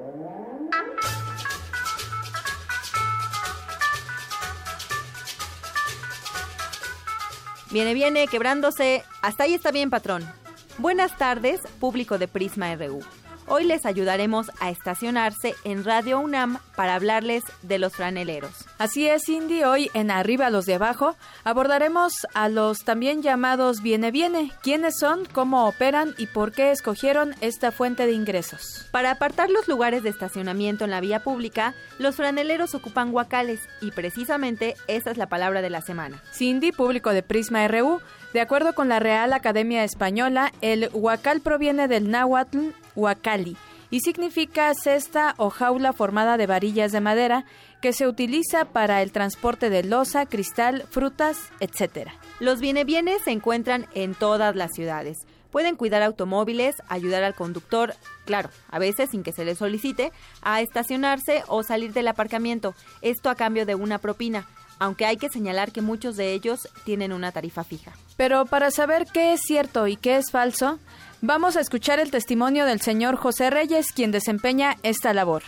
Viene, viene, quebrándose. Hasta ahí está bien, patrón. Buenas tardes, público de Prisma R U. Hoy les ayudaremos a estacionarse en Radio UNAM para hablarles de los franeleros. Así es, Cindy. Hoy en Arriba, los de abajo, abordaremos a los también llamados Viene Viene. ¿Quiénes son, cómo operan y por qué escogieron esta fuente de ingresos? Para apartar los lugares de estacionamiento en la vía pública, los franeleros ocupan huacales y precisamente esa es la palabra de la semana. Cindy, público de Prisma R U, de acuerdo con la Real Academia Española, el huacal proviene del náhuatl huacali y significa cesta o jaula formada de varillas de madera que se utiliza para el transporte de loza, cristal, frutas, etcétera. Los viene-bienes se encuentran en todas las ciudades. Pueden cuidar automóviles, ayudar al conductor, claro, a veces sin que se les solicite, a estacionarse o salir del aparcamiento, esto a cambio de una propina, aunque hay que señalar que muchos de ellos tienen una tarifa fija. Pero para saber qué es cierto y qué es falso, vamos a escuchar el testimonio del señor José Reyes, quien desempeña esta labor.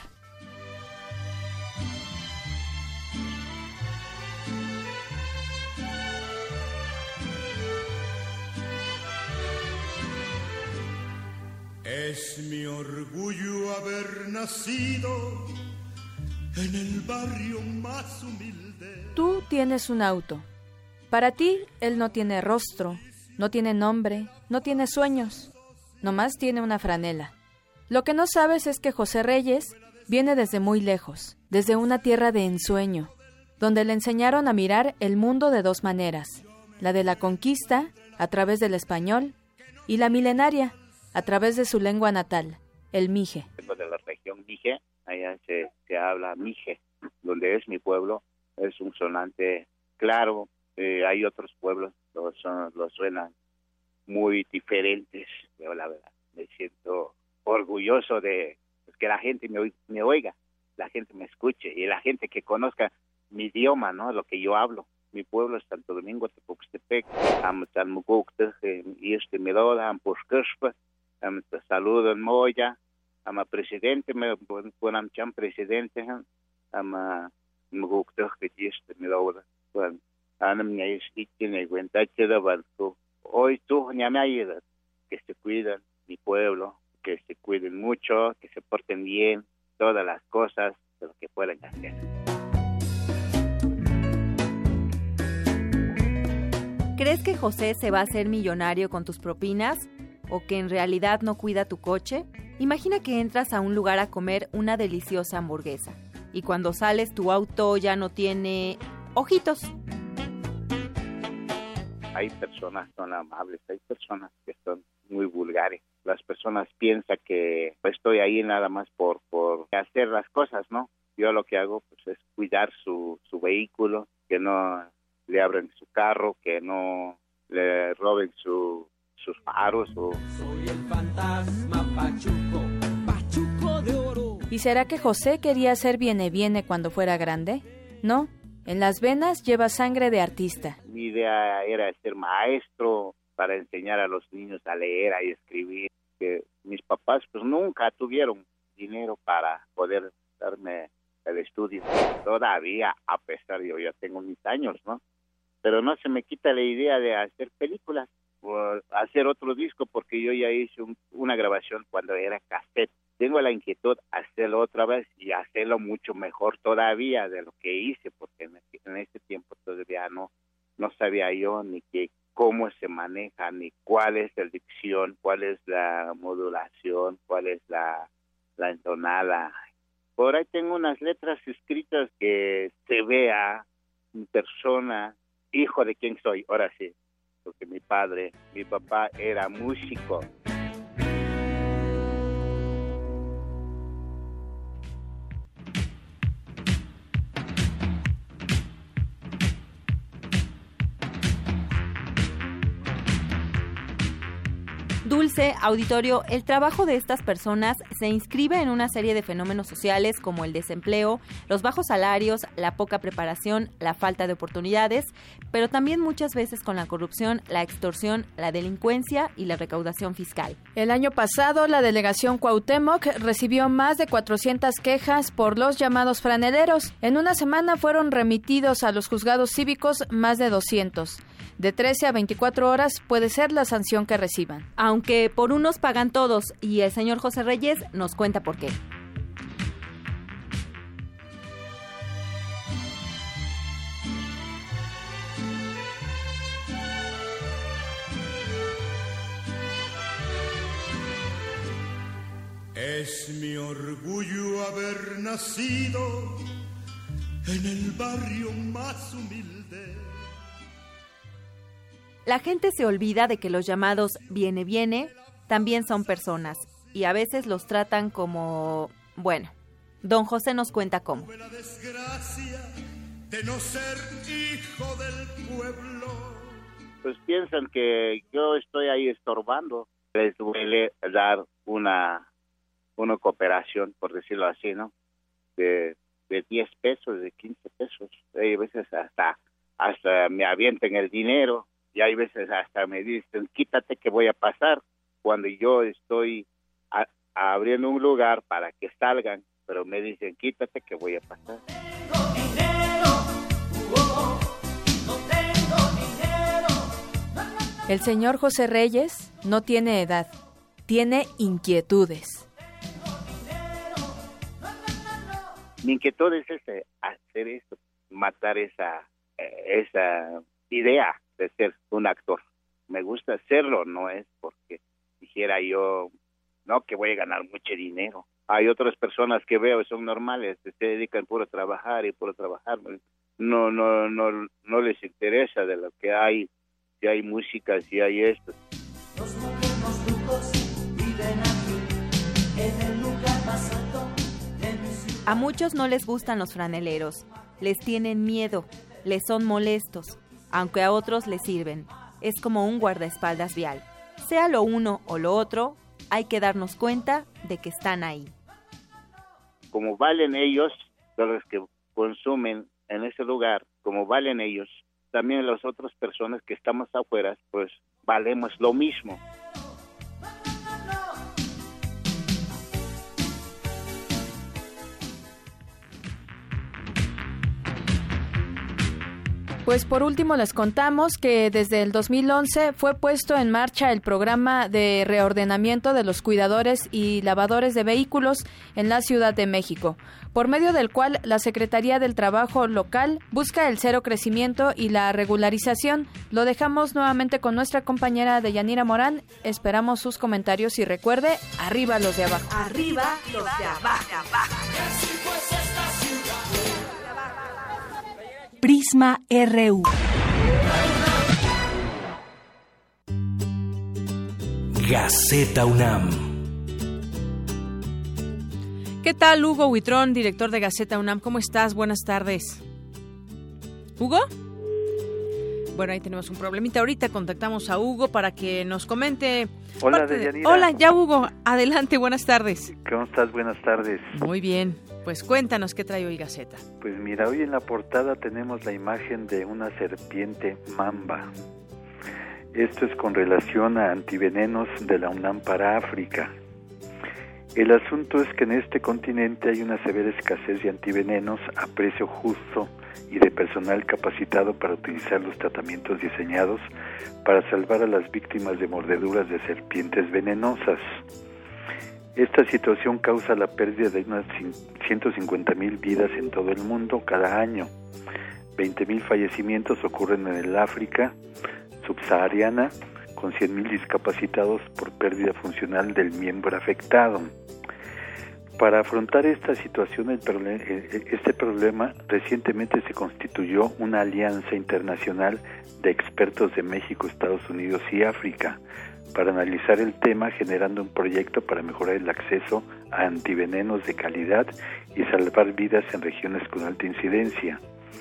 Es mi orgullo haber nacido en el barrio más humilde. Tú tienes un auto. Para ti, él no tiene rostro, no tiene nombre, no tiene sueños, nomás tiene una franela. Lo que no sabes es que José Reyes viene desde muy lejos, desde una tierra de ensueño, donde le enseñaron a mirar el mundo de dos maneras, la de la conquista, a través del español, y la milenaria, a través de su lengua natal, el mije. Vengo de la región mije, allá se, se habla mije, donde es mi pueblo, es un sonante claro. Eh, hay otros pueblos que son, lo suenan muy diferentes. Yo la verdad me siento orgulloso de pues, que la gente me, me oiga, la gente me escuche y la gente que conozca mi idioma, ¿no? Lo que yo hablo. Mi pueblo es Santo Domingo, Tepoxtepec, am Talmucucte, y este me da, am Pushkashpa, am saludo en Moya, am presidente, me ponen cham presidente, am Mugucte, que este me da, bueno. Hoy tú ya me ayudas, que se cuiden mi pueblo, que se cuiden mucho, que se porten bien, todas las cosas de lo que pueden hacer. ¿Crees que José se va a hacer millonario con tus propinas? ¿O que en realidad no cuida tu coche? Imagina que entras a un lugar a comer una deliciosa hamburguesa y cuando sales tu auto ya no tiene ojitos. Hay personas que son amables, hay personas que son muy vulgares. Las personas piensan que pues, estoy ahí nada más por, por hacer las cosas, ¿no? Yo lo que hago pues, es cuidar su, su vehículo, que no le abren su carro, que no le roben su, sus faros. O... Soy el fantasma Pachuco, Pachuco de oro. ¿Y será que José quería ser viene viene cuando fuera grande? No. En las venas lleva sangre de artista. Mi idea era ser maestro para enseñar a los niños a leer, a escribir. Que mis papás pues nunca tuvieron dinero para poder darme el estudio. Todavía, a pesar de yo ya tengo mis años, ¿no? Pero no se me quita la idea de hacer películas o hacer otro disco, porque yo ya hice un, una grabación cuando era cassette. Tengo la inquietud de hacerlo otra vez y hacerlo mucho mejor todavía de lo que hice, porque en, en ese tiempo todavía no, no sabía yo ni que cómo se maneja, ni cuál es la dicción, cuál es la modulación, cuál es la, la entonada. Por ahí tengo unas letras escritas que se vea mi persona, hijo de quién soy, ahora sí, porque mi padre, mi papá era músico. Dulce, auditorio, el trabajo de estas personas se inscribe en una serie de fenómenos sociales como el desempleo, los bajos salarios, la poca preparación, la falta de oportunidades, pero también muchas veces con la corrupción, la extorsión, la delincuencia y la recaudación fiscal. El año pasado, la delegación Cuauhtémoc recibió más de cuatrocientas quejas por los llamados franeleros. En una semana fueron remitidos a los juzgados cívicos más de doscientos. De trece a veinticuatro horas puede ser la sanción que reciban. Aunque por unos pagan todos, y el señor José Reyes nos cuenta por qué. Es mi orgullo haber nacido en el barrio más humilde. La gente se olvida de que los llamados viene viene también son personas y a veces los tratan como, bueno, don José nos cuenta cómo. Tuve la desgracia de no ser hijo del pueblo. Pues piensan que yo estoy ahí estorbando. Les duele dar una, una cooperación, por decirlo así, ¿no? De, de diez pesos, de quince pesos. Hay veces hasta, hasta me avientan el dinero. Y hay veces hasta me dicen, quítate que voy a pasar, cuando yo estoy a, a abriendo un lugar para que salgan, pero me dicen, quítate que voy a pasar. El señor José Reyes no tiene edad, tiene inquietudes. Mi inquietud es ese, hacer eso, matar esa, esa idea de ser un actor. Me gusta hacerlo, no es porque dijera yo, no, que voy a ganar mucho dinero. Hay otras personas que veo y son normales, se dedican puro a trabajar y puro a trabajar. No, no, no, no les interesa de lo que hay, si hay música, si hay esto. Los modernos brujos viven aquí, en el lugar más alto de mi ciudad. A muchos no les gustan los franeleros, les tienen miedo, les son molestos, aunque a otros les sirven. Es como un guardaespaldas vial. Sea lo uno o lo otro, hay que darnos cuenta de que están ahí. Como valen ellos, todos los que consumen en ese lugar, como valen ellos, también las otras personas que estamos afuera, pues valemos lo mismo. Pues por último les contamos que desde el dos mil once fue puesto en marcha el programa de reordenamiento de los cuidadores y lavadores de vehículos en la Ciudad de México, por medio del cual la Secretaría del Trabajo local busca el cero crecimiento y la regularización. Lo dejamos nuevamente con nuestra compañera Deyanira Morán. Esperamos sus comentarios y recuerde, arriba los de abajo. Arriba los de abajo. Prisma R U. Gaceta UNAM. ¿Qué tal, Hugo Huitrón, director de Gaceta UNAM? ¿Cómo estás? Buenas tardes. ¿Hugo? Bueno, ahí tenemos un problemita. Ahorita contactamos a Hugo para que nos comente. Hola, Deyanira. Hola, ya Hugo. Adelante, buenas tardes. ¿Cómo estás? Buenas tardes. Muy bien. Pues cuéntanos qué trae hoy Gaceta. Pues mira, hoy en la portada tenemos la imagen de una serpiente mamba. Esto es con relación a antivenenos de la UNAM para África. El asunto es que en este continente hay una severa escasez de antivenenos a precio justo y de personal capacitado para utilizar los tratamientos diseñados para salvar a las víctimas de mordeduras de serpientes venenosas. Esta situación causa la pérdida de unas ciento cincuenta mil vidas en todo el mundo cada año. veinte mil fallecimientos ocurren en el África subsahariana, con cien mil discapacitados por pérdida funcional del miembro afectado. Para afrontar esta situación, el problem- este problema, recientemente se constituyó una alianza internacional de expertos de México, Estados Unidos y África para analizar el tema, generando un proyecto para mejorar el acceso a antivenenos de calidad y salvar vidas en regiones con alta incidencia.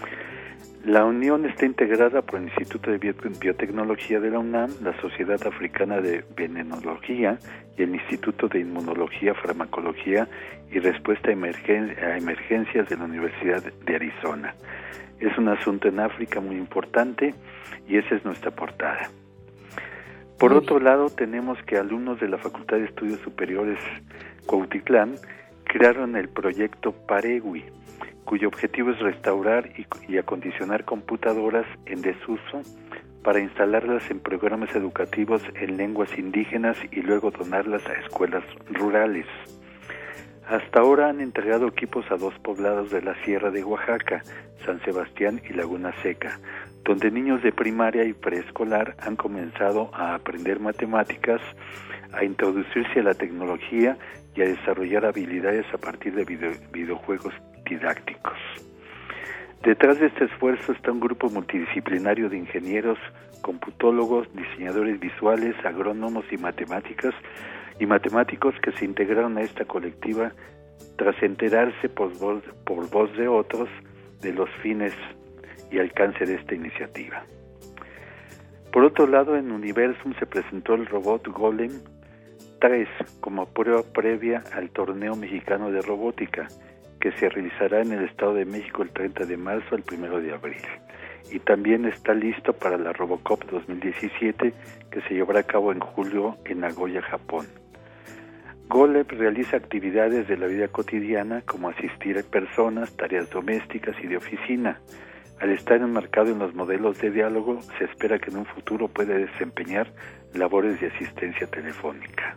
La unión está integrada por el Instituto de Biotecnología de la UNAM, la Sociedad Africana de Venenología y el Instituto de Inmunología, Farmacología y Respuesta a, emergen- a Emergencias de la Universidad de Arizona. Es un asunto en África muy importante y esa es nuestra portada. Por otro lado, tenemos que alumnos de la Facultad de Estudios Superiores Cuautitlán crearon el proyecto Paregui, cuyo objetivo es restaurar y, y acondicionar computadoras en desuso para instalarlas en programas educativos en lenguas indígenas y luego donarlas a escuelas rurales. Hasta ahora han entregado equipos a dos poblados de la Sierra de Oaxaca, San Sebastián y Laguna Seca, donde niños de primaria y preescolar han comenzado a aprender matemáticas, a introducirse a la tecnología y a desarrollar habilidades a partir de video, videojuegos didácticos. Detrás de este esfuerzo está un grupo multidisciplinario de ingenieros, computólogos, diseñadores visuales, agrónomos y matemáticas y matemáticos que se integraron a esta colectiva tras enterarse por voz, por voz de otros de los fines y alcance de esta iniciativa. Por otro lado, en Universum se presentó el robot Golem tres como prueba previa al torneo mexicano de robótica, que se realizará en el Estado de México el treinta de marzo al primero de abril. Y también está listo para la Robocop dos mil diecisiete, que se llevará a cabo en julio en Nagoya, Japón. Golem realiza actividades de la vida cotidiana como asistir a personas, tareas domésticas y de oficina. Al estar enmarcado en los modelos de diálogo, se espera que en un futuro pueda desempeñar labores de asistencia telefónica.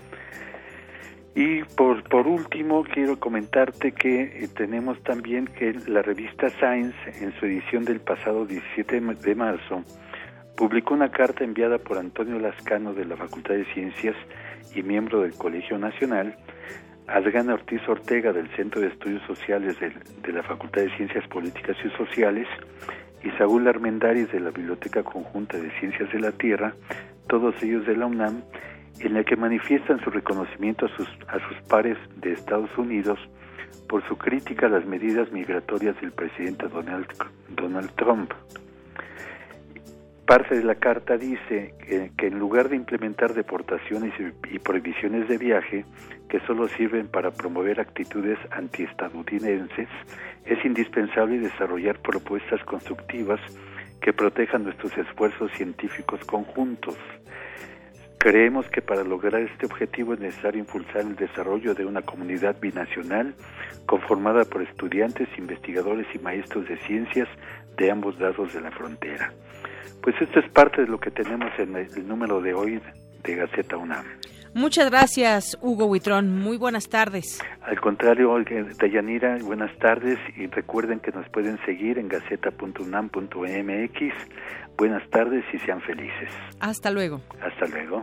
Y por, por último, quiero comentarte que eh, tenemos también que la revista Science, en su edición del pasado diecisiete de marzo, publicó una carta enviada por Antonio Lascano de la Facultad de Ciencias y miembro del Colegio Nacional, Adriana Ortiz Ortega del Centro de Estudios Sociales de, de la Facultad de Ciencias Políticas y Sociales y Saúl Armendáriz de la Biblioteca Conjunta de Ciencias de la Tierra, todos ellos de la UNAM, en la que manifiestan su reconocimiento a sus, a sus pares de Estados Unidos por su crítica a las medidas migratorias del presidente Donald, Donald Trump. Parte de la carta dice que, que en lugar de implementar deportaciones y, y prohibiciones de viaje que solo sirven para promover actitudes antiestadounidenses, es indispensable desarrollar propuestas constructivas que protejan nuestros esfuerzos científicos conjuntos. Creemos que para lograr este objetivo es necesario impulsar el desarrollo de una comunidad binacional conformada por estudiantes, investigadores y maestros de ciencias de ambos lados de la frontera. Pues esto es parte de lo que tenemos en el, el número de hoy de Gaceta UNAM. Muchas gracias, Hugo Buitrón. Muy buenas tardes. Al contrario, Deyanira, buenas tardes y recuerden que nos pueden seguir en gaceta punto unam punto m x. Buenas tardes y sean felices. Hasta luego. Hasta luego.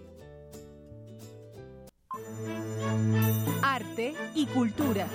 Arte y cultura.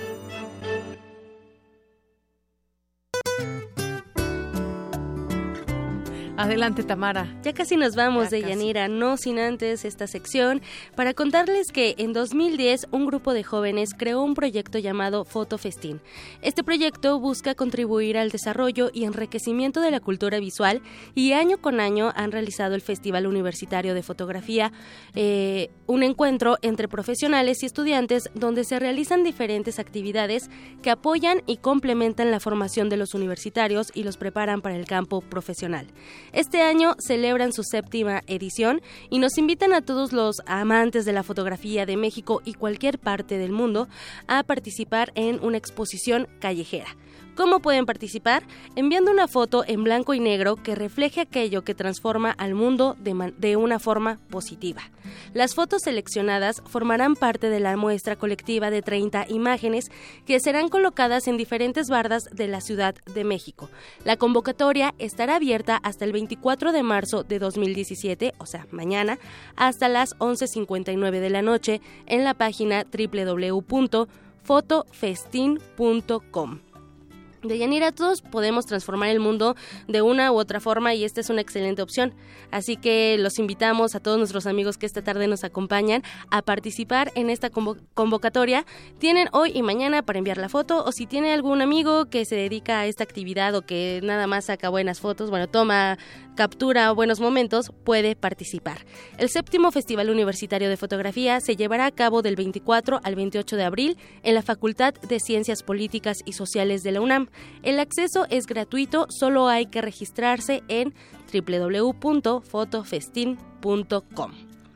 Adelante, Tamara. Ya casi nos vamos, Deyanira, no sin antes esta sección, para contarles que en dos mil diez un grupo de jóvenes creó un proyecto llamado Foto Festín. Este proyecto busca contribuir al desarrollo y enriquecimiento de la cultura visual y año con año han realizado el Festival Universitario de Fotografía, eh, un encuentro entre profesionales y estudiantes donde se realizan diferentes actividades que apoyan y complementan la formación de los universitarios y los preparan para el campo profesional. Este año celebran su séptima edición y nos invitan a todos los amantes de la fotografía de México y cualquier parte del mundo a participar en una exposición callejera. ¿Cómo pueden participar? Enviando una foto en blanco y negro que refleje aquello que transforma al mundo de, man- de una forma positiva. Las fotos seleccionadas formarán parte de la muestra colectiva de treinta imágenes que serán colocadas en diferentes bardas de la Ciudad de México. La convocatoria estará abierta hasta el veinticuatro de marzo de dos mil diecisiete, o sea, mañana, hasta las once cincuenta y nueve de la noche en la página doble u doble u doble u punto fotofestin punto com. Deyanira, todos podemos transformar el mundo de una u otra forma y esta es una excelente opción. Así que los invitamos a todos nuestros amigos que esta tarde nos acompañan a participar en esta convo- convocatoria. Tienen hoy y mañana para enviar la foto, o si tiene algún amigo que se dedica a esta actividad o que nada más saca buenas fotos, bueno, toma captura o buenos momentos, puede participar. El séptimo Festival Universitario de Fotografía se llevará a cabo del veinticuatro al veintiocho de abril en la Facultad de Ciencias Políticas y Sociales de la UNAM. El acceso es gratuito, solo hay que registrarse en doble u doble u doble u punto fotofestin punto com.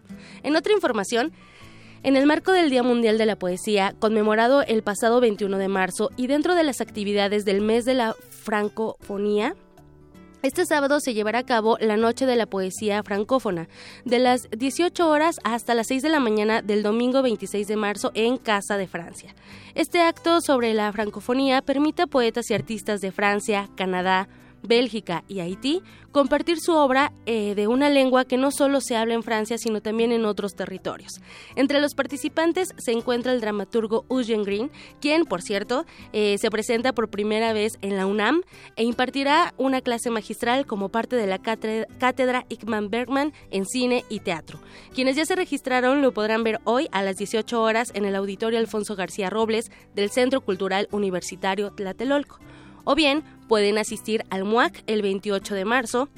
En otra información, en el marco del Día Mundial de la Poesía, conmemorado el pasado veintiuno de marzo y dentro de las actividades del mes de la francofonía, este sábado se llevará a cabo la Noche de la Poesía Francófona, de las dieciocho horas hasta las seis de la mañana del domingo veintiséis de marzo en Casa de Francia. Este acto sobre la francofonía permite a poetas y artistas de Francia, Canadá, Bélgica y Haití compartir su obra eh, de una lengua que no solo se habla en Francia, sino también en otros territorios. Entre los participantes se encuentra el dramaturgo Eugene Green, quien, por cierto, eh, se presenta por primera vez en la UNAM e impartirá una clase magistral como parte de la cátedra Ingmar Bergman en cine y teatro. Quienes ya se registraron lo podrán ver hoy a las dieciocho horas en el Auditorio Alfonso García Robles del Centro Cultural Universitario Tlatelolco. O bien pueden asistir al M U A C el veintiocho de marzo,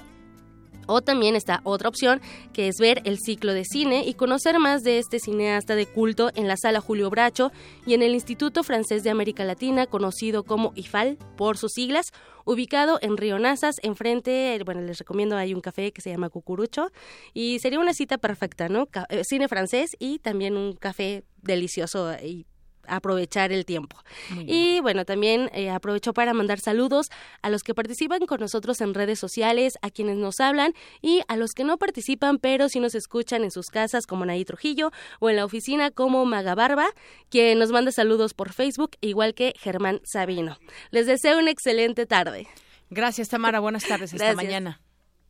o también está otra opción, que es ver el ciclo de cine y conocer más de este cineasta de culto en la Sala Julio Bracho y en el Instituto Francés de América Latina, conocido como I F A L por sus siglas, ubicado en Río Nazas, enfrente, bueno, les recomiendo, hay un café que se llama Cucurucho, y sería una cita perfecta, ¿no? Ca- eh, cine francés y también un café delicioso y aprovechar el tiempo. Y bueno, también eh, aprovecho para mandar saludos a los que participan con nosotros en redes sociales, a quienes nos hablan y a los que no participan, pero sí nos escuchan en sus casas como Anaí Trujillo o en la oficina como Maga Barba, quien nos manda saludos por Facebook, igual que Germán Sabino. Les deseo una excelente tarde. Gracias, Tamara. Buenas tardes. Hasta Gracias. mañana.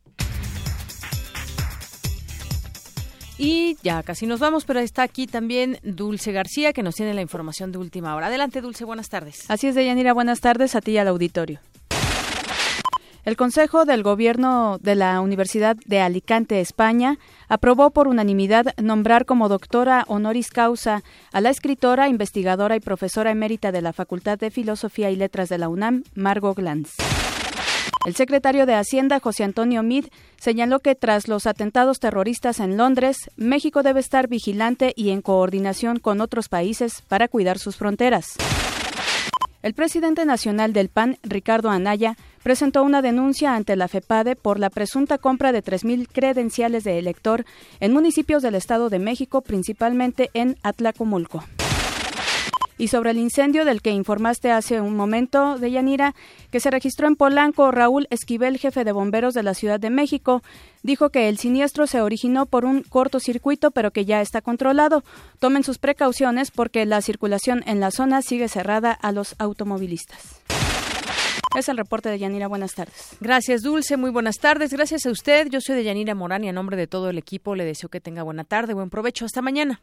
Y ya casi nos vamos, pero está aquí también Dulce García, que nos tiene la información de última hora. Adelante, Dulce, buenas tardes. Así es, Deyanira, buenas tardes a ti y al auditorio. El Consejo del Gobierno de la Universidad de Alicante, España, aprobó por unanimidad nombrar como doctora honoris causa a la escritora, investigadora y profesora emérita de la Facultad de Filosofía y Letras de la UNAM, Margot Glantz. El secretario de Hacienda, José Antonio Meade, señaló que tras los atentados terroristas en Londres, México debe estar vigilante y en coordinación con otros países para cuidar sus fronteras. El presidente nacional del P A N, Ricardo Anaya, presentó una denuncia ante la FEPADE por la presunta compra de tres mil credenciales de elector en municipios del Estado de México, principalmente en Atlacomulco. Y sobre el incendio del que informaste hace un momento, Deyanira, que se registró en Polanco, Raúl Esquivel, jefe de bomberos de la Ciudad de México, dijo que el siniestro se originó por un cortocircuito, pero que ya está controlado. Tomen sus precauciones porque la circulación en la zona sigue cerrada a los automovilistas. Es el reporte de Yanira. Buenas tardes. Gracias, Dulce. Muy buenas tardes. Gracias a usted. Yo soy de Yanira Morán y a nombre de todo el equipo le deseo que tenga buena tarde, buen provecho. Hasta mañana.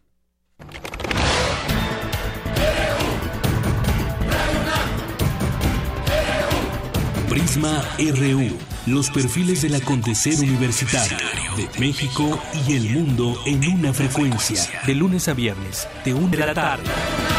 Prisma R U, los perfiles del acontecer universitario de México y el mundo en una frecuencia. De lunes a viernes, de una de la tarde.